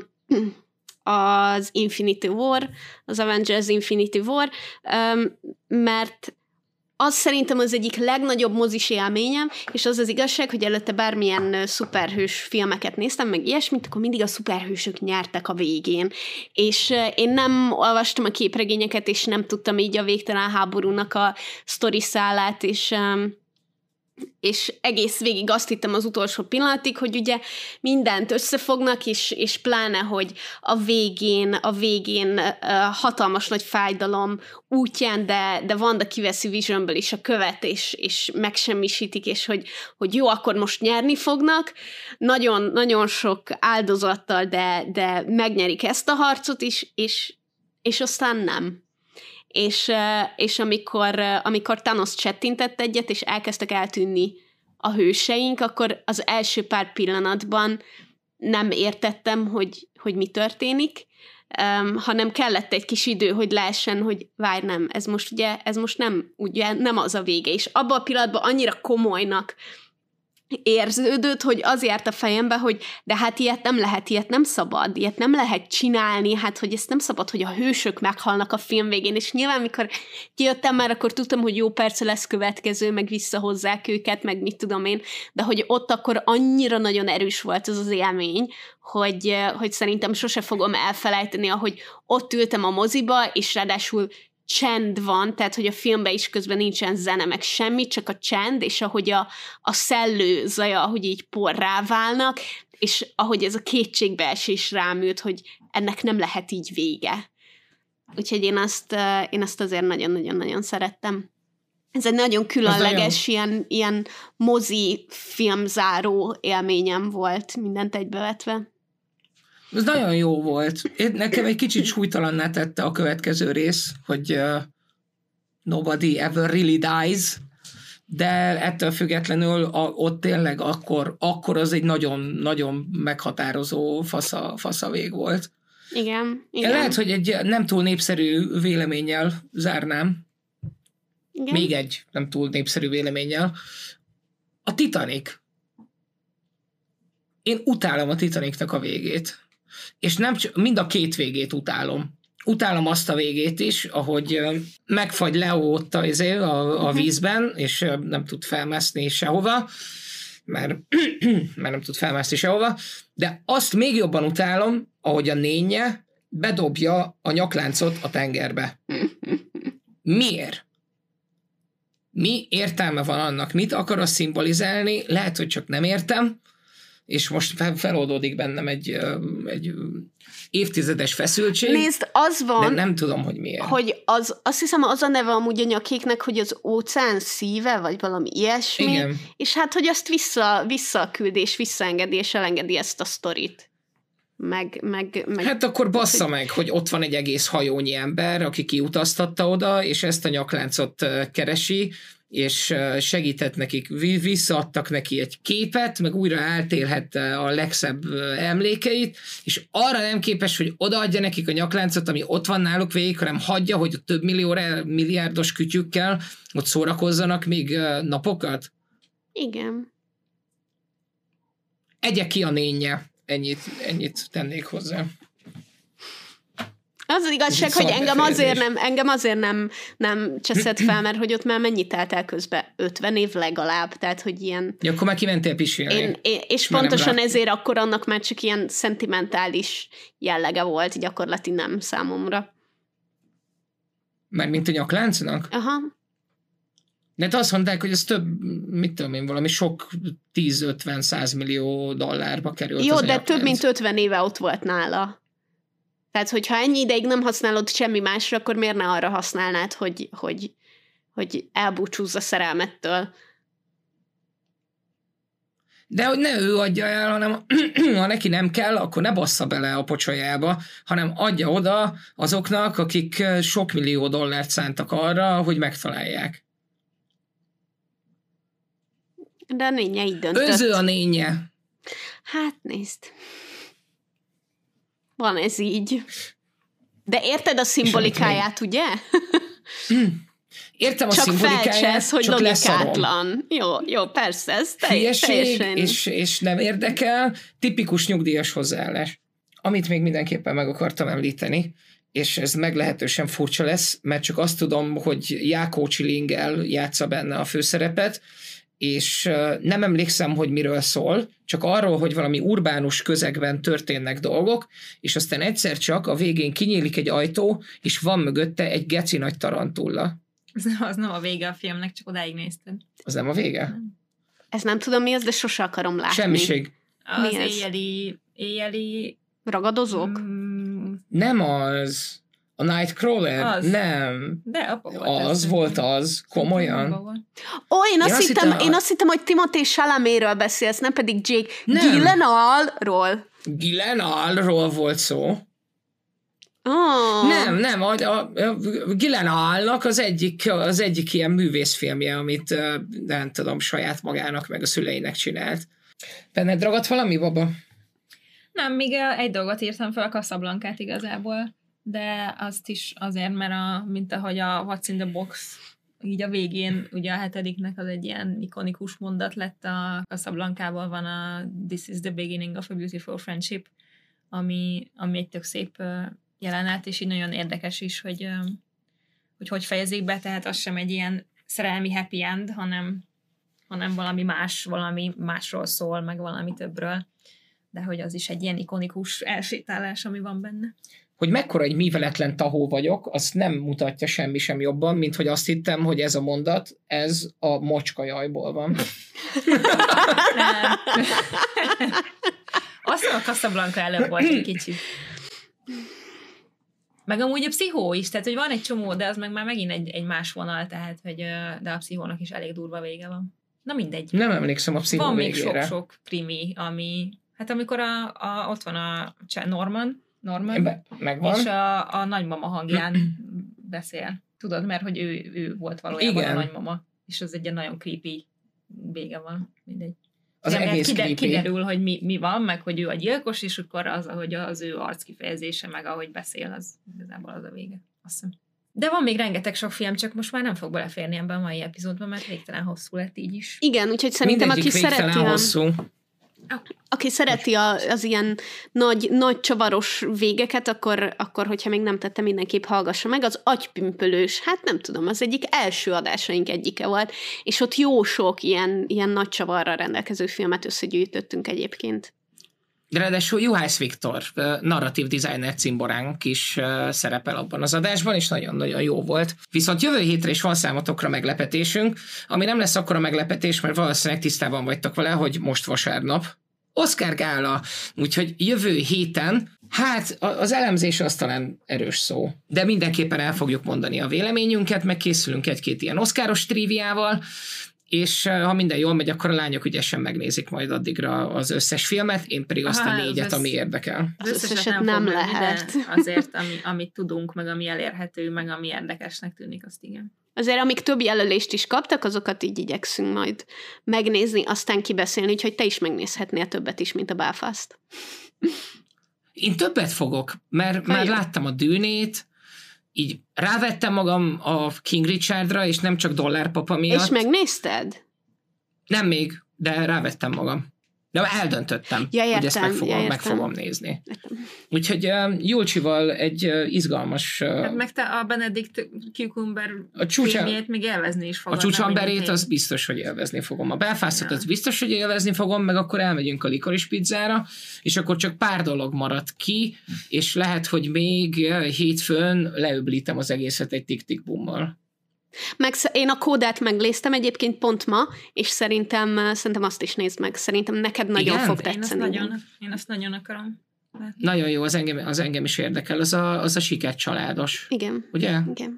az Infinity War, az Avengers Infinity War, mert az szerintem az egyik legnagyobb mozis élményem, és az igazság, hogy előtte bármilyen szuperhős filmeket néztem, meg ilyesmit, akkor mindig a szuperhősök nyertek a végén. És én nem olvastam a képregényeket, és nem tudtam így a végtelen háborúnak a sztoriszálát, és egész végig azt hittem az utolsó pillanatig, hogy ugye mindent összefognak, és pláne, hogy a végén hatalmas nagy fájdalom útján, de Wanda kiveszi Visionből is a követ, és megsemmisítik, és hogy jó, akkor most nyerni fognak. Nagyon, nagyon sok áldozattal, de megnyerik ezt a harcot is, és aztán nem. És amikor Thanos csettintett egyet, és elkezdtek eltűnni a hőseink, akkor az első pár pillanatban nem értettem, hogy mi történik, hanem kellett egy kis idő, hogy leessen, hogy várj, nem, ez most nem az a vége. És abban a pillanatban annyira komolynak érződött, hogy az járt a fejembe, hogy de hát ilyet nem lehet, ilyet nem szabad, ilyet nem lehet csinálni, hát hogy ezt nem szabad, hogy a hősök meghalnak a film végén, és nyilván mikor kijöttem már, akkor tudtam, hogy jó, persze lesz következő, meg visszahozzák őket, meg mit tudom én, de hogy ott akkor annyira nagyon erős volt az élmény, hogy szerintem sose fogom elfelejteni, ahogy ott ültem a moziba, és ráadásul csend van, tehát hogy a filmben is közben nincsen zene, meg semmi, csak a csend, és ahogy a szellő zaja, ahogy így porrá válnak, és ahogy ez a kétségbeesés rám jött, hogy ennek nem lehet így vége. Úgyhogy én azt azért nagyon-nagyon-nagyon szerettem. Ez egy nagyon különleges, ilyen mozi filmzáró élményem volt, mindent egybevetve. Ez nagyon jó volt. Nekem egy kicsit súlytalanná tette a következő rész, hogy nobody ever really dies, de ettől függetlenül ott tényleg akkor az egy nagyon-nagyon meghatározó fasza vég volt. Igen. Lehet, hogy egy nem túl népszerű véleménnyel zárnám. Igen. Még egy nem túl népszerű véleménnyel. A Titanic. Én utálom a Titanicnak a végét. És nem mind a két végét utálom. Utálom azt a végét is, ahogy megfagy Leo ott a vízben, és nem tud felmászni sehova, mert nem tud felmászni sehova, de azt még jobban utálom, ahogy a nénye bedobja a nyakláncot a tengerbe. Miért? Mi értelme van annak? Mit akar az szimbolizálni? Lehet, hogy csak nem értem, és most feloldódik bennem egy évtizedes feszültség. Nézd, az van, de nem tudom, hogy miért. Hogy azt hiszem, az a neve amúgy a nyakéknek, hogy az óceán szíve, vagy valami ilyesmi, igen. És hát, hogy azt visszaküldi, és visszaengedi, és elengedi ezt a sztorit. Meg... Hát akkor bassza meg, hogy ott van egy egész hajónyi ember, aki kiutaztatta oda, és ezt a nyakláncot keresi, és segített nekik, visszaadtak neki egy képet, meg újra eltélhet a legszebb emlékeit, és arra nem képes, hogy odaadja nekik a nyakláncot, ami ott van náluk végig, hanem hagyja, hogy a több milliárdos kütyükkel ott szórakozzanak még napokat? Igen. Egye ki a nénye. Ennyit tennék hozzá. Az igazság, hogy engem azért nem cseszett fel, mert hogy ott már mennyit telt el közben? 50 év legalább, tehát hogy ilyen... Ja, akkor már kimentél pisilni. És pontosan ezért akkor annak már csak ilyen szentimentális jellege volt, gyakorlatilag nem számomra. Mert mint a nyakláncnak? Aha. De azt mondták, hogy ez több, mit tudom én, valami sok 10-50-100 millió dollárba került. Jó, de több mint 50 éve ott volt nála. Tehát, hogyha ennyi ideig nem használod semmi másra, akkor miért ne arra használnád, hogy elbúcsúzz a szerelmettől? De hogy ne ő adja el, hanem ha neki nem kell, akkor ne bassza bele a pocsolyába, hanem adja oda azoknak, akik sok millió dollárt szántak arra, hogy megtalálják. De a nénye így döntött. Öző a nénye. Hát nézd. Van ez így. De érted a szimbolikáját, ugye? Értem a csak szimbolikáját, felcsesz, hogy csak logikátlan. Jó, persze, ez teljesen. És nem érdekel, tipikus nyugdíjas hozzáállás. Amit még mindenképpen meg akartam említeni, és ez meglehetősen furcsa lesz, mert csak azt tudom, hogy Jákó Csilingel játsza benne a főszerepet, és nem emlékszem, hogy miről szól, csak arról, hogy valami urbánus közegben történnek dolgok, és aztán egyszer csak a végén kinyílik egy ajtó, és van mögötte egy geci nagy tarantulla. Az nem a vége a filmnek, csak odáig nézted. Az nem a vége? Nem. Ez nem tudom mi az, de sose akarom látni. Semmiség. Az éjjeli... Ragadozók? Nem az... A Nightcrawler? Az. Nem. De apa volt az. Volt az. Komolyan? Én azt hittem, hogy Timothée Chalametről beszélsz, nem pedig Jake Gyllenhaalról. Gyllenhaalról volt szó. Oh. Nem, a Gyllenhaalnak az egyik ilyen művészfilmje, amit nem tudom, saját magának meg a szüleinek csinált. Benned ragadt valami, baba? Nem, még egy dolgot írtam fel, a Casablancát igazából, de azt is azért, mert mint ahogy a What's in the Box így a végén, ugye a 7. az egy ilyen ikonikus mondat lett, a Casablanca-ból van a This is the beginning of a beautiful friendship, ami egy tök szép jelenet, és így nagyon érdekes is, hogy fejezik be, tehát az sem egy ilyen szerelmi happy end, hanem valami másról szól, meg valami többről, de hogy az is egy ilyen ikonikus elsétálás, ami van benne. Hogy mekkora egy műveletlen tahó vagyok, azt nem mutatja semmi sem jobban, mint hogy azt hittem, hogy ez a mondat, ez a Mocskajajból van. Nem. Azt a Casablanca előbb volt egy kicsit. Meg amúgy a Pszichó is, tehát hogy van egy csomó, de az meg már megint egy más vonal, tehát hogy de a Pszichónak is elég durva vége van. Na mindegy. Nem emlékszem a Pszichó van végére. még sok krimi, ami, hát amikor ott van a Norman megvan. És a nagymama hangján beszél. Tudod, mert hogy ő volt valójában igen. A nagymama, és az egy nagyon creepy vége van, mindegy. Az egész creepy. Kiderül, hogy mi van, meg hogy ő a gyilkos, és akkor az, ahogy az ő arckifejezése, meg ahogy beszél, az igazából az a vége. Azt hiszem. De van még rengeteg sok film, csak most már nem fog beleférni ebben a mai epizódban, mert végtelen hosszú lett így is. Igen, úgyhogy szerintem aki szereti aki szereti az ilyen nagy csavaros végeket, akkor, hogyha még nem tette, mindenképp hallgassa meg. Az Agypümpölős, hát nem tudom, az egyik első adásaink egyike volt, és ott jó sok ilyen nagy csavarral rendelkező filmet összegyűjtöttünk egyébként. Ráadásul Juhász Viktor, narratív designer cimboránk is szerepel abban az adásban, és nagyon-nagyon jó volt. Viszont jövő hétre is van számotokra meglepetésünk, ami nem lesz akkora meglepetés, mert valószínűleg tisztában vagytok vele, hogy most vasárnap Oscar gála, úgyhogy jövő héten, hát az elemzés az talán erős szó, de mindenképpen el fogjuk mondani a véleményünket, meg készülünk egy-két ilyen Oscaros triviával, és ha minden jól megy, akkor a lányok ügyesen megnézik majd addigra az összes filmet, én pedig azt a 4, ami érdekel. Az összeset nem lehet. Azért, amit tudunk, meg ami elérhető, meg ami érdekesnek tűnik, azt igen. Azért, amik több jelölést is kaptak, azokat így igyekszünk majd megnézni, aztán kibeszélni, úgyhogy te is megnézhetnél többet is, mint a Belfast. Én többet fogok, mert már láttam a Dűnét, így rávettem magam a King Richardra, és nem csak Dollárpapa miatt. És megnézted? Nem még, de rávettem magam. De eldöntöttem, hogy ezt meg fogom nézni. Értem. Úgyhogy Julcsival egy izgalmas... Hát meg te a Benedict Cucumber filmjét még élvezni is fogod. A Csúcsamberét az biztos, hogy élvezni fogom. A Belfastot az biztos, hogy élvezni fogom, meg akkor elmegyünk a Licorice Pizzára, és akkor csak pár dolog maradt ki, és lehet, hogy még hétfőn leöblítem az egészet egy tik-tik-bummal. Meg én a Kódát megnéztem egyébként pont ma, és szerintem azt is nézd meg. Szerintem neked nagyon fog tetszeni. Én azt nagyon akarom. Nagyon jó, az engem is érdekel. Az a sikercsaládos. Igen. Ugye? Igen.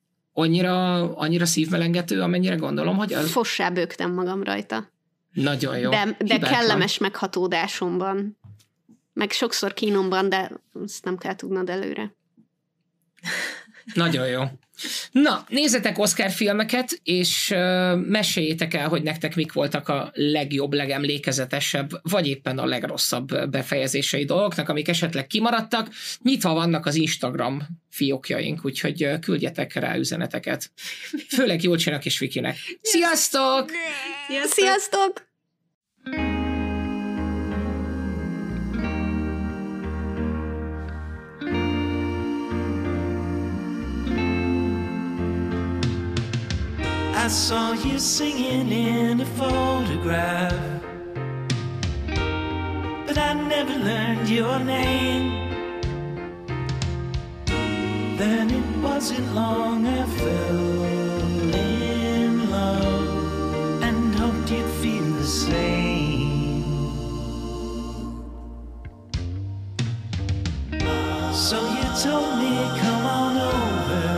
Annyira szívmelengető, amennyire gondolom, hogy az... Fossá bőgtem magam rajta. Nagyon jó. De kellemes meghatódásomban. Meg sokszor kínomban, de azt nem kell tudnod előre. Nagyon jó. Na, nézzetek Oscar filmeket, és meséljétek el, hogy nektek mik voltak a legjobb, legemlékezetesebb, vagy éppen a legrosszabb befejezései dolgoknak, amik esetleg kimaradtak. Nyitva vannak az Instagram fiókjaink, úgyhogy küldjetek rá üzeneteket. Főleg Jolcsinak és Vikinek. Sziasztok! Sziasztok! I saw you singing in a photograph, but I never learned your name. Then it wasn't long I fell in love and hoped you'd feel the same. So you told me, come on over,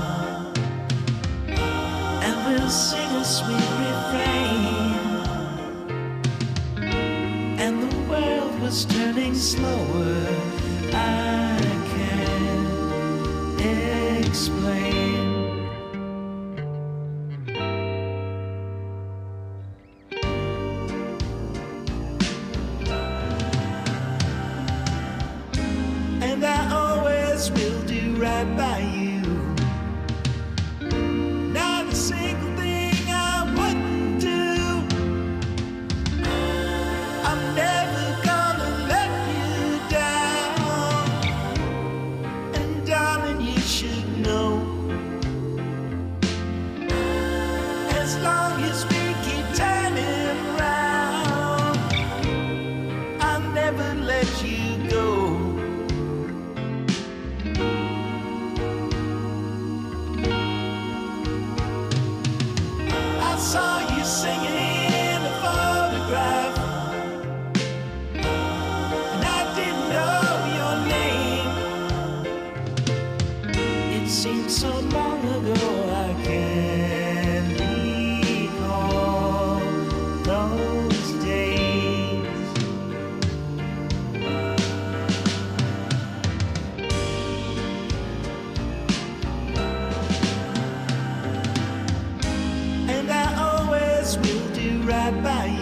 we'll sing a sweet refrain. And the world was turning slower, I can't explain. And I always will do right by you. Now the right by